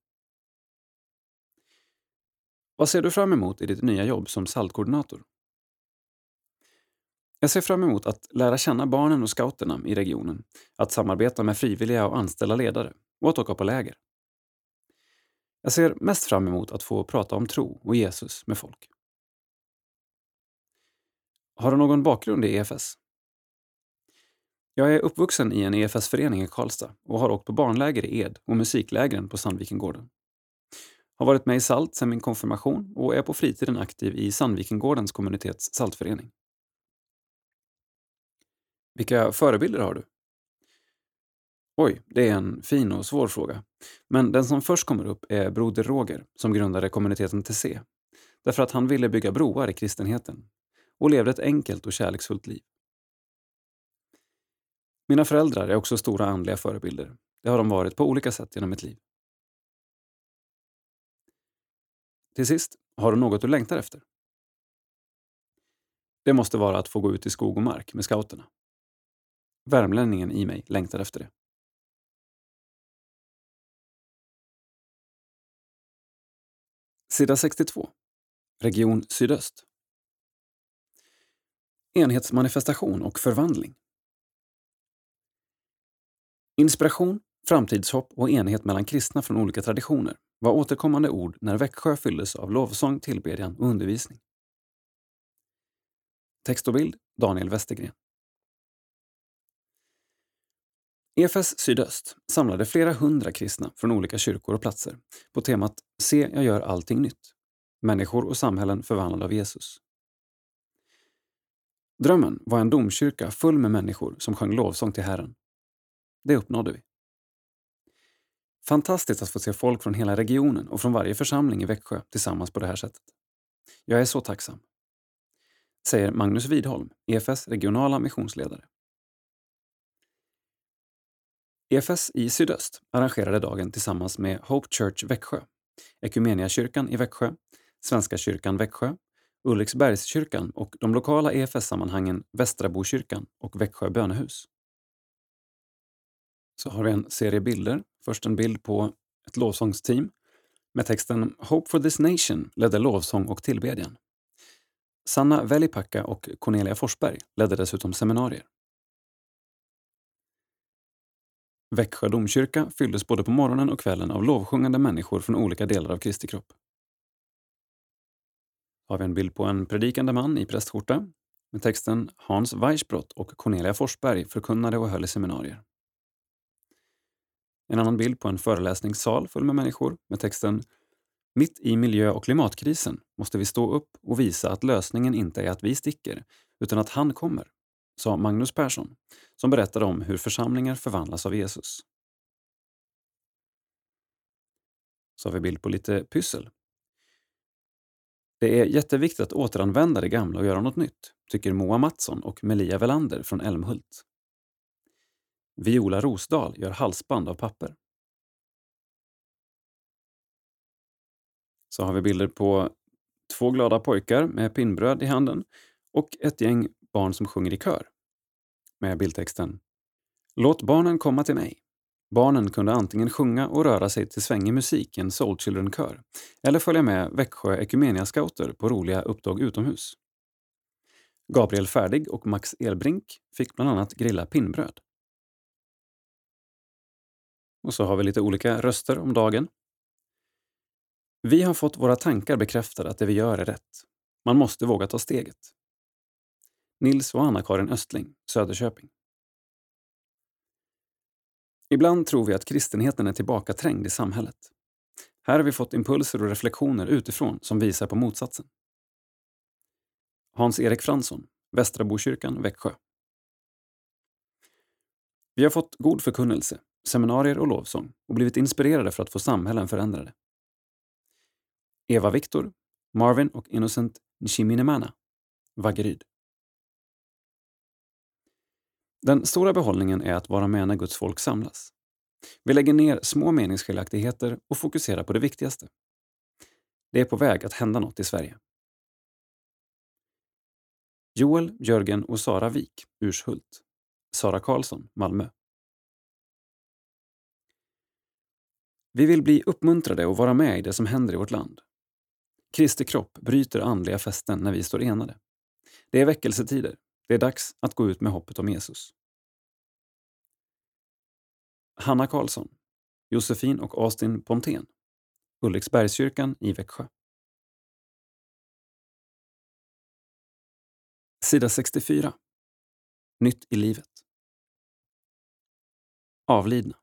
Vad ser du fram emot i ditt nya jobb som saltkoordinator? Jag ser fram emot att lära känna barnen och scouterna i regionen, att samarbeta med frivilliga och anställda ledare och att åka på läger. Jag ser mest fram emot att få prata om tro och Jesus med folk. Har du någon bakgrund i E F S? Jag är uppvuxen i en E F S-förening i Karlstad och har åkt på barnläger i Ed och musiklägren på Sandvikengården. Har varit med i SALT sedan min konfirmation och är på fritiden aktiv i Sandvikengårdens kommunitets saltförening. Vilka förebilder har du? Oj, det är en fin och svår fråga. Men den som först kommer upp är broder Roger som grundade kommuniteten T C. Därför att han ville bygga broar i kristenheten och levde ett enkelt och kärleksfullt liv. Mina föräldrar är också stora andliga förebilder. Det har de varit på olika sätt genom mitt liv. Till sist, har du något du längtar efter? Det måste vara att få gå ut i skog och mark med scouterna. Värmlänningen i mig längtar efter det. Sida sextiotvå. Region Sydöst. Enhetsmanifestation och förvandling. Inspiration, framtidshopp och enhet mellan kristna från olika traditioner var återkommande ord när Växjö fylldes av lovsång, tillbedjan och undervisning. Text och bild Daniel Westergren. E F S Sydöst samlade flera hundra kristna från olika kyrkor och platser på temat Se, jag gör allting nytt. Människor och samhällen förvandlade av Jesus. Drömmen var en domkyrka full med människor som sjöng lovsång till Herren. Det uppnådde vi. Fantastiskt att få se folk från hela regionen och från varje församling i Växjö tillsammans på det här sättet. Jag är så tacksam. Säger Magnus Widholm, E F S regionala missionsledare. E F S i Sydöst arrangerade dagen tillsammans med Hope Church Växjö, Ekumeniakyrkan i Växjö, Svenska kyrkan Växjö, Ulriksbergskyrkan och de lokala E F S-sammanhangen Västrabokyrkan och Växjö bönehus. Så har vi en serie bilder. Först en bild på ett lovsångsteam med texten Hope for this nation ledde lovsång och tillbedjan. Sanna Velipakka och Cornelia Forsberg ledde dessutom seminarier. Växjö domkyrka fylldes både på morgonen och kvällen av lovsjungande människor från olika delar av Kristi kropp. Har vi en bild på en predikande man i prästskjorta. med texten Hans Weissbrott och Cornelia Forsberg förkunnade och höll i seminarier. En annan bild på en föreläsningssal full med människor med texten Mitt i miljö- och klimatkrisen måste vi stå upp och visa att lösningen inte är att vi sticker, utan att han kommer, sa Magnus Persson, som berättade om hur församlingar förvandlas av Jesus. Så har vi bild på lite pyssel. Det är jätteviktigt att återanvända det gamla och göra något nytt, tycker Moa Mattsson och Melia Velander från Älmhult. Viola Rosdahl gör halsband av papper. Så har vi bilder på två glada pojkar med pinnbröd i handen och ett gäng barn som sjunger i kör. Med bildtexten Låt barnen komma till mig. Barnen kunde antingen sjunga och röra sig till svängig musik i en Soul Children-kör eller följa med Växjö Ekumenia-scouter på roliga uppdrag utomhus. Gabriel Färdig och Max Elbrink fick bland annat grilla pinnbröd. Och så har vi lite olika röster om dagen. Vi har fått våra tankar bekräftade att det vi gör är rätt. Man måste våga ta steget. Nils och Anna-Karin Östling, Söderköping. Ibland tror vi att kristenheten är tillbakaträngd i samhället. Här har vi fått impulser och reflektioner utifrån som visar på motsatsen. Hans-Erik Fransson, Västra Bokyrkan, Växjö. Vi har fått god förkunnelse, seminarier och lovsång och blivit inspirerade för att få samhällen förändrade. Eva Viktor, Marvin och Innocent Nshiminemana, Vaggeryd. Den stora behållningen är att vara med när Guds folk samlas. Vi lägger ner små meningsskiljaktigheter och fokuserar på det viktigaste. Det är på väg att hända något i Sverige. Joel, Jörgen och Sara Wik, Urshult. Sara Karlsson, Malmö. Vi vill bli uppmuntrade och vara med i det som händer i vårt land. Kristi kropp bryter andliga fästen när vi står enade. Det är väckelsetider. Det är dags att gå ut med hoppet om Jesus. Hanna Karlsson, Josefin och Austin Pontén, Ulriksbergskyrkan i Växjö. Sida sextiofyra. Nytt i livet. Avlidna.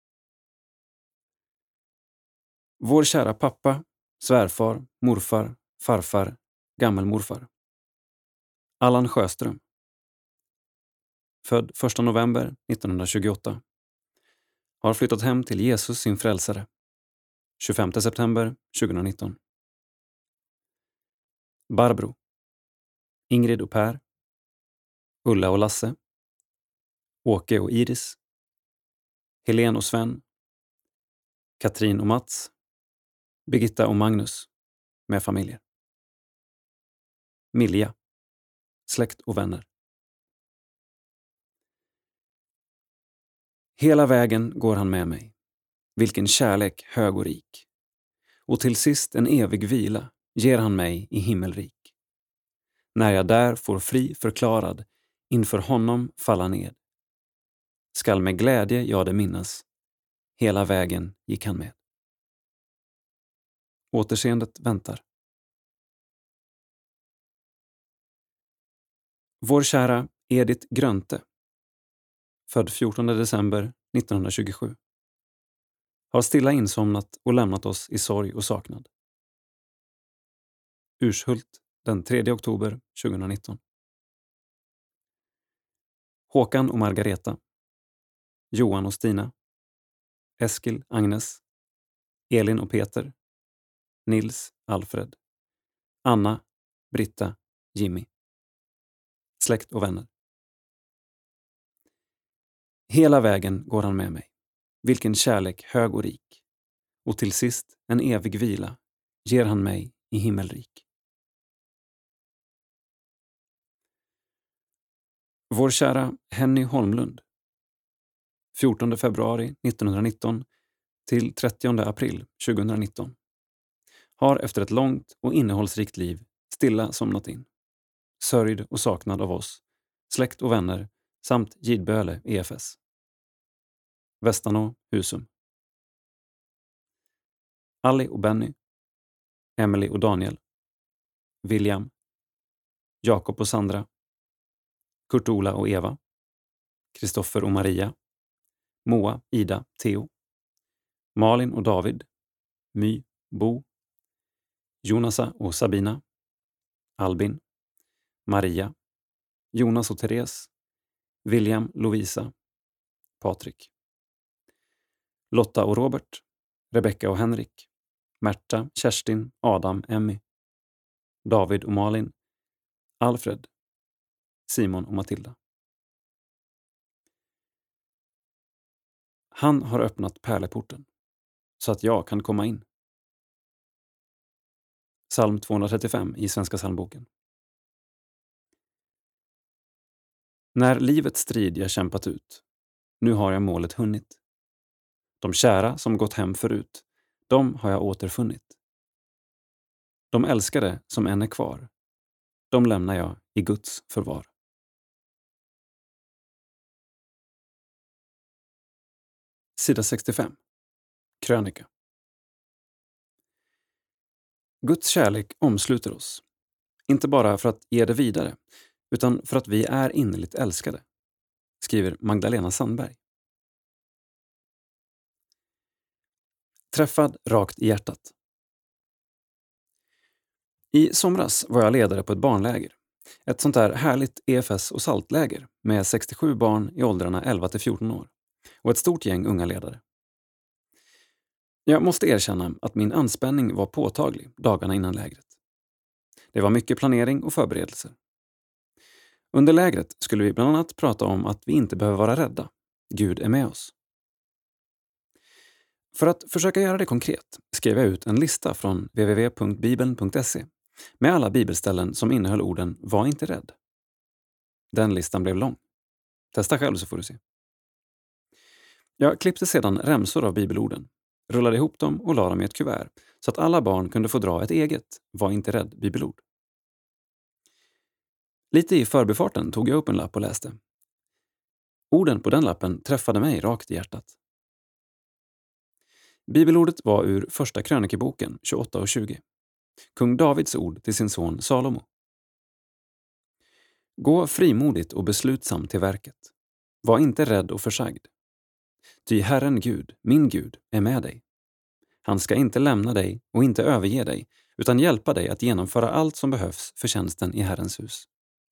Vår kära pappa, svärfar, morfar, farfar, gammelmorfar. Allan Sjöström. Född första november nittonhundratjugoåtta. Har flyttat hem till Jesus sin frälsare. tjugofemte september tjugonitton. Barbro. Ingrid och Per. Ulla och Lasse. Åke och Iris. Helen och Sven. Katrin och Mats. Birgitta och Magnus. Med familjer. Milja. Släkt och vänner. Hela vägen går han med mig. Vilken kärlek hög och rik. Och till sist en evig vila ger han mig i himmelrik. När jag där får fri förklarad inför honom falla ned. Skall med glädje jag det minnas. Hela vägen gick han med. Återseendet väntar. Vår kära Edith Grönte, född fjortonde december nittonhundratjugosju, har stilla insomnat och lämnat oss i sorg och saknad. Urshult den tredje oktober tjugonitton. Håkan och Margareta. Johan och Stina. Eskil, Agnes. Elin och Peter. Nils, Alfred. Anna, Britta, Jimmy. Släkt och vänner. Hela vägen går han med mig. Vilken kärlek hög och rik. Och till sist en evig vila ger han mig i himmelrik. Vår kära Henny Holmlund. fjortonde februari nittonhundranitton till trettionde april tjugonitton. Har efter ett långt och innehållsrikt liv stilla somnat in. Sörjd och saknad av oss, släkt och vänner samt Gidböle E F S. Västanå, Husum. Ali och Benny. Emily och Daniel. William. Jakob och Sandra. Kurt-Ola och Eva, Kristoffer och Maria, Moa, Ida, Theo, Malin och David, My, Bo, Jonasa och Sabina, Albin, Maria, Jonas och Therese, William, Lovisa, Patrik, Lotta och Robert, Rebecca och Henrik, Märta, Kerstin, Adam, Emmy, David och Malin, Alfred, Simon och Matilda. Han har öppnat pärleporten så att jag kan komma in. Psalm tvåhundratrettiofem i Svenska psalmboken. När livets strid jag kämpat ut, nu har jag målet hunnit. De kära som gått hem förut, de har jag återfunnit. De älskade som än är kvar, de lämnar jag i Guds förvar. Sida sextiofem. Krönika. Guds kärlek omsluter oss, inte bara för att ge det vidare, utan för att vi är innerligt älskade, skriver Magdalena Sandberg. Träffad rakt i hjärtat. I somras var jag ledare på ett barnläger. Ett sånt där härligt E F S- och saltläger med sextiosju barn i åldrarna elva till fjorton år och ett stort gäng unga ledare. Jag måste erkänna att min anspänning var påtaglig dagarna innan lägret. Det var mycket planering och förberedelser. Under lägret skulle vi bland annat prata om att vi inte behöver vara rädda. Gud är med oss. För att försöka göra det konkret skrev jag ut en lista från w w w punkt bibeln punkt se med alla bibelställen som innehöll orden "Var inte rädd". Den listan blev lång. Testa själv så får du se. Jag klippte sedan remsor av bibelorden, rullade ihop dem och la dem i ett kuvert så att alla barn kunde få dra ett eget "Var inte rädd" bibelord. Lite i förbifarten tog jag upp en lapp och läste. Orden på den lappen träffade mig rakt i hjärtat. Bibelordet var ur Första krönikeboken tjugoåtta och tjugo. Kung Davids ord till sin son Salomo. Gå frimodigt och beslutsamt till verket. Var inte rädd och försagd. Ty Herren Gud, min Gud, är med dig. Han ska inte lämna dig och inte överge dig, utan hjälpa dig att genomföra allt som behövs för tjänsten i Herrens hus.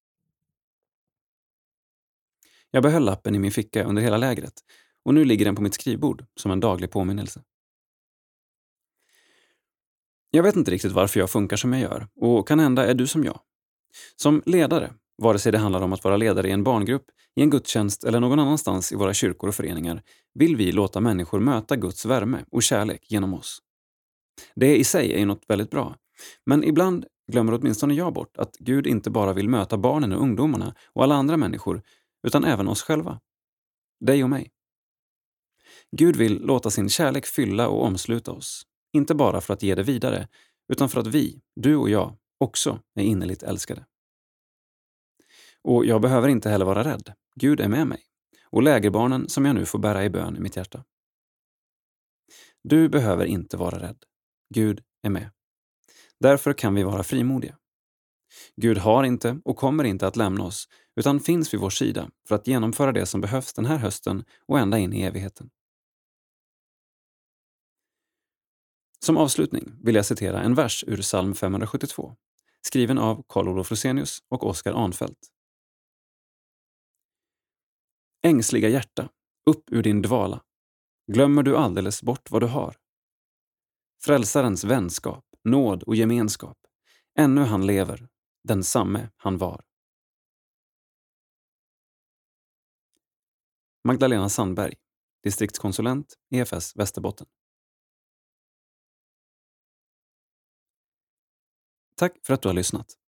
Jag behöll lappen i min ficka under hela lägret och nu ligger den på mitt skrivbord som en daglig påminnelse. Jag vet inte riktigt varför jag funkar som jag gör och kan hända är du som jag. Som ledare, vare sig det handlar om att vara ledare i en barngrupp, i en gudstjänst eller någon annanstans i våra kyrkor och föreningar, vill vi låta människor möta Guds värme och kärlek genom oss. Det i sig är ju något väldigt bra, men ibland glömmer åtminstone jag bort att Gud inte bara vill möta barnen och ungdomarna och alla andra människor, utan även oss själva. Dig och mig. Gud vill låta sin kärlek fylla och omsluta oss, inte bara för att ge det vidare, utan för att vi, du och jag, också är innerligt älskade. Och jag behöver inte heller vara rädd. Gud är med mig. Och lägerbarnen som jag nu får bära i bön i mitt hjärta. Du behöver inte vara rädd. Gud är med. Därför kan vi vara frimodiga. Gud har inte och kommer inte att lämna oss, utan finns vid vår sida för att genomföra det som behövs den här hösten och ända in i evigheten. Som avslutning vill jag citera en vers ur psalm femhundrasjuttiotvå, skriven av Carl Olof Rosenius och Oskar Arnfelt. Ängsliga hjärta, upp ur din dvala. Glömmer du alldeles bort vad du har? Frälsarens vänskap, nåd och gemenskap. Ännu han lever, den samme han var. Magdalena Sandberg, distriktskonsulent E F S Västerbotten. Tack för att du har lyssnat.